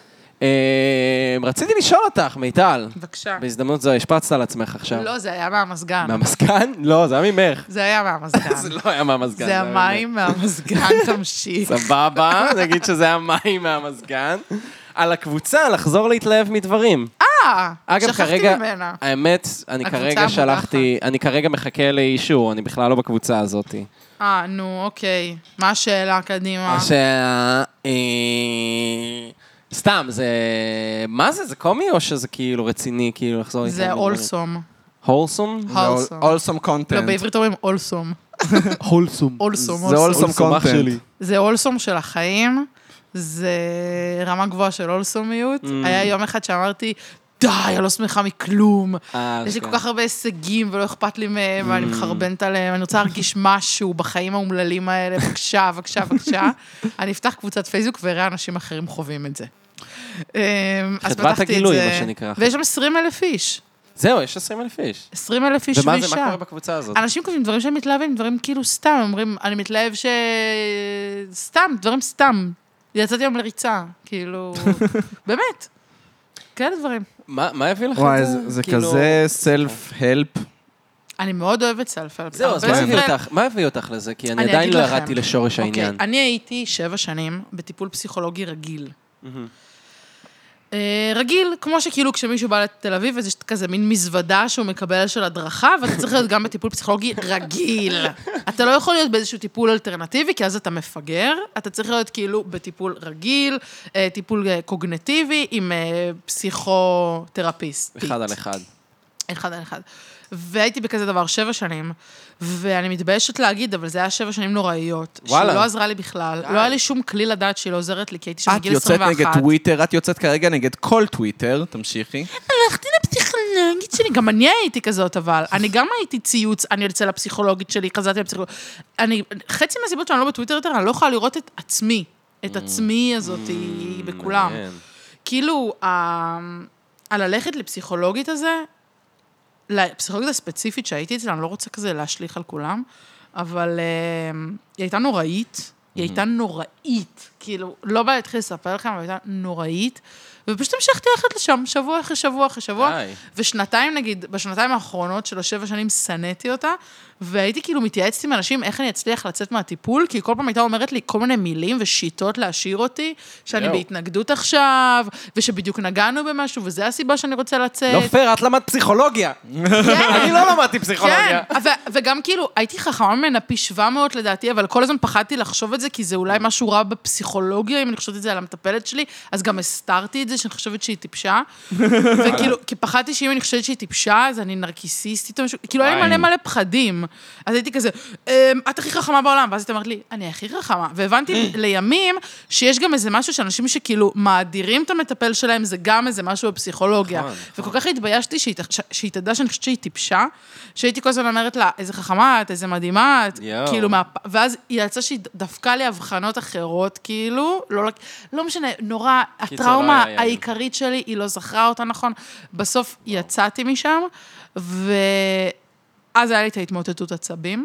רציתי לשאול אותך, מיטל. בבקשה. בהזדמנות זו, השפצת על עצמך עכשיו. לא, זה היה מהמסגן. מהמסגן? לא, זה היה ממך. זה היה מהמסגן. זה לא היה מהמסגן. זה המים מהמסגן, תמשיך. סבבה, נגיד שזה המים מהמסגן. על הקבוצה, לחזור להתלהב מדברים. אה, אגב, שכחתי כרגע, ממנה. האמת, אני הקבוצה כרגע המודחת. שלחתי, אני כרגע מחכה לאישור, אני בכלל לא בקבוצה הזאת. אה, נו, אוקיי. מה השאלה קדימה? השאלה... אה, סתם, זה... מה זה? זה קומי או שזה כאילו רציני, כאילו לחזור איתנו? זה אולסום. הולסום? הולסום. אולסום לא, קונטנט. בעברית אומרים אולסום. הולסום. אולסום, זה אולסום. אולסום קונטנט. זה אולסום של החיים, זה רמה גבוהה של אולסומיות. היה יום אחד שאמרתי, די, אני לא שמחה מכלום. יש לי כל כך הרבה הישגים ולא אכפת לי מהם, ואני מחרבנת עליהם, אני רוצה להרגיש משהו בחיים האומללים האלה, בבקשה, בבקשה, בבקשה. אני אפתח קבוצת פייסבוק ואראה אנשים אחרים חווים את זה. אז חדוות פתחתי את הגילוי, זה, מה שנקרא. ויש שם עשרים אלף איש. זהו, יש עשרים אלף איש. עשרים אלף איש ומה ואישה. זה, מה קורה בקבוצה הזאת? אנשים כותבים דברים שהם מתלהבים, דברים כאילו סתם, אומרים, אני מתלהב ש... סתם, דברים סתם. יצאתי היום לריצה, כאילו, באמת. כאלה דברים. מה מה הביא לך את וואי, זה? זה- זה כאילו- כזה סלף-הלפ. אני מאוד אוהבת סלף-הלפ. זהו, אז הרבה מה הביא ספרי- אותך? מה הביא אותך לזה? כי אני אני עדיין אגיד לא לכם. ירדתי לשורש אוקיי, העניין. אני הייתי שבע שנים בטיפול פסיכולוגי רגיל. אה, רגיל, כמו שכאילו כשמישהו בא לתל אביב, אז יש כזה מין מזוודה שהוא מקבל של הדרכה, ואתה צריך להיות גם בטיפול פסיכולוגי רגיל. אתה לא יכול להיות באיזשהו טיפול אלטרנטיבי, כי אז אתה מפגר, אתה צריך להיות כאילו בטיפול רגיל, אה, טיפול אה, קוגנטיבי, עם אה, פסיכותרפיסט. אחד על אחד. אחד על אחד. והייתי בכזה דבר שבע שנים, ואני מתביישת להגיד, אבל זה היה שבע שנים נוראיות. וואלה. שהיא לא עזרה לי בכלל. לא היה לי שום כלי לדעת שהיא לא עוזרת לי, כי הייתי שם את בגיל יוצאת עשרים ואחת. נגד טוויטר, את יוצאת כרגע נגד כל טוויטר, תמשיכי. הלכתי לפסיכולוגית שלי, גם אני הייתי כזאת, אבל אני גם הייתי ציוץ, אני יוצא לפסיכולוגית שלי, חזרתי לפסיכולוגית. אני, חצי מהסיבות שאני לא בטוויטר יותר, אני לא יכולה לראות את עצמי, את עצמי הזאת בכולם. מעניין. כאילו, ה- הללכת לפסיכולוגית הזה, לפסיכולוגית הספציפית שהייתי אצלה, אני לא רוצה כזה להשליך על כולם, אבל אה, היא הייתה נוראית, היא הייתה נוראית, כאילו, לא בא להתחיל לספר לכם, אבל הייתה נוראית, ופשוט המשכתי ללכת לשם, שבוע אחרי שבוע אחרי שבוע, די. ושנתיים, נגיד, בשנתיים האחרונות של השבע שנים, שנאתי אותה, והייתי כאילו מתייעצת עם אנשים איך אני אצליח לצאת מהטיפול, כי כל פעם הייתה אומרת לי כל מיני מילים ושיטות להשאיר אותי, שאני יואו. בהתנגדות עכשיו, ושבדיוק נגענו במשהו, וזה הסיבה שאני רוצה לצאת. לא פייר, את למדת פסיכולוגיה. אני לא למדתי פסיכולוגיה. כן, ו- וגם כאילו, הייתי חכמה ממנה פי שבע מאות לדעתי, אבל כל הזמן פחדתי לחשוב את זה, כי זה אולי משהו רע בפסיכולוגיה, אם אני חושבת את זה על המטפלת שלי, אז גם הסתרתי את זה, שאני חושבת שהיא טיפשה, וכאילו, כי פחדתי שאם אני חושבת שהיא טיפשה, אז אני נרקיסיסטית או משהו, כאילו, היה לי מלא מלא פחדים. אז הייתי כזה, "אמ, את הכי חכמה בעולם, ואז היא אמרת לי, אני הכי חכמה, והבנתי לימים שיש גם איזה משהו שאנשים שכאילו מאדירים את המטפל שלהם, זה גם איזה משהו בפסיכולוגיה. נכון, וכל כך התביישתי שהיא, שהיא תדע שאני חושבת שהיא טיפשה, שהייתי כל הזמן אומרת לה, איזה חכמה את, איזה מדהימה את, יואו. כאילו, מה, ואז היא יצאה שהיא דפקה לי הבחנות אחרות, כאילו, לא, לא משנה, נורא, הטראומה לא היה יעיל. העיקרית שלי, היא לא זכרה אותה נכון, בסוף יצאתי משם, ואז היה לי את ההתמוטטות עצבים.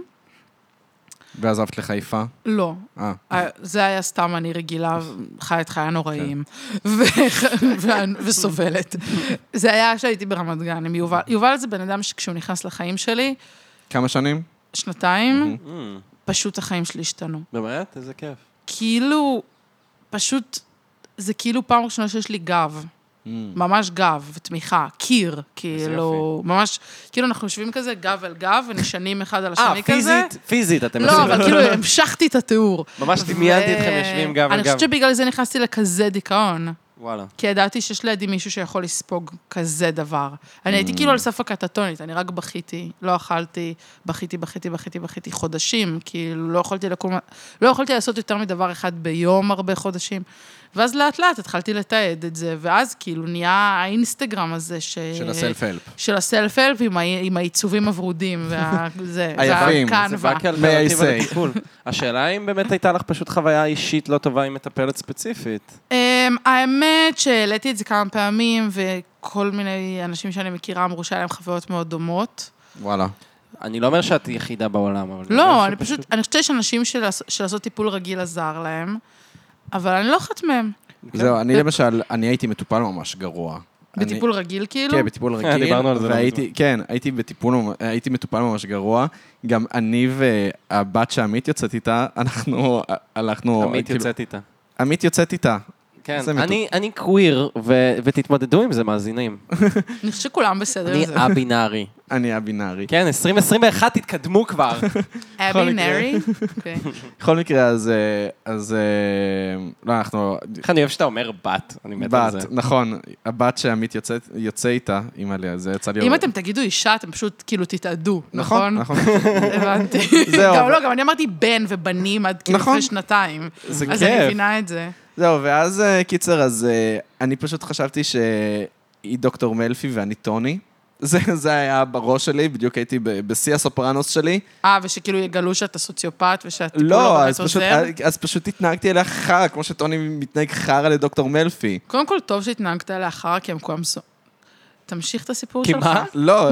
ועזבת לחיפה. לא. אה. זה היה סתם, אני רגילה, חיה את חיי הנוראים, ו- ו- וסובלת. זה היה כשהייתי ברמת גן עם יובל. יובל זה בן אדם שכשהוא נכנס לחיים שלי, כמה שנים? שנתיים, פשוט החיים שלי השתנו. באמת? איזה כיף. כאילו, פשוט, זה כאילו פעם ראשונה שיש לי גב. ממש גב ותמיכה, קיר, כאילו, ממש, כאילו אנחנו יושבים כזה גב אל גב ונשענים אחד על השני אה, כזה. פיזית? פיזית, אתם לא, עושים. אבל כאילו המשכתי את התיאור. ממש דמיינתי אתכם יושבים גב על אני גב. חושבת שבגלל זה נכנסתי לכזה דיכאון. וואלה. כי ידעתי שיש לידי מישהו שיכול לספוג כזה דבר. אני הייתי כאילו על סף הקטטונית, אני רק בכיתי, לא אכלתי, בכיתי, בכיתי, בכיתי, בכיתי חודשים, כאילו לא יכולתי לקום, לא יכולתי לעשות יותר מדבר אחד ביום הרבה חודשים. ואז לאט לאט התחלתי לתעד את זה, ואז כאילו נהיה האינסטגרם הזה ש... של הסלף-הלפ. של הסלף-הלפ עם, ה... עם העיצובים הוורודים, וזה, היפים. זה והקנווה. בא כאלטרנטיבה May I say. לטיפול. השאלה אם באמת הייתה לך פשוט חוויה אישית לא טובה עם מטפלת ספציפית. Um, האמת שהעליתי את זה כמה פעמים, וכל מיני אנשים שאני מכירה אמרו שהיה להם חוויות מאוד דומות. וואלה. אני לא אומר שאת יחידה בעולם, אבל... זה לא, משהו אני פשוט, אני חושבת שיש אנשים של- שלעשות טיפול רגיל עזר להם, אבל אני לא אחת מהם. זהו, אני למשל, אני הייתי מטופל ממש גרוע. בטיפול אני- רגיל כאילו? כן, בטיפול רגיל. דיברנו על זה לא והייתי, כן, הייתי בטיפול, הייתי מטופל ממש גרוע. גם אני והבת שעמית יוצאת איתה, אנחנו הלכנו... עמית כאילו- יוצאת איתה. עמית יוצאת איתה. כן, זה מתוק. אני- אני קוויר, ו- ותתמודדו עם זה, מאזינים. אני חושבת שכולם בסדר אני עם זה. א-בינארי. אני הבינארי. כן, עשרים עשרים ואחת תתקדמו כבר. אבי נרי? אוקיי. בכל מקרה, אז... אה, אז... אה, לא, אנחנו... איך אני אוהב שאתה אומר בת, אני מת על זה. בת, נכון. הבת שעמית יוצא- יוצא איתה, אימא'לה, זה יצא לי... אם אתם תגידו אישה, אתם פשוט כאילו תתאדו, נכון, נכון? נכון. הבנתי. זהו, גם אבל- לא, גם אני אמרתי בן ובנים עד כאילו נכון. לפני שנתיים. זה אז אני כיף. מבינה את זה. זהו, ואז אה, קיצר, אז אה, אני פשוט חשבתי שהיא דוקטור מלפי ואני טוני. זה, זה היה בראש שלי, בדיוק הייתי ב- בשיא הסופרנוס שלי. אה, ושכאילו יגלו שאתה סוציופט ושהטיפול לא, לא אז באמת פשוט, עוזר? אז פשוט התנהגתי אליה חרא, כמו שטוני מתנהג חרא לדוקטור מלפי. קודם כל, טוב שהתנהגת לאחר, כי הם כולם... סו- תמשיך את הסיפור כי שלך. מה? לא,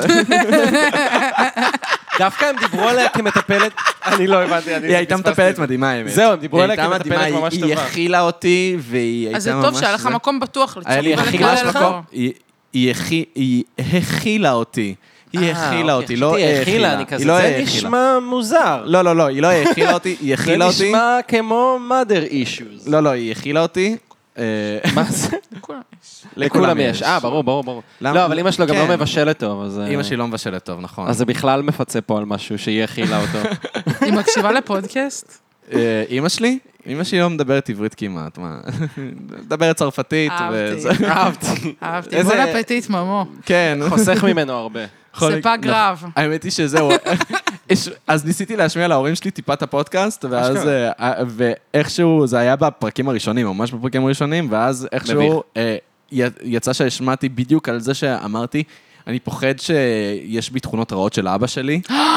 דווקא הם דיברו עליה כמטפלת, אני לא הבנתי, אני היא הייתה פספסתי מטפלת את זה. מדהימה, האמת. זהו, הם דיברו היא עליה הייתה כמטפלת מדהימה, ממש היא- טובה. היא הכילה אותי, והיא הייתה ממש... אז זה טוב שהיה לך זה. מקום בטוח היה לי לצעוק הכילה ממש שלך? מקום. היא- היא הכי- היא הכילה אותי. היא אה, הכילה אוקיי, אותי, לא חשבתי, האכילה. אני כזה, היא לא זה האכילה. נשמע מוזר. לא, לא, לא, היא לא האכילה אותי, היא זה הכילה אותי. נשמע כמו mother issues. לא, לא, היא הכילה אותי. אה, מה זה? לכולם יש. לכולם יש. אה, ברור, ברור, ברור. למה- לא, אבל אמא שלו גם כן. לא מבשלת טוב, אז... אמא שלי לא מבשלת טוב, נכון. אז זה בכלל מפצה פה על משהו, שהיא הכילה אותו. היא מקשיבה לפודקאסט? אה, אמא שלי? אמא שלי לא מדברת עברית כמעט, מה? מדברת צרפתית. אהבתי. וזה- אהבתי. אהבתי. איזה- בון אפטיט, ממו. כן. חוסך ממנו הרבה. יכול- זה פג נכון. רב. האמת היא שזהו. יש- אז ניסיתי להשמיע להורים שלי טיפה את הפודקאסט, ואז אשכרה. אה, ואיכשהו, זה היה בפרקים הראשונים, ממש בפרקים הראשונים, ואז מביך. איכשהו אה, י- יצא שהשמעתי בדיוק על זה שאמרתי, אני פוחד שיש בי תכונות רעות של אבא שלי,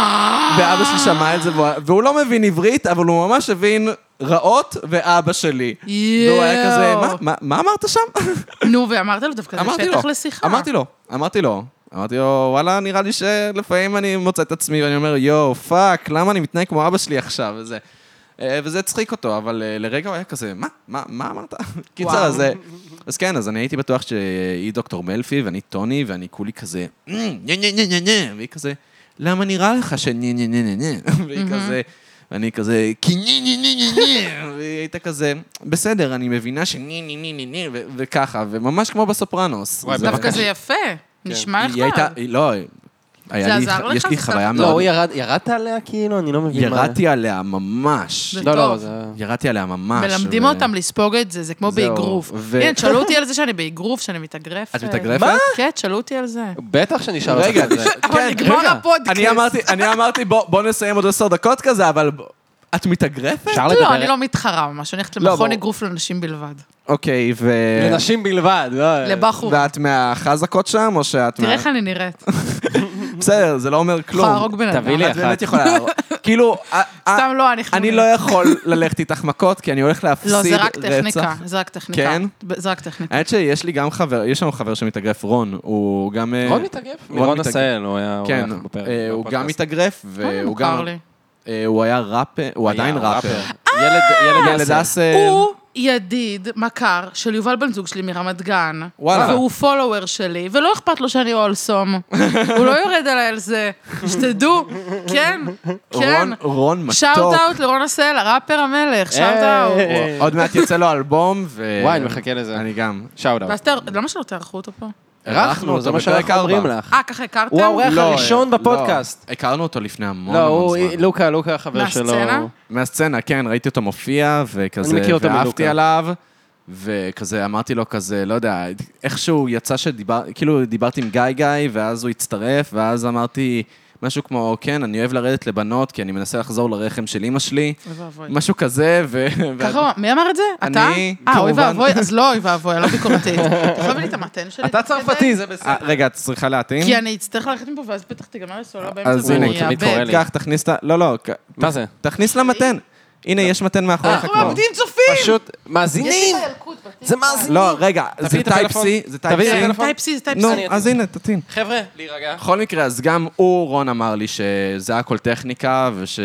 ואבא שלי שמע את זה, והוא- והוא לא מבין עברית, אבל הוא ממש הבין רעות ואבא שלי. והוא היה כזה, "מה- מה- מה אמרת שם? נו, ואמרת לו דווקא, זה אמרתי לו, פתח לשיחה. אמרתי לו, אמרתי לו. אמרתי לו, וואלה, נראה לי שלפעמים אני מוצא את עצמי ואני אומר, יואו, פאק, למה אני מתנהג כמו אבא שלי עכשיו? וזה, אה, וזה הצחיק אותו, אבל אה, לרגע הוא היה כזה, מה? מה, מה אמרת? קיצר, אז, אה, אז כן, אז אני הייתי בטוח שהיא דוקטור מלפי ואני טוני, ואני כולי כזה, נה נה נה נה נה, והיא כזה, למה נראה לך שנה נה נה נה נה? והיא כזה, ואני כזה, כי נה נה נה נה נה, והיא הייתה כזה, בסדר, אני מבינה שנה נה נה נה נה, ו- וככה, וממש כמו בסופרנוס. וואי, זה- דווקא זה יפה. נשמע היא הייתה, נחמד. היא- לא, היה זה לי, עזר לך? יש לי זה חוויה סתם- לא, הוא מאוד, ירד, ירדת עליה כאילו? אני לא מבין מה... ירדתי עליה ממש, זה לא, לא, טוב. זה... ירדתי עליה ממש. מלמדים ו- אותם לספוג את זה, זה כמו זהו, באגרוף. ו- הנה, תשאלו אותי על זה שאני באגרוף, שאני מתאגרפת. את מתאגרפת? מה? כן, תשאלו אותי על זה. בטח שנשאל אותך רגע, על זה. אבל כן, נגמר רגע. הפודקאסט. אני אמרתי, אני אמרתי, בוא בוא נסיים עוד עשר דקות כזה, אבל ב- את מתאגרפת? אפשר לדבר... לא, אני לא מתחרה ממש, אני הולכת לא, למכון ברור. אגרוף לנשים בלבד. אוקיי, ו... לנשים בלבד, לא... לבחור. ואת מהחזקות שם, או שאת... תראה מה- איך אני נראית. בסדר, זה לא אומר כלום. יכולה להרוג בן אדם. תביא לי את באמת יכולה להרוג. כאילו, א- א- סתם לא, אני אני לא יכול ללכת איתך מכות, כי אני הולך להפסיד לא, רצח. זה רק טכניקה, זה רק טכניקה. כן? זה רק טכניקה. האמת שיש לי גם חבר, יש לנו חבר שמתאגרף, רון, הוא גם... אה, רון מתאגרף? רון מרון מתאגרף. עשהאל, הוא היה כן, אורח בפרק. אה, הוא גם בפודקאסט. מתאגרף, אה, והוא גם... מוכר לי. אה, הוא היה ראפר, הוא היה עדיין ראפר. ילד ילד ילד אסל. אסל. הוא ידיד, מכר, של יובל בן זוג שלי מרמת גן. וואלה. והוא פולוור שלי, ולא אכפת לו שאני אולסום. הוא לא יורד עליי על זה. שתדעו, כן, כן. רון- רון מתוק. שאוט אאוט לרון עשהאל, הראפר המלך, שאוט אה, אאוט. אה, עוד מעט יצא לו אלבום, ו... וואי, אני מחכה לזה. אני גם. שאוט אאוט. ואז תר- למה שלא תערכו אותו פה? אירחנו, זה מה בפרק שאנחנו אומרים ארבע. לך. אה, ככה הכרתם? הוא האורח לא, הראשון לא. בפודקאסט. הכרנו אותו לפני המון לא, המון הוא, זמן. לוקה, לוקה החבר שלו. מהסצנה? מהסצנה, כן, ראיתי אותו מופיע, וכזה, אני מכיר אותו ואהבתי מלוקה. עליו, וכזה אמרתי לו כזה, לא יודע, איכשהו יצא שדיבר, כאילו דיברתי עם גיא גיא, ואז הוא הצטרף, ואז אמרתי משהו כמו, כן, אני אוהב לרדת לבנות, כי אני מנסה לחזור לרחם של אמא שלי, אוי ואבוי. משהו כזה, ו... ככה, מי אמר את זה? אתה? אני, אה, אוי כמובן. ואבוי, אז לא אוי ואבוי, אני לא ביקורתית. אתה יכול להביא לי את המתן שלי? אתה תוך כדי? צרפתי, זה בסדר. אה, רגע, את צריכה להטעין? כי אני אצטרך ללכת מפה, ואז בטח תיגמר לי סוללה באמצע, אז ואני הנה, תמיד קורה אאבד. לי. קח, תכניס את ה... לא, לא, ק- מה זה? תכניס למתן. הנה, יש מתן מאחוריך אנחנו כבר. מאבדים צופים! פשוט מאזינים! זה מאזינים! לא, רגע, תביא זה את טייפ הטלפון. C, זה טייפ תביא את C. הטלפון. טייפ C, זה טייפ נו, C. אז הנה, תטעין. חבר'ה, להירגע. בכל מקרה, אז גם הוא, רון אמר לי שזה הכל טכניקה, וש...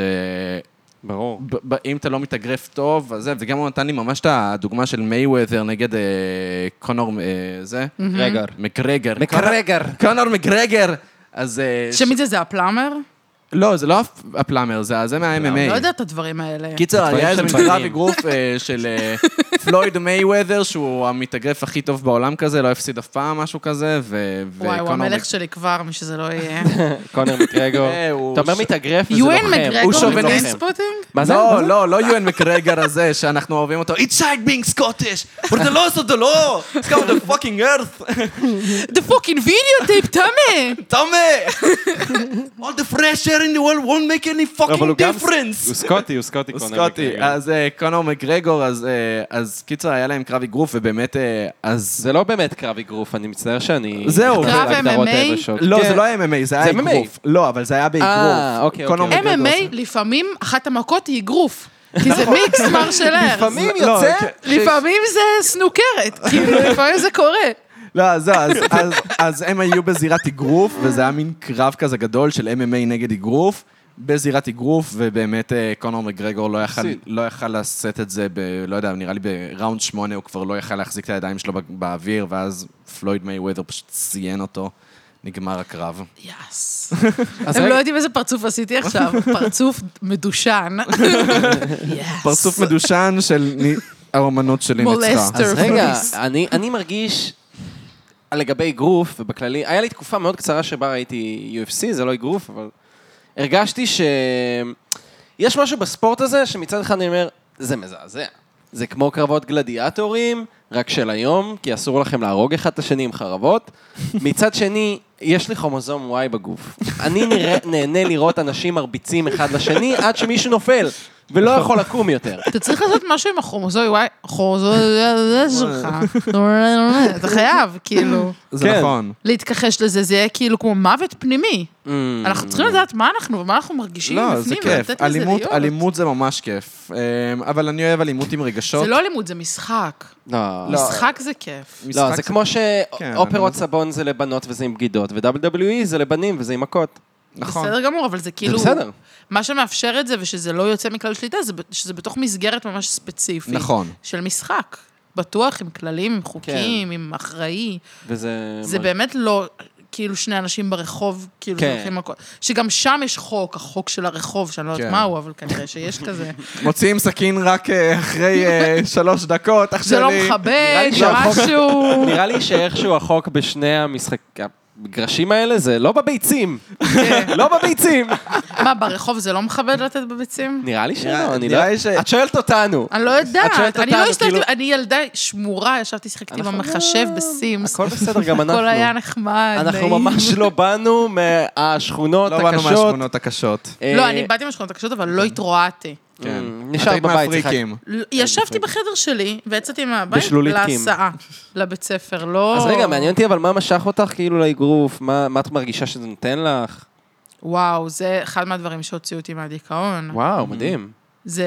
ברור. ב- ב- אם אתה לא מתאגרף טוב, אז זה, וגם הוא נתן לי ממש את הדוגמה של מייווותר נגד אה, קונור, אה, זה? רגע. מקרגר. מקרגר. קונור מקרגר. אז... אה, ש- שמי זה, זה הפלאמר? לא, זה לא הפלאמר, זה זה מה-אם אם איי. לא יודע את הדברים האלה. קיצר, היה איזה של מקרב בנים. אגרוף אה, של אה, פלויד מייוודר, שהוא המתאגרף הכי טוב בעולם כזה, לא הפסיד אף פעם, משהו כזה, ו... וואי, הוא וקונור המלך מק- שלי כבר, מי שזה לא יהיה. קונר מקרגור. אה, הוא אתה אומר ש- מתאגרף וזה יואן לוחם. הוא מקרגור שוביניסט. בטריינספוטינג? מה זה? מה לא, זה? לא, לא יואן מקרגר הזה, שאנחנו אוהבים אותו. It's like being Scottish, but the laws of the law, it's come the fucking earth. The fucking videotape, תמי! תומי! All the fresh air in the world won't make any אבל fucking הוא גם- difference. הוא סקוטי, הוא סקוטי הוא קונר סקוטי, מקרגור. אז אה, קונור מקרגור, אז, אה, אז קיצר, היה להם קרב אגרוף, ובאמת, אה, אז... זה לא באמת קרב אגרוף, אני מצטער שאני... זהו. נכנס קרב להגדרות אם אם איי? היבשות. לא, כן. זה לא אם אם איי, זה היה זה אם אם איי. אגרוף. לא, אבל זה היה באגרוף. אה, אוקיי, קונור אוקיי. אם אם איי, מקרגור לפעמים אחת המכות היא אגרוף. כי זה מיקס מרשל ארץ. לפעמים לא, יוצא... כן. לפעמים זה סנוקרת, כאילו, לפעמים זה קורה. לא, אז, אז, אז, אז הם היו בזירת אגרוף, וזה היה מין קרב כזה גדול של אם אם איי נגד אגרוף, בזירת אגרוף, ובאמת אה, קונור מקרגור לא יכל, הפסיד. לא יכל לשאת את זה, ב, לא יודע, נראה לי בראונד שמונה הוא כבר לא יכל להחזיק את הידיים שלו בא- באוויר, ואז פלויד מייוודר פשוט ציין אותו, נגמר הקרב. יס. אז הם רגע- לא יודעים איזה פרצוף עשיתי עכשיו, פרצוף מדושן. יס. פרצוף מדושן של ני- האומנות שלי ניצחה. מולסטר. אז רגע, פריס. אני, אני מרגיש, לגבי אגרוף, ובכללי, היה לי תקופה מאוד קצרה שבה ראיתי יו אף סי, זה לא אגרוף, אבל הרגשתי שיש משהו בספורט הזה, שמצד אחד אני אומר, זה מזעזע. זה כמו קרבות גלדיאטורים, רק של היום, כי אסור לכם להרוג אחד את השני עם חרבות. מצד שני, יש לי כרומוזום Y בגוף. אני נראה, נהנה לראות אנשים מרביצים אחד לשני עד שמישהו נופל, ולא יכול לקום יותר. אתה צריך לעשות משהו עם הכרומוזוי, וואי, הכרומוזוי שלך. אתה חייב, כאילו, זה כן. נכון. להתכחש לזה, זה יהיה כאילו כמו מוות פנימי. Mm. אנחנו צריכים לדעת מה אנחנו ומה אנחנו מרגישים לא, זה בפנים, כיף. ולתת לזה אלימות, להיות. אלימות זה ממש כיף. אמ, אבל אני אוהב אלימות עם רגשות. זה לא לימוד, זה משחק. לא. משחק זה כיף. לא, משחק זה כמו כן, שאופרות אבל- סבון זה לבנות וזה עם בגידות, ו-דאבליו דאבליו אי זה לבנים וזה עם מכות. נכון. בסדר גמור, אבל זה כאילו... בסדר. מה שמאפשר את זה, ושזה לא יוצא מכלל שליטה, זה ב- שזה בתוך מסגרת ממש ספציפית. נכון. של משחק. בטוח, עם כללים, עם חוקים, עם אחראי. וזה... זה באמת לא... כאילו שני אנשים ברחוב, כאילו כן. שהולכים מכות. שגם שם יש חוק, החוק של הרחוב, שאני לא יודעת כן. מהו, אבל כנראה שיש כזה. מוציאים סכין רק אה, אחרי אה, שלוש דקות, אח זה לא שלי. מכבד, לי שהחוק- משהו. נראה לי שאיכשהו החוק בשני המשחק... המגרשים האלה זה לא בביצים. לא בביצים. מה, ברחוב זה לא מכבד לתת בביצים? נראה לי שלא, נראה- אני נראה לא... לי ש- את שואלת אותנו. אני לא את שואלת יודעת, אני לא אותנו, השתתפתי, כאילו- אני ילדה שמורה, ישבתי, שיחקתי אנחנו- במחשב בסימס. הכל בסדר, גם אנחנו. הכל היה נחמד, אנחנו נעים. ממש לא באנו מהשכונות לא באנו הקשות. מהשכונות הקשות. לא, אה, אני באתי מהשכונות הקשות, אבל לא התרועעתי. כן. נשארת את היית בבית, מהפריקים. ישבתי בחדר שלי, ויצאתי מהבית בשלולית קים. להסעה, לבית ספר, לא... אז רגע, מעניין אותי, אבל מה משך אותך כאילו לאגרוף? מה מה את מרגישה שזה נותן לך? וואו, זה אחד מהדברים שהוציאו אותי מהדיכאון. וואו, מדהים. זה...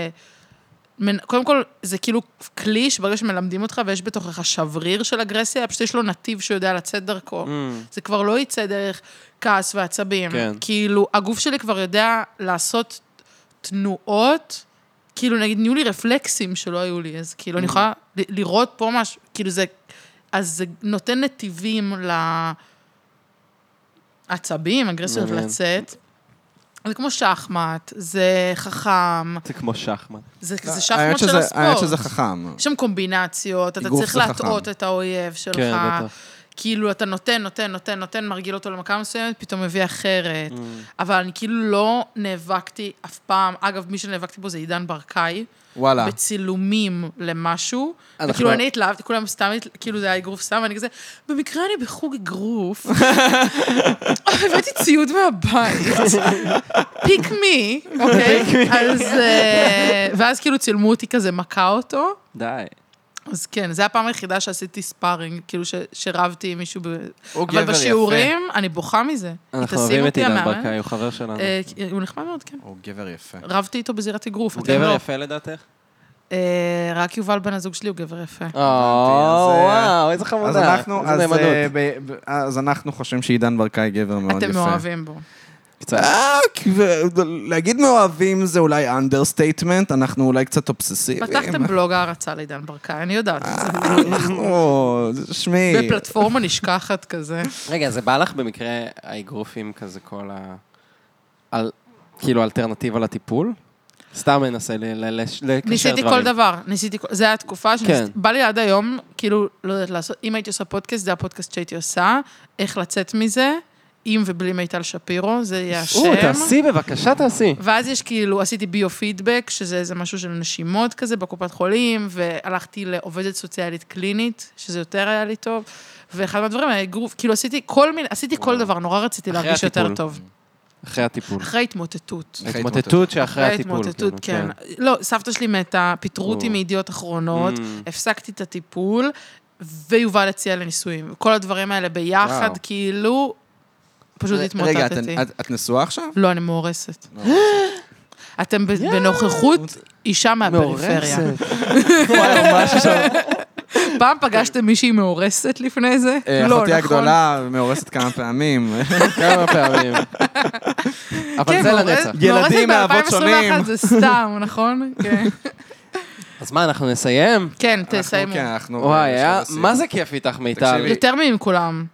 מנ- קודם כל, זה כאילו כלי שברגע שמלמדים אותך ויש בתוכך שבריר של אגרסיה, פשוט יש לו נתיב שהוא יודע לצאת דרכו. זה כבר לא יצא דרך כעס ועצבים. כן. כאילו, הגוף שלי כבר יודע לעשות תנועות, כאילו נגיד, נהיו לי רפלקסים שלא היו לי, אז כאילו, אני יכולה ל- לראות פה משהו, כאילו זה... אז זה נותן נתיבים לעצבים, אגרסיות מעניין. לצאת. זה כמו שחמט, זה חכם, זה כמו שחמט. זה, זה האמת שחמט של שזה- הספורט. האמת שזה חכם. יש שם קומבינציות, אתה אגרוף צריך זה להטעות חכם. את האויב שלך. כן, בטח. כאילו, אתה נותן, נותן, נותן, נותן, מרגיל אותו למכה מסוימת, פתאום מביא אחרת. אבל אני כאילו לא נאבקתי אף פעם, אגב, מי שנאבקתי בו זה עידן ברקאי, וואלה. בצילומים למשהו, אנחנו- וכאילו אני התלהבתי, כולם סתם, כאילו זה היה אגרוף סתם, ואני כזה, במקרה אני בחוג אגרוף, הבאתי ציוד מהבית, פיק מי, אוקיי? אז, אה, ואז כאילו צילמו אותי כזה, מכה אותו, די. אז כן, זו הפעם היחידה שעשיתי ספארינג, כאילו ש- שרבתי עם מישהו, ב... הוא אבל גבר בשיעורים, אני בוכה מזה. אנחנו תשים אוהבים את אותי, עידן המאמן. ברקאי, הוא חבר שלנו. אה, הוא נחמד מאוד, כן. הוא גבר יפה. רבתי איתו בזירת אגרוף, הוא אתם גבר לא. יפה לדעתך? אה, רק יובל בן הזוג שלי הוא גבר יפה. או, וואו, איזה אז חמודה. אנחנו, איזה אז, נאמנות. אה, ב- ב- אז אנחנו חושבים שעידן ברקאי גבר מאוד יפה. אתם מאוהבים בו. קצת. אה, ו- להגיד מאוהבים זה אולי אנדרסטייטמנט, אנחנו אולי קצת אובססיביים. פתחתם בלוג הערצה לעידן ברקאי, אני יודעת את זה. אנחנו, שמי, בפלטפורמה נשכחת כזה. רגע, זה בא לך במקרה האגרופים כזה כל ה... על, כאילו, אלטרנטיבה לטיפול? סתם מנסה לקשר דברים. ניסיתי כל דבר, ניסיתי, זה היה תקופה כן. שבא לי עד היום, כאילו, לא יודעת לעשות, אם הייתי עושה פודקאסט, זה הפודקאסט שהייתי עושה, איך לצאת מזה, עם ובלי מיטל שפירו, זה יהיה השם. או, תעשי, בבקשה תעשי. ואז יש כאילו, עשיתי ביו-פידבק, שזה איזה משהו של נשימות כזה, בקופת חולים, והלכתי לעובדת סוציאלית קלינית, שזה יותר היה לי טוב, ואחד מהדברים היה אגרוף, כאילו עשיתי כל מיני, עשיתי כל דבר, נורא רציתי להרגיש יותר טוב. אחרי הטיפול. אחרי התמוטטות. התמוטטות שאחרי אחרי הטיפול. התמוטטות, כן. לא, סבתא שלי מתה, פיטרו אותי מידיעות אחרונות, הפסקתי את הטיפול, ויובל הציע לנישואים. כל הדברים האלה ביחד, כאילו, פשוט התמוטטתי. רגע, את נשואה עכשיו? לא, אני מאורסת. אתם בנוכחות אישה מהפריפריה. וואי, משהו שם. פעם פגשתם מישהי מאורסת לפני זה? לא, אחותי נכון. הגדולה מאורסת כמה פעמים. כמה פעמים. אבל זה לנצח. ילדים מאבות שונים. מאבות זה סתם, נכון? כן. אז מה, אנחנו נסיים? כן, תסיימו. כן, אנחנו... וואי, היה... מה זה כיף איתך, מיטל? תקשיבי. יותר מהם כולם.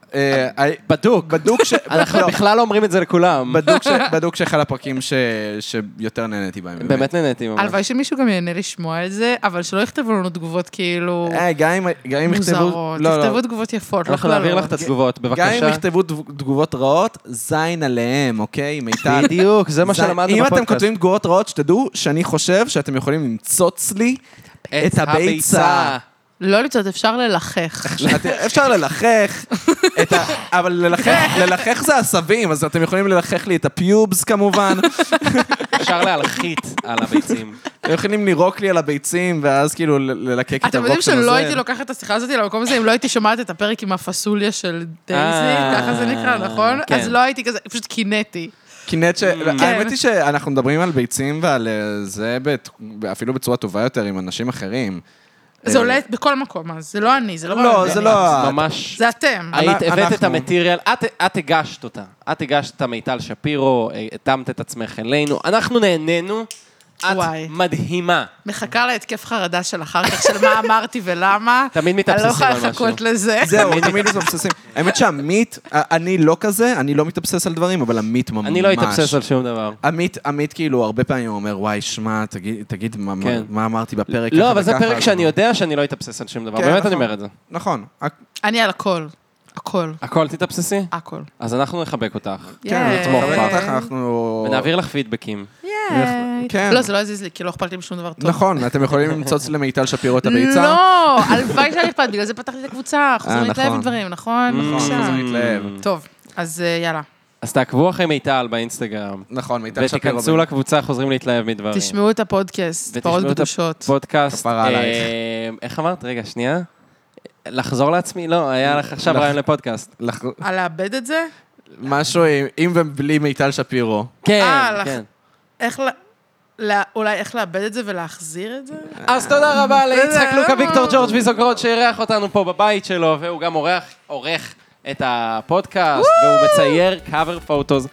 בדוק. בדוק ש... אנחנו בכלל לא אומרים את זה לכולם. בדוק ש... בדוק שאחד הפרקים ש... שיותר נהניתי בהם. באמת נהניתי ממש. הלוואי שמישהו גם יענה לשמוע את זה, אבל שלא יכתבו לנו תגובות כאילו... אה, גם אם גם אם יכתבו... מוזרות. לא, לא. תכתבו תגובות יפות, לא אנחנו נעביר לך כללות. את התגובות, גם אם בבקשה. יכתבו תגובות רעות, זין עליהם, אוקיי? מיטל. בדיוק, זה מה זין. שלמדנו אם בפודקאסט. אתם כותבים תגובות רעות, שתדעו שאני חושב שאתם יכולים למצוץ לי את הביצה. לא לצעות, אפשר ללחך. אפשר ללחך, את ה... אבל ללחך, ללחך זה עשבים, אז אתם יכולים ללחך לי את הפיובס כמובן. אפשר להלחית על הביצים. אתם יכולים לירוק לי על הביצים, ואז כאילו ללקק את אתם הרוק יודעים של שלא זה. הייתי לוקחת את השיחה הזאת למקום הזה, אם לא הייתי שומעת את הפרק עם הפסוליה של דייזי, ככה זה נקרא, נכון? כן. אז לא הייתי כזה, פשוט קינאתי. קינט ש... כן. האמת היא שאנחנו מדברים על ביצים ועל זה אפילו בצורה טובה יותר עם אנשים אחרים. זה עולה בכל מקום, אז זה לא אני, זה לא... לא, זה לא... ממש... זה אתם. היית, הבאת את אנחנו- המטריאל, את, את הגשת אותה. את הגשת את מיטל שפירו, התאמת את עצמך אלינו. אנחנו נהנינו. את וואי. מדהימה. מחכה להתקף חרדה של אחר כך, של מה אמרתי ולמה. תמיד מתאבססים אני לא על יכולה משהו. לחכות לזה. זהו, תמיד מתאבססים. האמת שעמית, אני לא כזה, אני לא מתאבסס על דברים, אבל עמית ממש. אני לא אתאבסס על שום דבר. עמית, עמית כאילו הרבה פעמים אומר, וואי, שמע, תגיד, תגיד מה, כן. מה אמרתי בפרק. לא, ככה אבל זה וככה, פרק אז- שאני יודע שאני לא אתאבסס על שום דבר. כן, באמת נכון. אני אומר את זה. נכון. אני על הכל. הכל. הכל תתאבססי? הכל. אז אנחנו נחבק אותך. כן, נתמוך נחבק בך. אותך, אנחנו... ונעביר לך פידבקים. ייי. כן. לא, זה לא יזיז לי, כי לא אכפת לי משום דבר טוב. נכון, אתם יכולים למצוץ למיטל שפירו את הביצה. לא, הלוואי שהיה אכפת, בגלל זה פתחתי את הקבוצה, חוזרים אה, להתלהב נכון. עם דברים, נכון? נכון, בבקשה. חוזרים להתלהב. טוב, אז אה, יאללה. אז תעקבו אחרי מיטל באינסטגרם. נכון, מיטל שפירו. ותיכנסו לקבוצה, חוזרים להתלהב מדברים. תשמעו את הפודקאסט, ותשמעו פרות את קדושות. הפודקאסט. כפרה עלייך. אה, איך אמרת? רגע, שנייה. לחזור לעצמי? לא, היה לך עכשיו לח- רעיון לפודקאסט. לח- על לאבד את זה? משהו עם- עם ובלי מיטל שפירו. כן, אה, לך- כן. איך ל... לה- אולי איך לאבד את זה ולהחזיר את זה? אז תודה רבה ליצחק לא. לוקה ויקטור ג'ורג' ויזוגרוד שאירח אותנו פה בבית שלו, והוא גם עורך, עורך את הפודקאסט, והוא מצייר קאבר פוטוז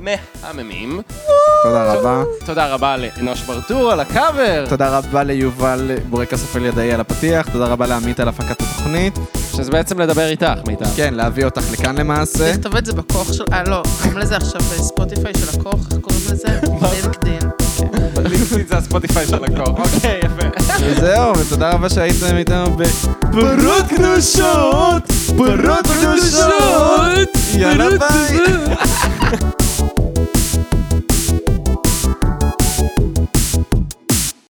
מהממים. תודה רבה. תודה רבה לאנוש ברטור על הקאבר, תודה רבה ליובל בורקס אפל ידעי על הפתיח, תודה רבה לעמית על הפקת התוכנית. שזה בעצם לדבר איתך, מיטל. כן, להביא אותך לכאן למעשה. לכתוב את זה בכוח של... אה, לא, קוראים לזה עכשיו בספוטיפיי של הכוח, איך קוראים לזה? לינקדין. לינקדאין זה הספוטיפיי של הקור. אוקיי, יפה. וזהו, ותודה רבה שהייתם איתנו בפרות קדושות! פרות קדושות! יאללה ביי!